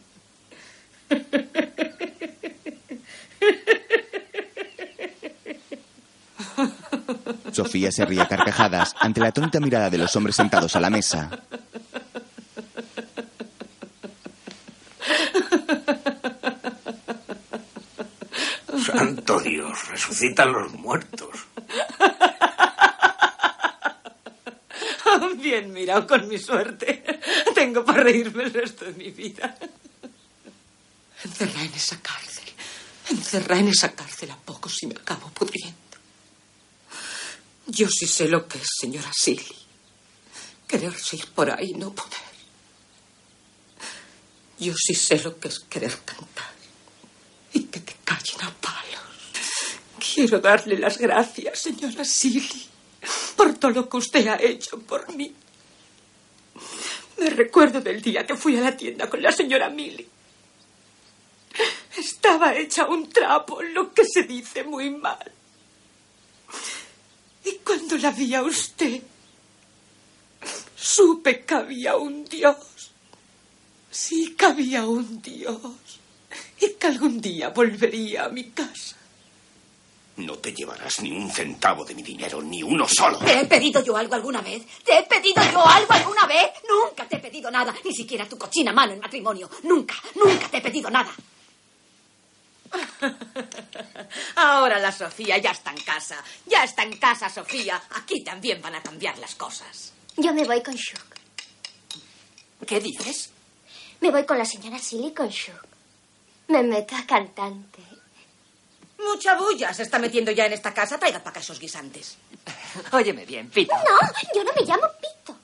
Sofía se ríe a carcajadas ante la atónita mirada de los hombres sentados a la mesa. Santo Dios, resucitan los muertos. Bien mirado con mi suerte. Tengo para reírme el resto de mi vida. Encerrada en esa cárcel. Encerrada en esa cárcel a poco si me acabo pudriendo. Yo sí sé lo que es, señora Silly. Quererse ir por ahí y no poder. Yo sí sé lo que es querer cantar. Y que te callen a palos. Quiero darle las gracias, señora Silly, por todo lo que usted ha hecho por mí. Me recuerdo del día que fui a la tienda con la señora Millie. Estaba hecha un trapo, lo que se dice muy mal. Y cuando la vi a usted, supe que había un Dios. Sí, que había un Dios. Y que algún día volvería a mi casa. No te llevarás ni un centavo de mi dinero, ni uno solo. ¿Te he pedido yo algo alguna vez? ¿Te he pedido yo algo alguna vez? Nunca te he pedido nada, ni siquiera tu cochina mano en matrimonio. Nunca, nunca te he pedido nada. Ahora la Sofía ya está en casa. Ya está en casa, Sofía. Aquí también van a cambiar las cosas. Yo me voy con Shug. ¿Qué dices? Me voy con la señora Silly con Shug. Me meto a cantante. Mucha bulla se está metiendo ya en esta casa. Traiga para acá esos guisantes. Óyeme bien, Pito. No, yo no me llamo Pito.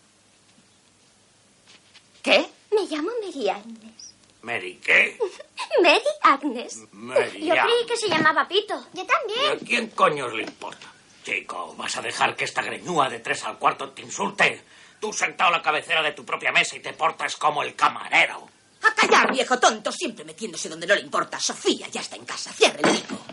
¿Qué? Me llamo Mary Agnes. ¿Mary qué? Mary Agnes. Mary Yo creí que se llamaba Pito. Yo ¿Y a también. quién coño le importa? Chico, ¿vas a dejar que esta greñúa de 3 al cuarto te insulte? Tú sentado a la cabecera de tu propia mesa y te portas como el camarero. A callar, viejo tonto, siempre metiéndose donde no le importa. Sofía ya está en casa. Cierre el hocico.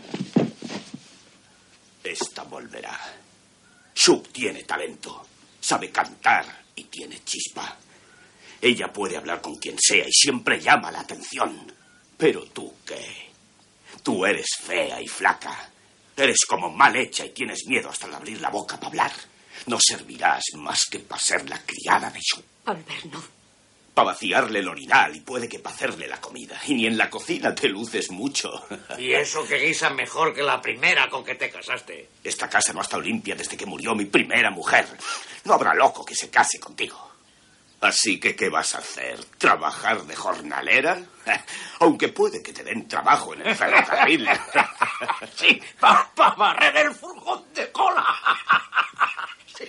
Esta volverá. Shug tiene talento. Sabe cantar y tiene chispa. Ella puede hablar con quien sea y siempre llama la atención. Pero tú, ¿qué? Tú eres fea y flaca. Eres como mal hecha y tienes miedo hasta de abrir la boca para hablar. No servirás más que para ser la criada de Shug. Albert, no. Para vaciarle el orinal y puede que para hacerle la comida. Y ni en la cocina te luces mucho. Y eso que guisa mejor que la primera con que te casaste. Esta casa no ha estado limpia desde que murió mi primera mujer. No habrá loco que se case contigo. Así que, ¿qué vas a hacer? ¿Trabajar de jornalera? Aunque puede que te den trabajo en el ferrocarril. Sí, para barrer el furgón de cola. Sí.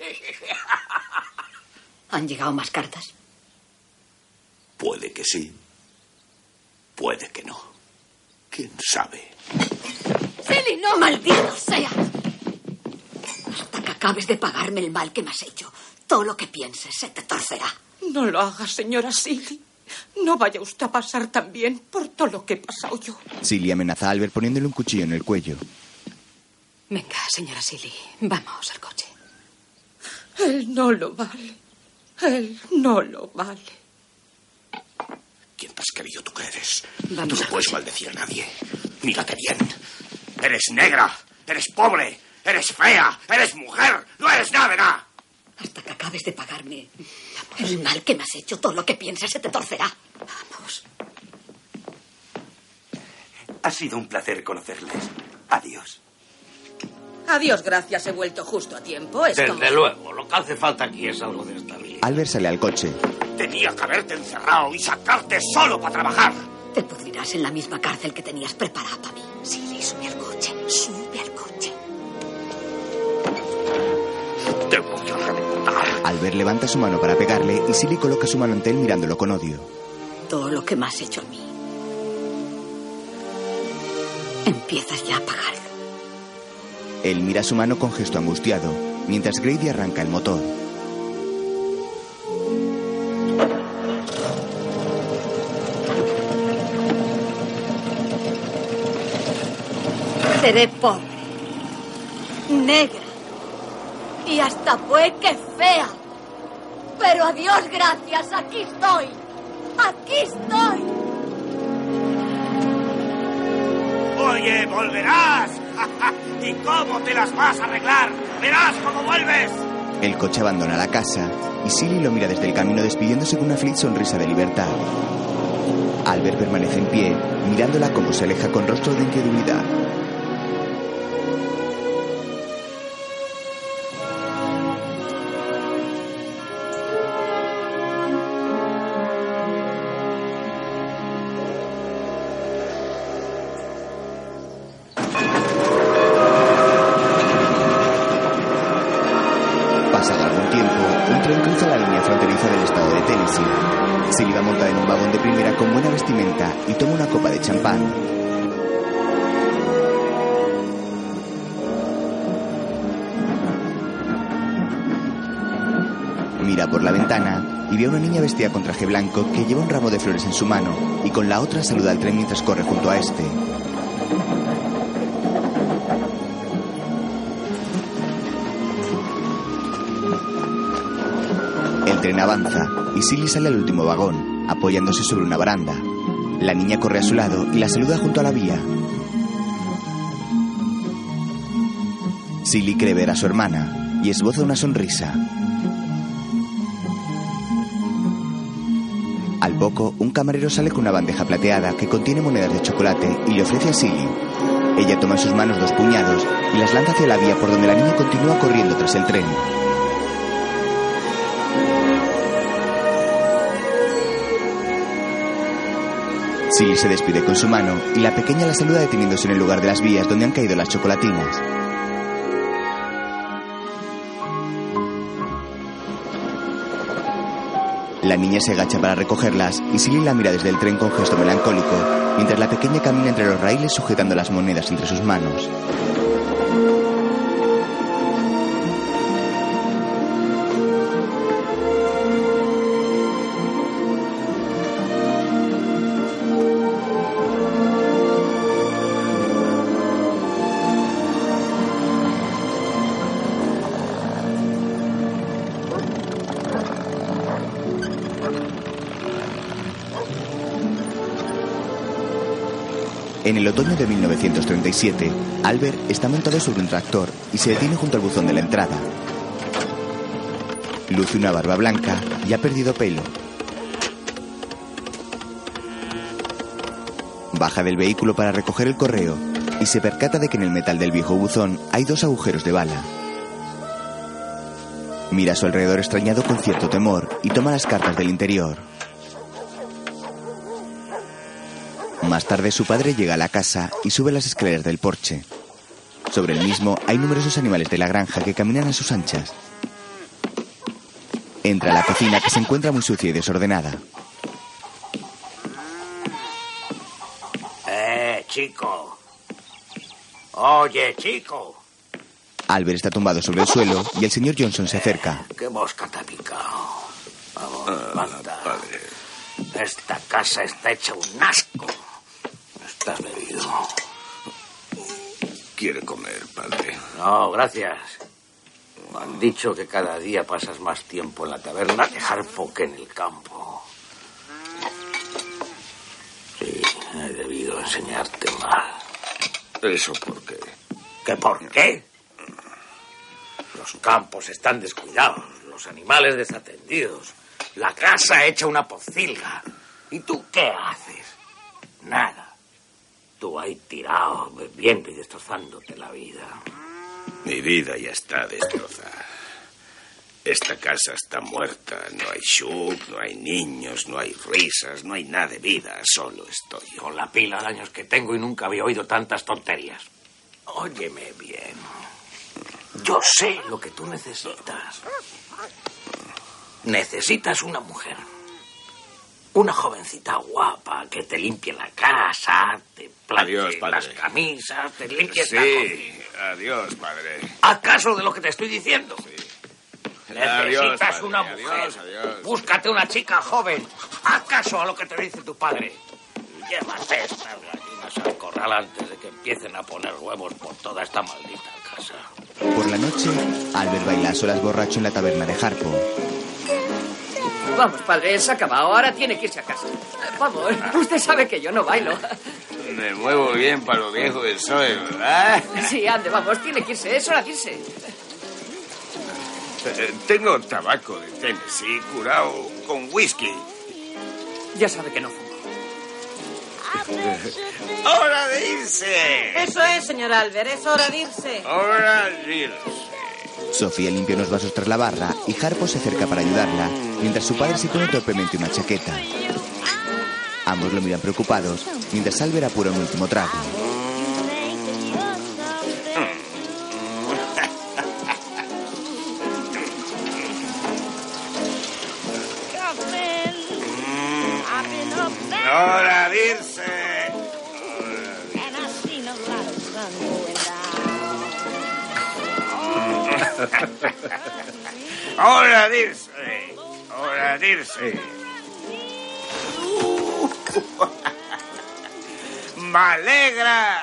¿Han llegado más cartas? Puede que sí. Puede que no. ¿Quién sabe? ¡Silly, no! ¡Maldito seas! Hasta que acabes de pagarme el mal que me has hecho. Todo lo que pienses se te torcerá. No lo haga, señora Silly. No vaya usted a pasar también por todo lo que he pasado yo. Silly amenaza a Albert poniéndole un cuchillo en el cuello. Venga, señora Silly, vamos al coche. Él no lo vale. Él no lo vale. ¿Quién te has creído tú que eres? Vamos Tú no al puedes coche. maldecir a nadie. Mírate bien. Eres negra, eres pobre, eres fea, eres mujer, no eres nada de nada. Hasta que acabes de pagarme el mal que me has hecho, todo lo que pienses se te torcerá. Ha sido un placer conocerles. Adiós. Adiós, gracias. He vuelto justo a tiempo. Es como... Desde luego, lo que hace falta aquí es algo de estabilidad. Albert sale al coche. Tenía que haberte encerrado y sacarte solo para trabajar. Te pudrirás en la misma cárcel que tenías preparada para mí. Sí, sube al coche. Sube al coche. Te voy a reventar. Albert levanta su mano para pegarle y Silly coloca su mano ante él mirándolo con odio. Todo lo que me has hecho a mí. Empiezas ya a pagarlo. Él mira su mano con gesto angustiado, mientras Grady arranca el motor. Seré pobre, negra y hasta puede que fea. Pero a Dios gracias, aquí estoy. Aquí estoy. Oye, volverás. ¿Y cómo te las vas a arreglar? Verás cómo vuelves. El coche abandona la casa y Silly lo mira desde el camino despidiéndose con una feliz sonrisa de libertad. Albert permanece en pie, mirándola como se aleja con rostro de incredulidad. Pasado algún tiempo, un tren cruza la línea fronteriza del estado de Tennessee. Silly va montada en un vagón de primera con buena vestimenta y toma una copa de champán. Mira por la ventana y ve a una niña vestida con traje blanco que lleva un ramo de flores en su mano y con la otra saluda al tren mientras corre junto a este. El tren avanza y Silly sale al último vagón, apoyándose sobre una baranda. La niña corre a su lado y la saluda junto a la vía. Silly cree ver a su hermana y esboza una sonrisa. Al poco, un camarero sale con una bandeja plateada que contiene monedas de chocolate y le ofrece a Silly. Ella toma en sus manos 2 puñados y las lanza hacia la vía por donde la niña continúa corriendo tras el tren. Silly se despide con su mano y la pequeña la saluda deteniéndose en el lugar de las vías donde han caído las chocolatinas. La niña se agacha para recogerlas y Silly la mira desde el tren con gesto melancólico, mientras la pequeña camina entre los raíles sujetando las monedas entre sus manos. En el otoño de 1937, Albert está montado sobre un tractor y se detiene junto al buzón de la entrada. Luce una barba blanca y ha perdido pelo. Baja del vehículo para recoger el correo y se percata de que en el metal del viejo buzón hay 2 agujeros de bala. Mira a su alrededor extrañado con cierto temor y toma las cartas del interior. Más tarde su padre llega a la casa y sube las escaleras del porche. Sobre el mismo hay numerosos animales de la granja que caminan a sus anchas. Entra a la cocina que se encuentra muy sucia y desordenada. Chico. Oye, chico. Albert está tumbado sobre el suelo y el señor Johnson se acerca. ¿Qué mosca te ha picado? Vamos, manda. Esta casa está hecha un asco. Estás bebido. ¿Quiere comer, padre? No, gracias. Me han dicho que cada día pasas más tiempo en la taberna que Harpo que en el campo. Sí, he debido enseñarte mal. ¿Eso por qué? ¿Qué por qué? Los campos están descuidados, los animales desatendidos, la casa hecha una pocilga. ¿Y tú qué haces? Nada. tú ahí tirado, bebiendo y destrozándote la vida. Mi vida ya está destrozada. Esta casa está muerta. No hay Shug, no hay niños, no hay risas, no hay nada de vida. Solo estoy. Con la pila de años que tengo y nunca había oído tantas tonterías. Óyeme bien. Yo sé lo que tú necesitas. Necesitas una mujer. Una jovencita guapa que te limpie la casa, te planche las camisas, te limpie la cocina. Adiós, padre. ¿Haz caso de lo que te estoy diciendo? Sí. Necesitas Adiós, una padre. mujer. Adiós. Búscate una chica joven. Haz caso a lo que te dice tu padre. Llévate estas gallinas al corral antes de que empiecen a poner huevos por toda esta maldita casa. Por la noche, Albert baila a solas borracho en la taberna de Harpo. Vamos, padre, se ha acabado. Ahora tiene que irse a casa. Vamos, usted sabe que yo no bailo. Me muevo bien para lo viejo que soy, ¿verdad? Sí, ande, vamos, tiene que irse. Es hora de irse. Tengo tabaco de Tennessee curado con whisky. Ya sabe que no fumo. ¡Hora de irse! Eso es, señor Albert, es hora de irse. ¡Hora de irse! Sofía limpia unos vasos tras la barra y Harpo se acerca para ayudarla, mientras su padre se pone torpemente una chaqueta. Ambos lo miran preocupados, mientras Albert apura un último trago. ¡Hora de irse! ¡Hora de irse! ¡Hora de irse! ¡Me alegra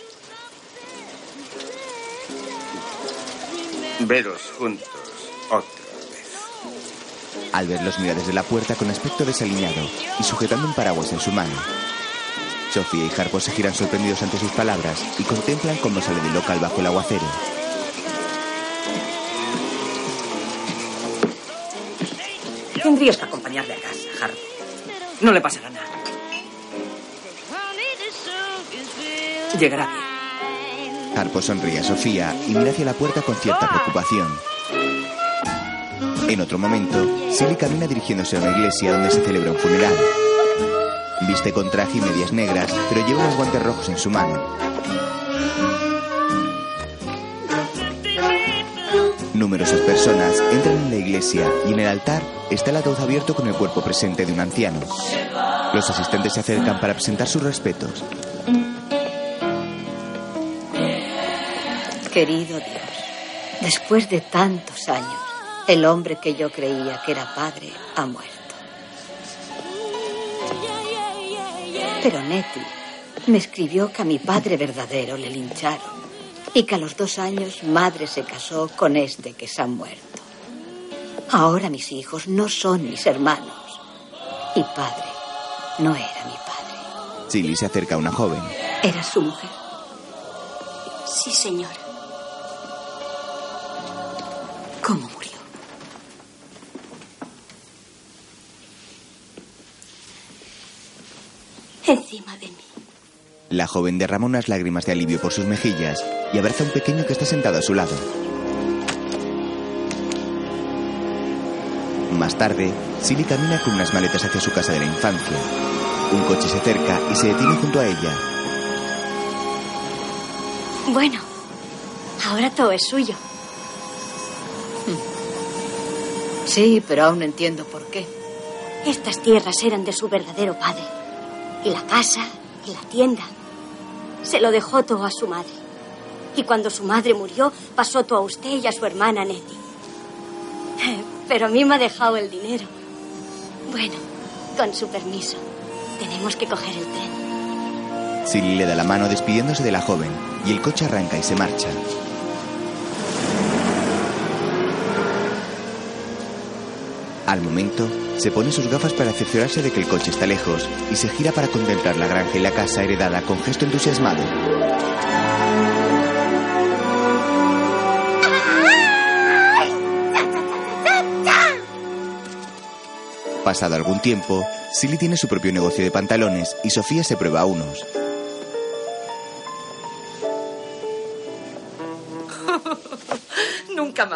veros juntos otra vez! Albert los mira desde la puerta con aspecto desaliñado y sujetando un paraguas en su mano. Sofía y Harpo se giran sorprendidos ante sus palabras y contemplan cómo sale del local bajo el aguacero. Tendrías que acompañarle a casa, Harpo. No le pasará nada. Llegará bien. Harpo sonríe a Sofía y mira hacia la puerta con cierta preocupación. En otro momento, Silly camina dirigiéndose a una iglesia donde se celebra un funeral. Viste con traje y medias negras, pero lleva unos guantes rojos en su mano. Numerosas personas entran en la iglesia y en el altar está el ataúd abierto con el cuerpo presente de un anciano. Los asistentes se acercan para presentar sus respetos. Querido Dios, después de tantos años, el hombre que yo creía que era padre ha muerto. Pero Nettie me escribió que a mi padre verdadero le lincharon y que a los 2 años madre se casó con este que se ha muerto. Ahora mis hijos no son mis hermanos y padre no era mi padre. Silly se acerca a una joven. ¿Era su mujer? Sí, señora. ¿Cómo murió? Encima de mí. La joven derrama unas lágrimas de alivio por sus mejillas y abraza a un pequeño que está sentado a su lado. Más tarde, Silly camina con unas maletas hacia su casa de la infancia. Un coche se acerca y se detiene junto a ella. Bueno, ahora todo es suyo. Sí, pero aún no entiendo por qué. Estas tierras eran de su verdadero padre. Y la casa y la tienda. Se lo dejó todo a su madre. Y cuando su madre murió, pasó todo a usted y a su hermana Nettie. Pero a mí me ha dejado el dinero. Bueno, con su permiso, tenemos que coger el tren. Silly le da la mano despidiéndose de la joven y el coche arranca y se marcha. Al momento, se pone sus gafas para cerciorarse de que el coche está lejos y se gira para contemplar la granja y la casa heredada con gesto entusiasmado. Pasado algún tiempo, Silly tiene su propio negocio de pantalones y Sofía se prueba unos.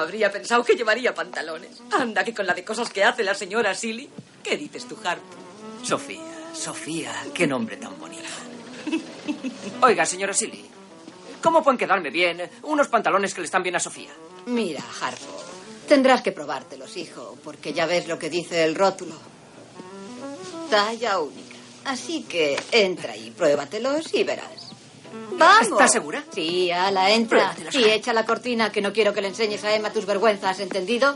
habría pensado que llevaría pantalones? Anda, que con la de cosas que hace la señora Silly. ¿Qué dices tú, Harpo? Sofía, qué nombre tan bonito. Oiga, señora Silly, ¿cómo pueden quedarme bien unos pantalones que le están bien a Sofía? Mira, Harpo, tendrás que probártelos, hijo, porque ya ves lo que dice el rótulo. Talla única. Así que entra y pruébatelos y verás. ¡Vamos! ¿Estás segura? Sí, ala, entra. Y echa la cortina, que no quiero que le enseñes a Emma tus vergüenzas, ¿entendido?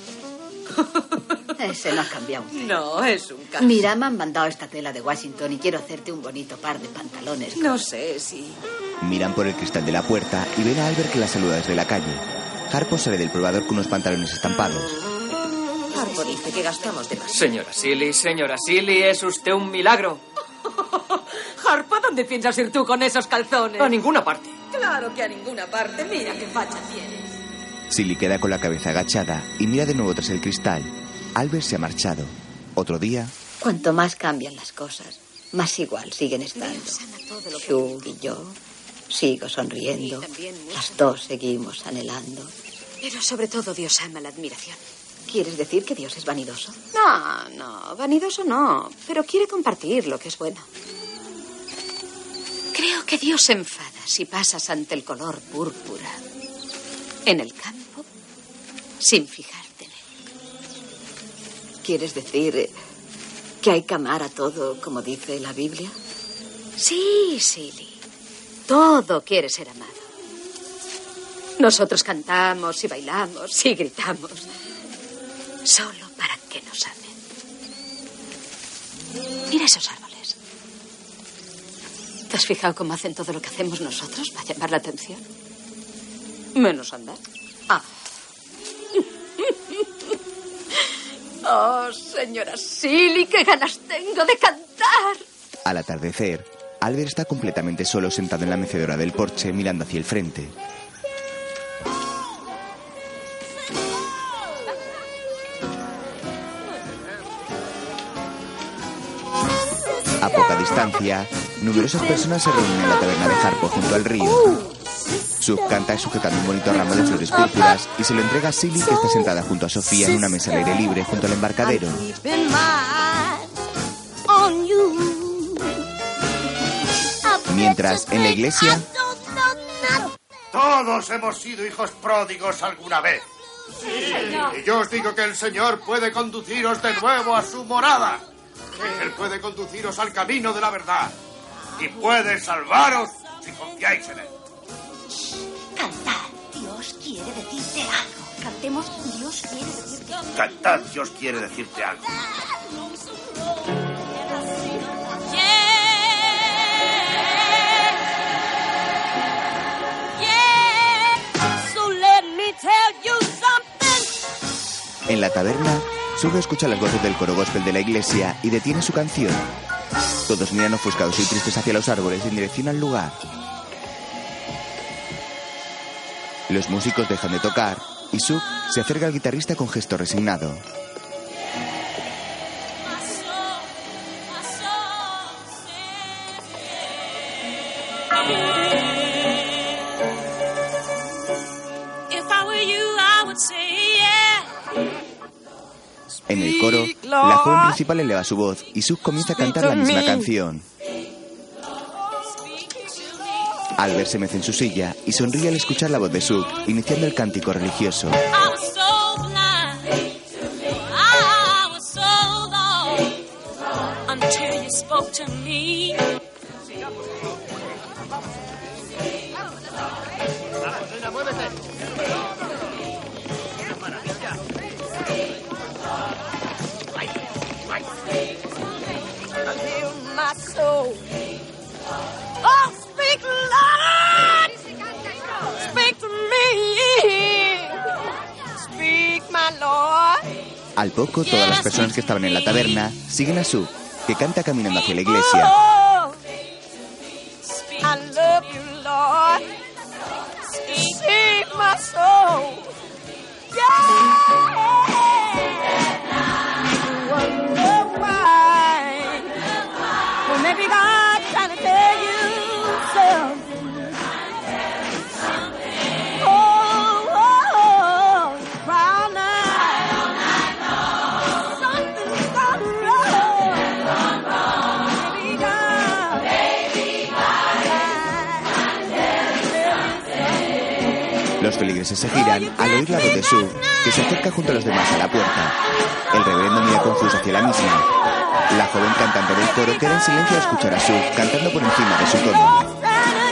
Ese no ha cambiado. No, es un caso. Mira, me han mandado esta tela de Washington y quiero hacerte un bonito par de pantalones. No sé si... Miran por el cristal de la puerta y ven a Albert que la saluda desde la calle. Harpo sale del probador con unos pantalones estampados. Harpo dice que gastamos de más. Señora Silly, es usted un milagro. Harpo, ¿a dónde piensas ir tú con esos calzones? A ninguna parte. Claro que a ninguna parte. Mira qué facha tienes. Silly queda con la cabeza agachada y mira de nuevo tras el cristal. Albert se ha marchado. Otro día... Cuanto más cambian las cosas, más igual siguen estando. Shug y yo sigo sonriendo. Las dos seguimos anhelando. Pero sobre todo Dios ama la admiración. ¿Quieres decir que Dios es vanidoso? No, vanidoso no, pero quiere compartir lo que es bueno. Creo que Dios se enfada si pasas ante el color púrpura en el campo sin fijarte en él. ¿Quieres decir que hay que amar a todo, como dice la Biblia? Sí, Silly. Todo quiere ser amado. Nosotros cantamos y bailamos y gritamos solo para que nos amen. Mira esos árboles. ¿Te has fijado cómo hacen todo lo que hacemos nosotros para llamar la atención? Menos andar. Oh, señora Silly, qué ganas tengo de cantar. Al atardecer, Albert está completamente solo sentado en la mecedora del porche mirando hacia el frente. A poca distancia, numerosas personas se reúnen en la taberna de Harpo junto al río. Sub canta sujetando un bonito ramo de flores púrpuras y se lo entrega a Silly, que está sentada junto a Sofía en una mesa al aire libre junto al embarcadero. Mientras, en la iglesia... Todos hemos sido hijos pródigos alguna vez. Y yo os digo que el Señor puede conduciros de nuevo a su morada. Él puede conduciros al camino de la verdad. Y puede salvaros si confiáis en Él. Cantad, Dios quiere decirte algo. Cantemos, Dios quiere decirte algo. Cantad, Dios quiere decirte algo. En la taberna, Sub escucha las voces del coro gospel de la iglesia y detiene su canción. Todos miran ofuscados y tristes hacia los árboles en dirección al lugar. Los músicos dejan de tocar y Sub se acerca al guitarrista con gesto resignado. En el coro, la joven principal eleva su voz y Sub comienza a cantar la misma canción. Albert se mece en su silla y sonríe al escuchar la voz de Sub, iniciando el cántico religioso. Al poco, todas las personas que estaban en la taberna siguen a Sub, que canta caminando hacia la iglesia. Los feligreses se giran al oír la voz de Sue, que se acerca junto a los demás a la puerta. El reverendo mira confuso hacia la misma. La joven cantante del coro queda en silencio al escuchar a Sue cantando por encima de su tono.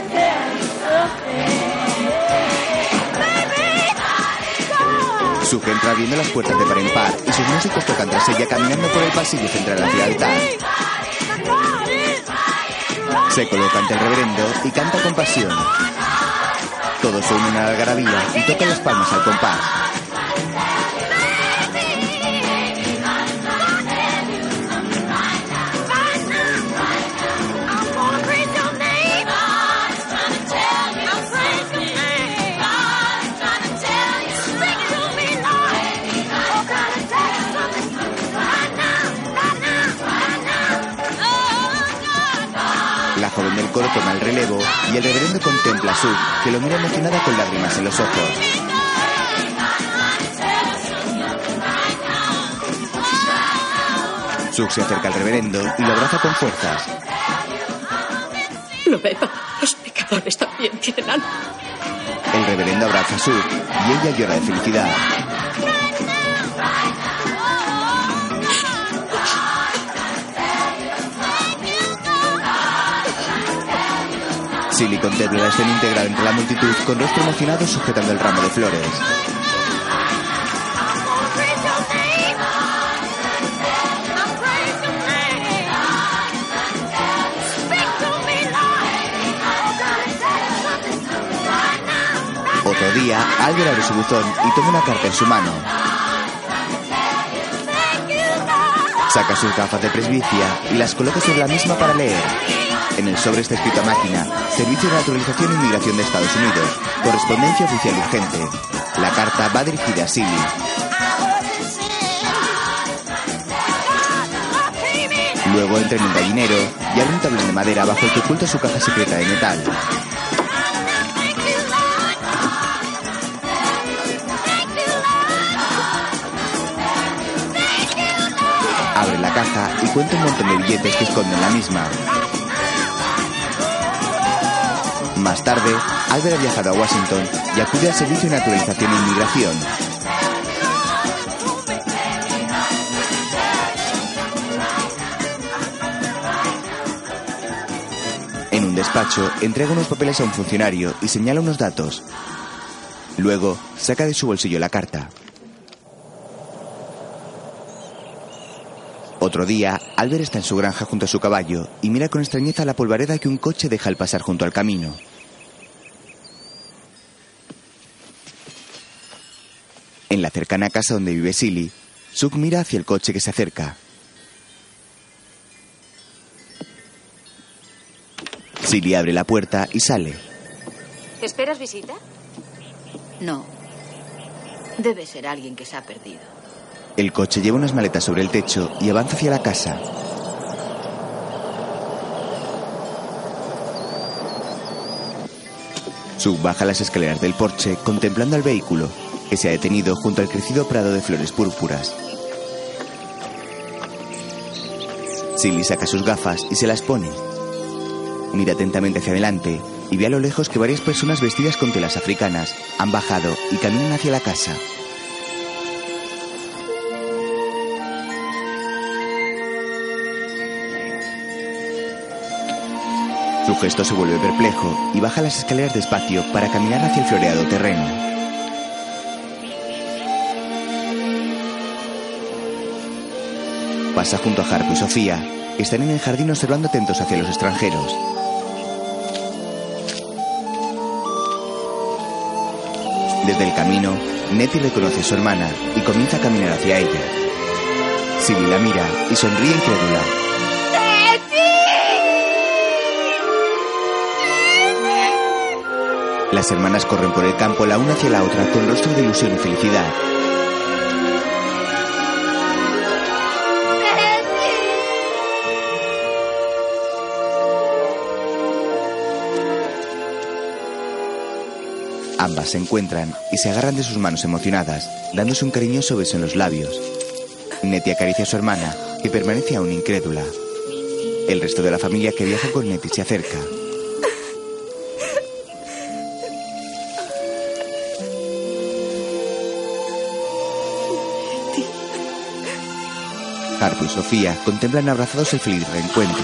Sue entra abriendo las puertas de par en par y sus músicos tocan tras ella caminando por el pasillo central hacia el altar. Se coloca ante el reverendo y canta con pasión. Todos se unen a la algarabía y tocan las palmas al compás. La joven del coro toma el relevo y el reverendo contempla a Sue, que lo mira emocionada con lágrimas en los ojos. Sue se acerca al reverendo y lo abraza con fuerzas. No beba, los pecadores también tienen alma. El reverendo abraza a Sue y ella llora de felicidad. Silly contempla la escena integral entre la multitud con rostro emocionado sujetando el ramo de flores. Otro día, Albert abre su buzón y toma una carta en su mano. Saca sus gafas de presbicia y las coloca sobre la misma para leer. En el sobre está escrito a máquina: Servicio de Naturalización e Inmigración de Estados Unidos. Correspondencia oficial urgente. La carta va dirigida a Silly. Luego entra en un gallinero y abre un tablón de madera bajo el que oculta su caja secreta de metal. Abre la caja y cuenta un montón de billetes que esconde en la misma. Más tarde, Albert ha viajado a Washington y acude al Servicio de Naturalización e Inmigración. En un despacho, entrega unos papeles a un funcionario y señala unos datos. Luego, saca de su bolsillo la carta. Otro día, Albert está en su granja junto a su caballo y mira con extrañeza la polvareda que un coche deja al pasar junto al camino. En la cercana casa donde vive Silly, Sue mira hacia el coche que se acerca. Silly abre la puerta y sale. ¿Esperas visita? No. Debe ser alguien que se ha perdido. El coche lleva unas maletas sobre el techo y avanza hacia la casa. Sue baja las escaleras del porche contemplando al vehículo, que se ha detenido junto al crecido prado de flores púrpuras. Silly saca sus gafas y se las pone. Mira atentamente hacia adelante y ve a lo lejos que varias personas vestidas con telas africanas han bajado y caminan hacia la casa. Su gesto se vuelve perplejo y baja las escaleras despacio para caminar hacia el floreado terreno. Pasa junto a Harpo y Sofía, que están en el jardín observando atentos hacia los extranjeros. Desde el camino, Nettie reconoce a su hermana y comienza a caminar hacia ella. Silly la mira y sonríe incrédula. Las hermanas corren por el campo la una hacia la otra con rostros de ilusión y felicidad. Ambas se encuentran y se agarran de sus manos emocionadas, dándose un cariñoso beso en los labios. Nettie acaricia a su hermana, que permanece aún incrédula. El resto de la familia que viaja con Nettie se acerca. Harpo y Sofía contemplan abrazados el feliz reencuentro.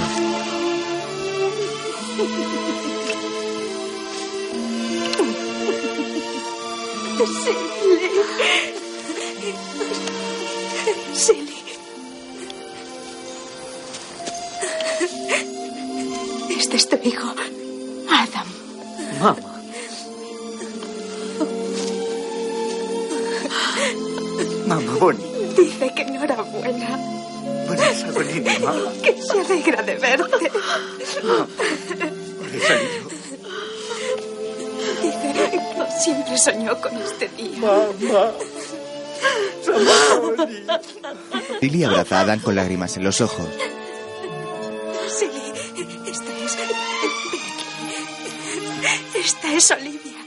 Silly. Este es tu hijo, Adam. Mamá. Mamá bonita. Dice que enhorabuena. Por esa bonita, mamá. Que se alegra de verte. Por esa niño. Dice que siempre soñó con este día. Mamá. Tilly abraza a Adam con lágrimas en los ojos. Silly, esta es... Ven aquí. Esta es Olivia.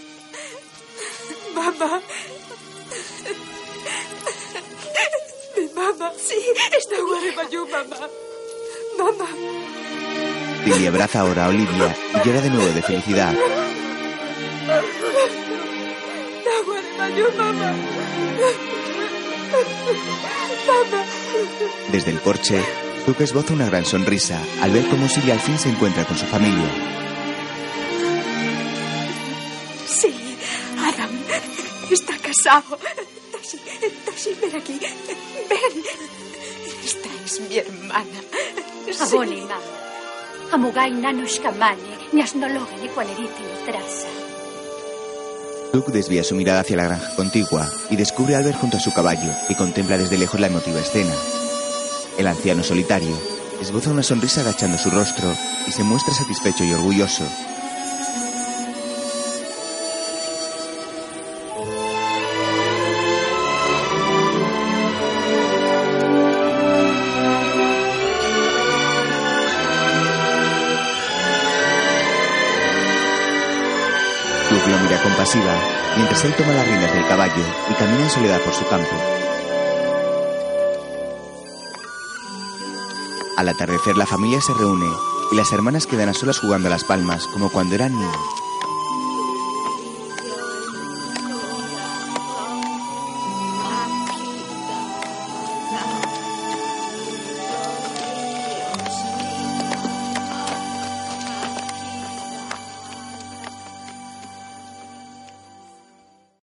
Mamá. Mi mamá. Sí, está Guaremayú, mamá. Mamá. Tilly abraza ahora a Olivia y llora de nuevo de felicidad. Guaremayú, mamá. Mamá. Desde el porche, Duke esboza una gran sonrisa al ver cómo Silly al fin se encuentra con su familia. Sí, Adam está casado. Tashi, ven aquí. Ven. Esta es mi hermana. Aboni, mamá. Amugai nanos kamane, ni asnologa ni cuanerite ni traza. Duke desvía su mirada hacia la granja contigua y descubre a Albert junto a su caballo y contempla desde lejos la emotiva escena. El anciano solitario esboza una sonrisa agachando su rostro y se muestra satisfecho y orgulloso. Duke lo mira compasiva mientras él toma las riendas del caballo y camina en soledad por su campo. Al atardecer la familia se reúne y las hermanas quedan a solas jugando a las palmas como cuando eran niños.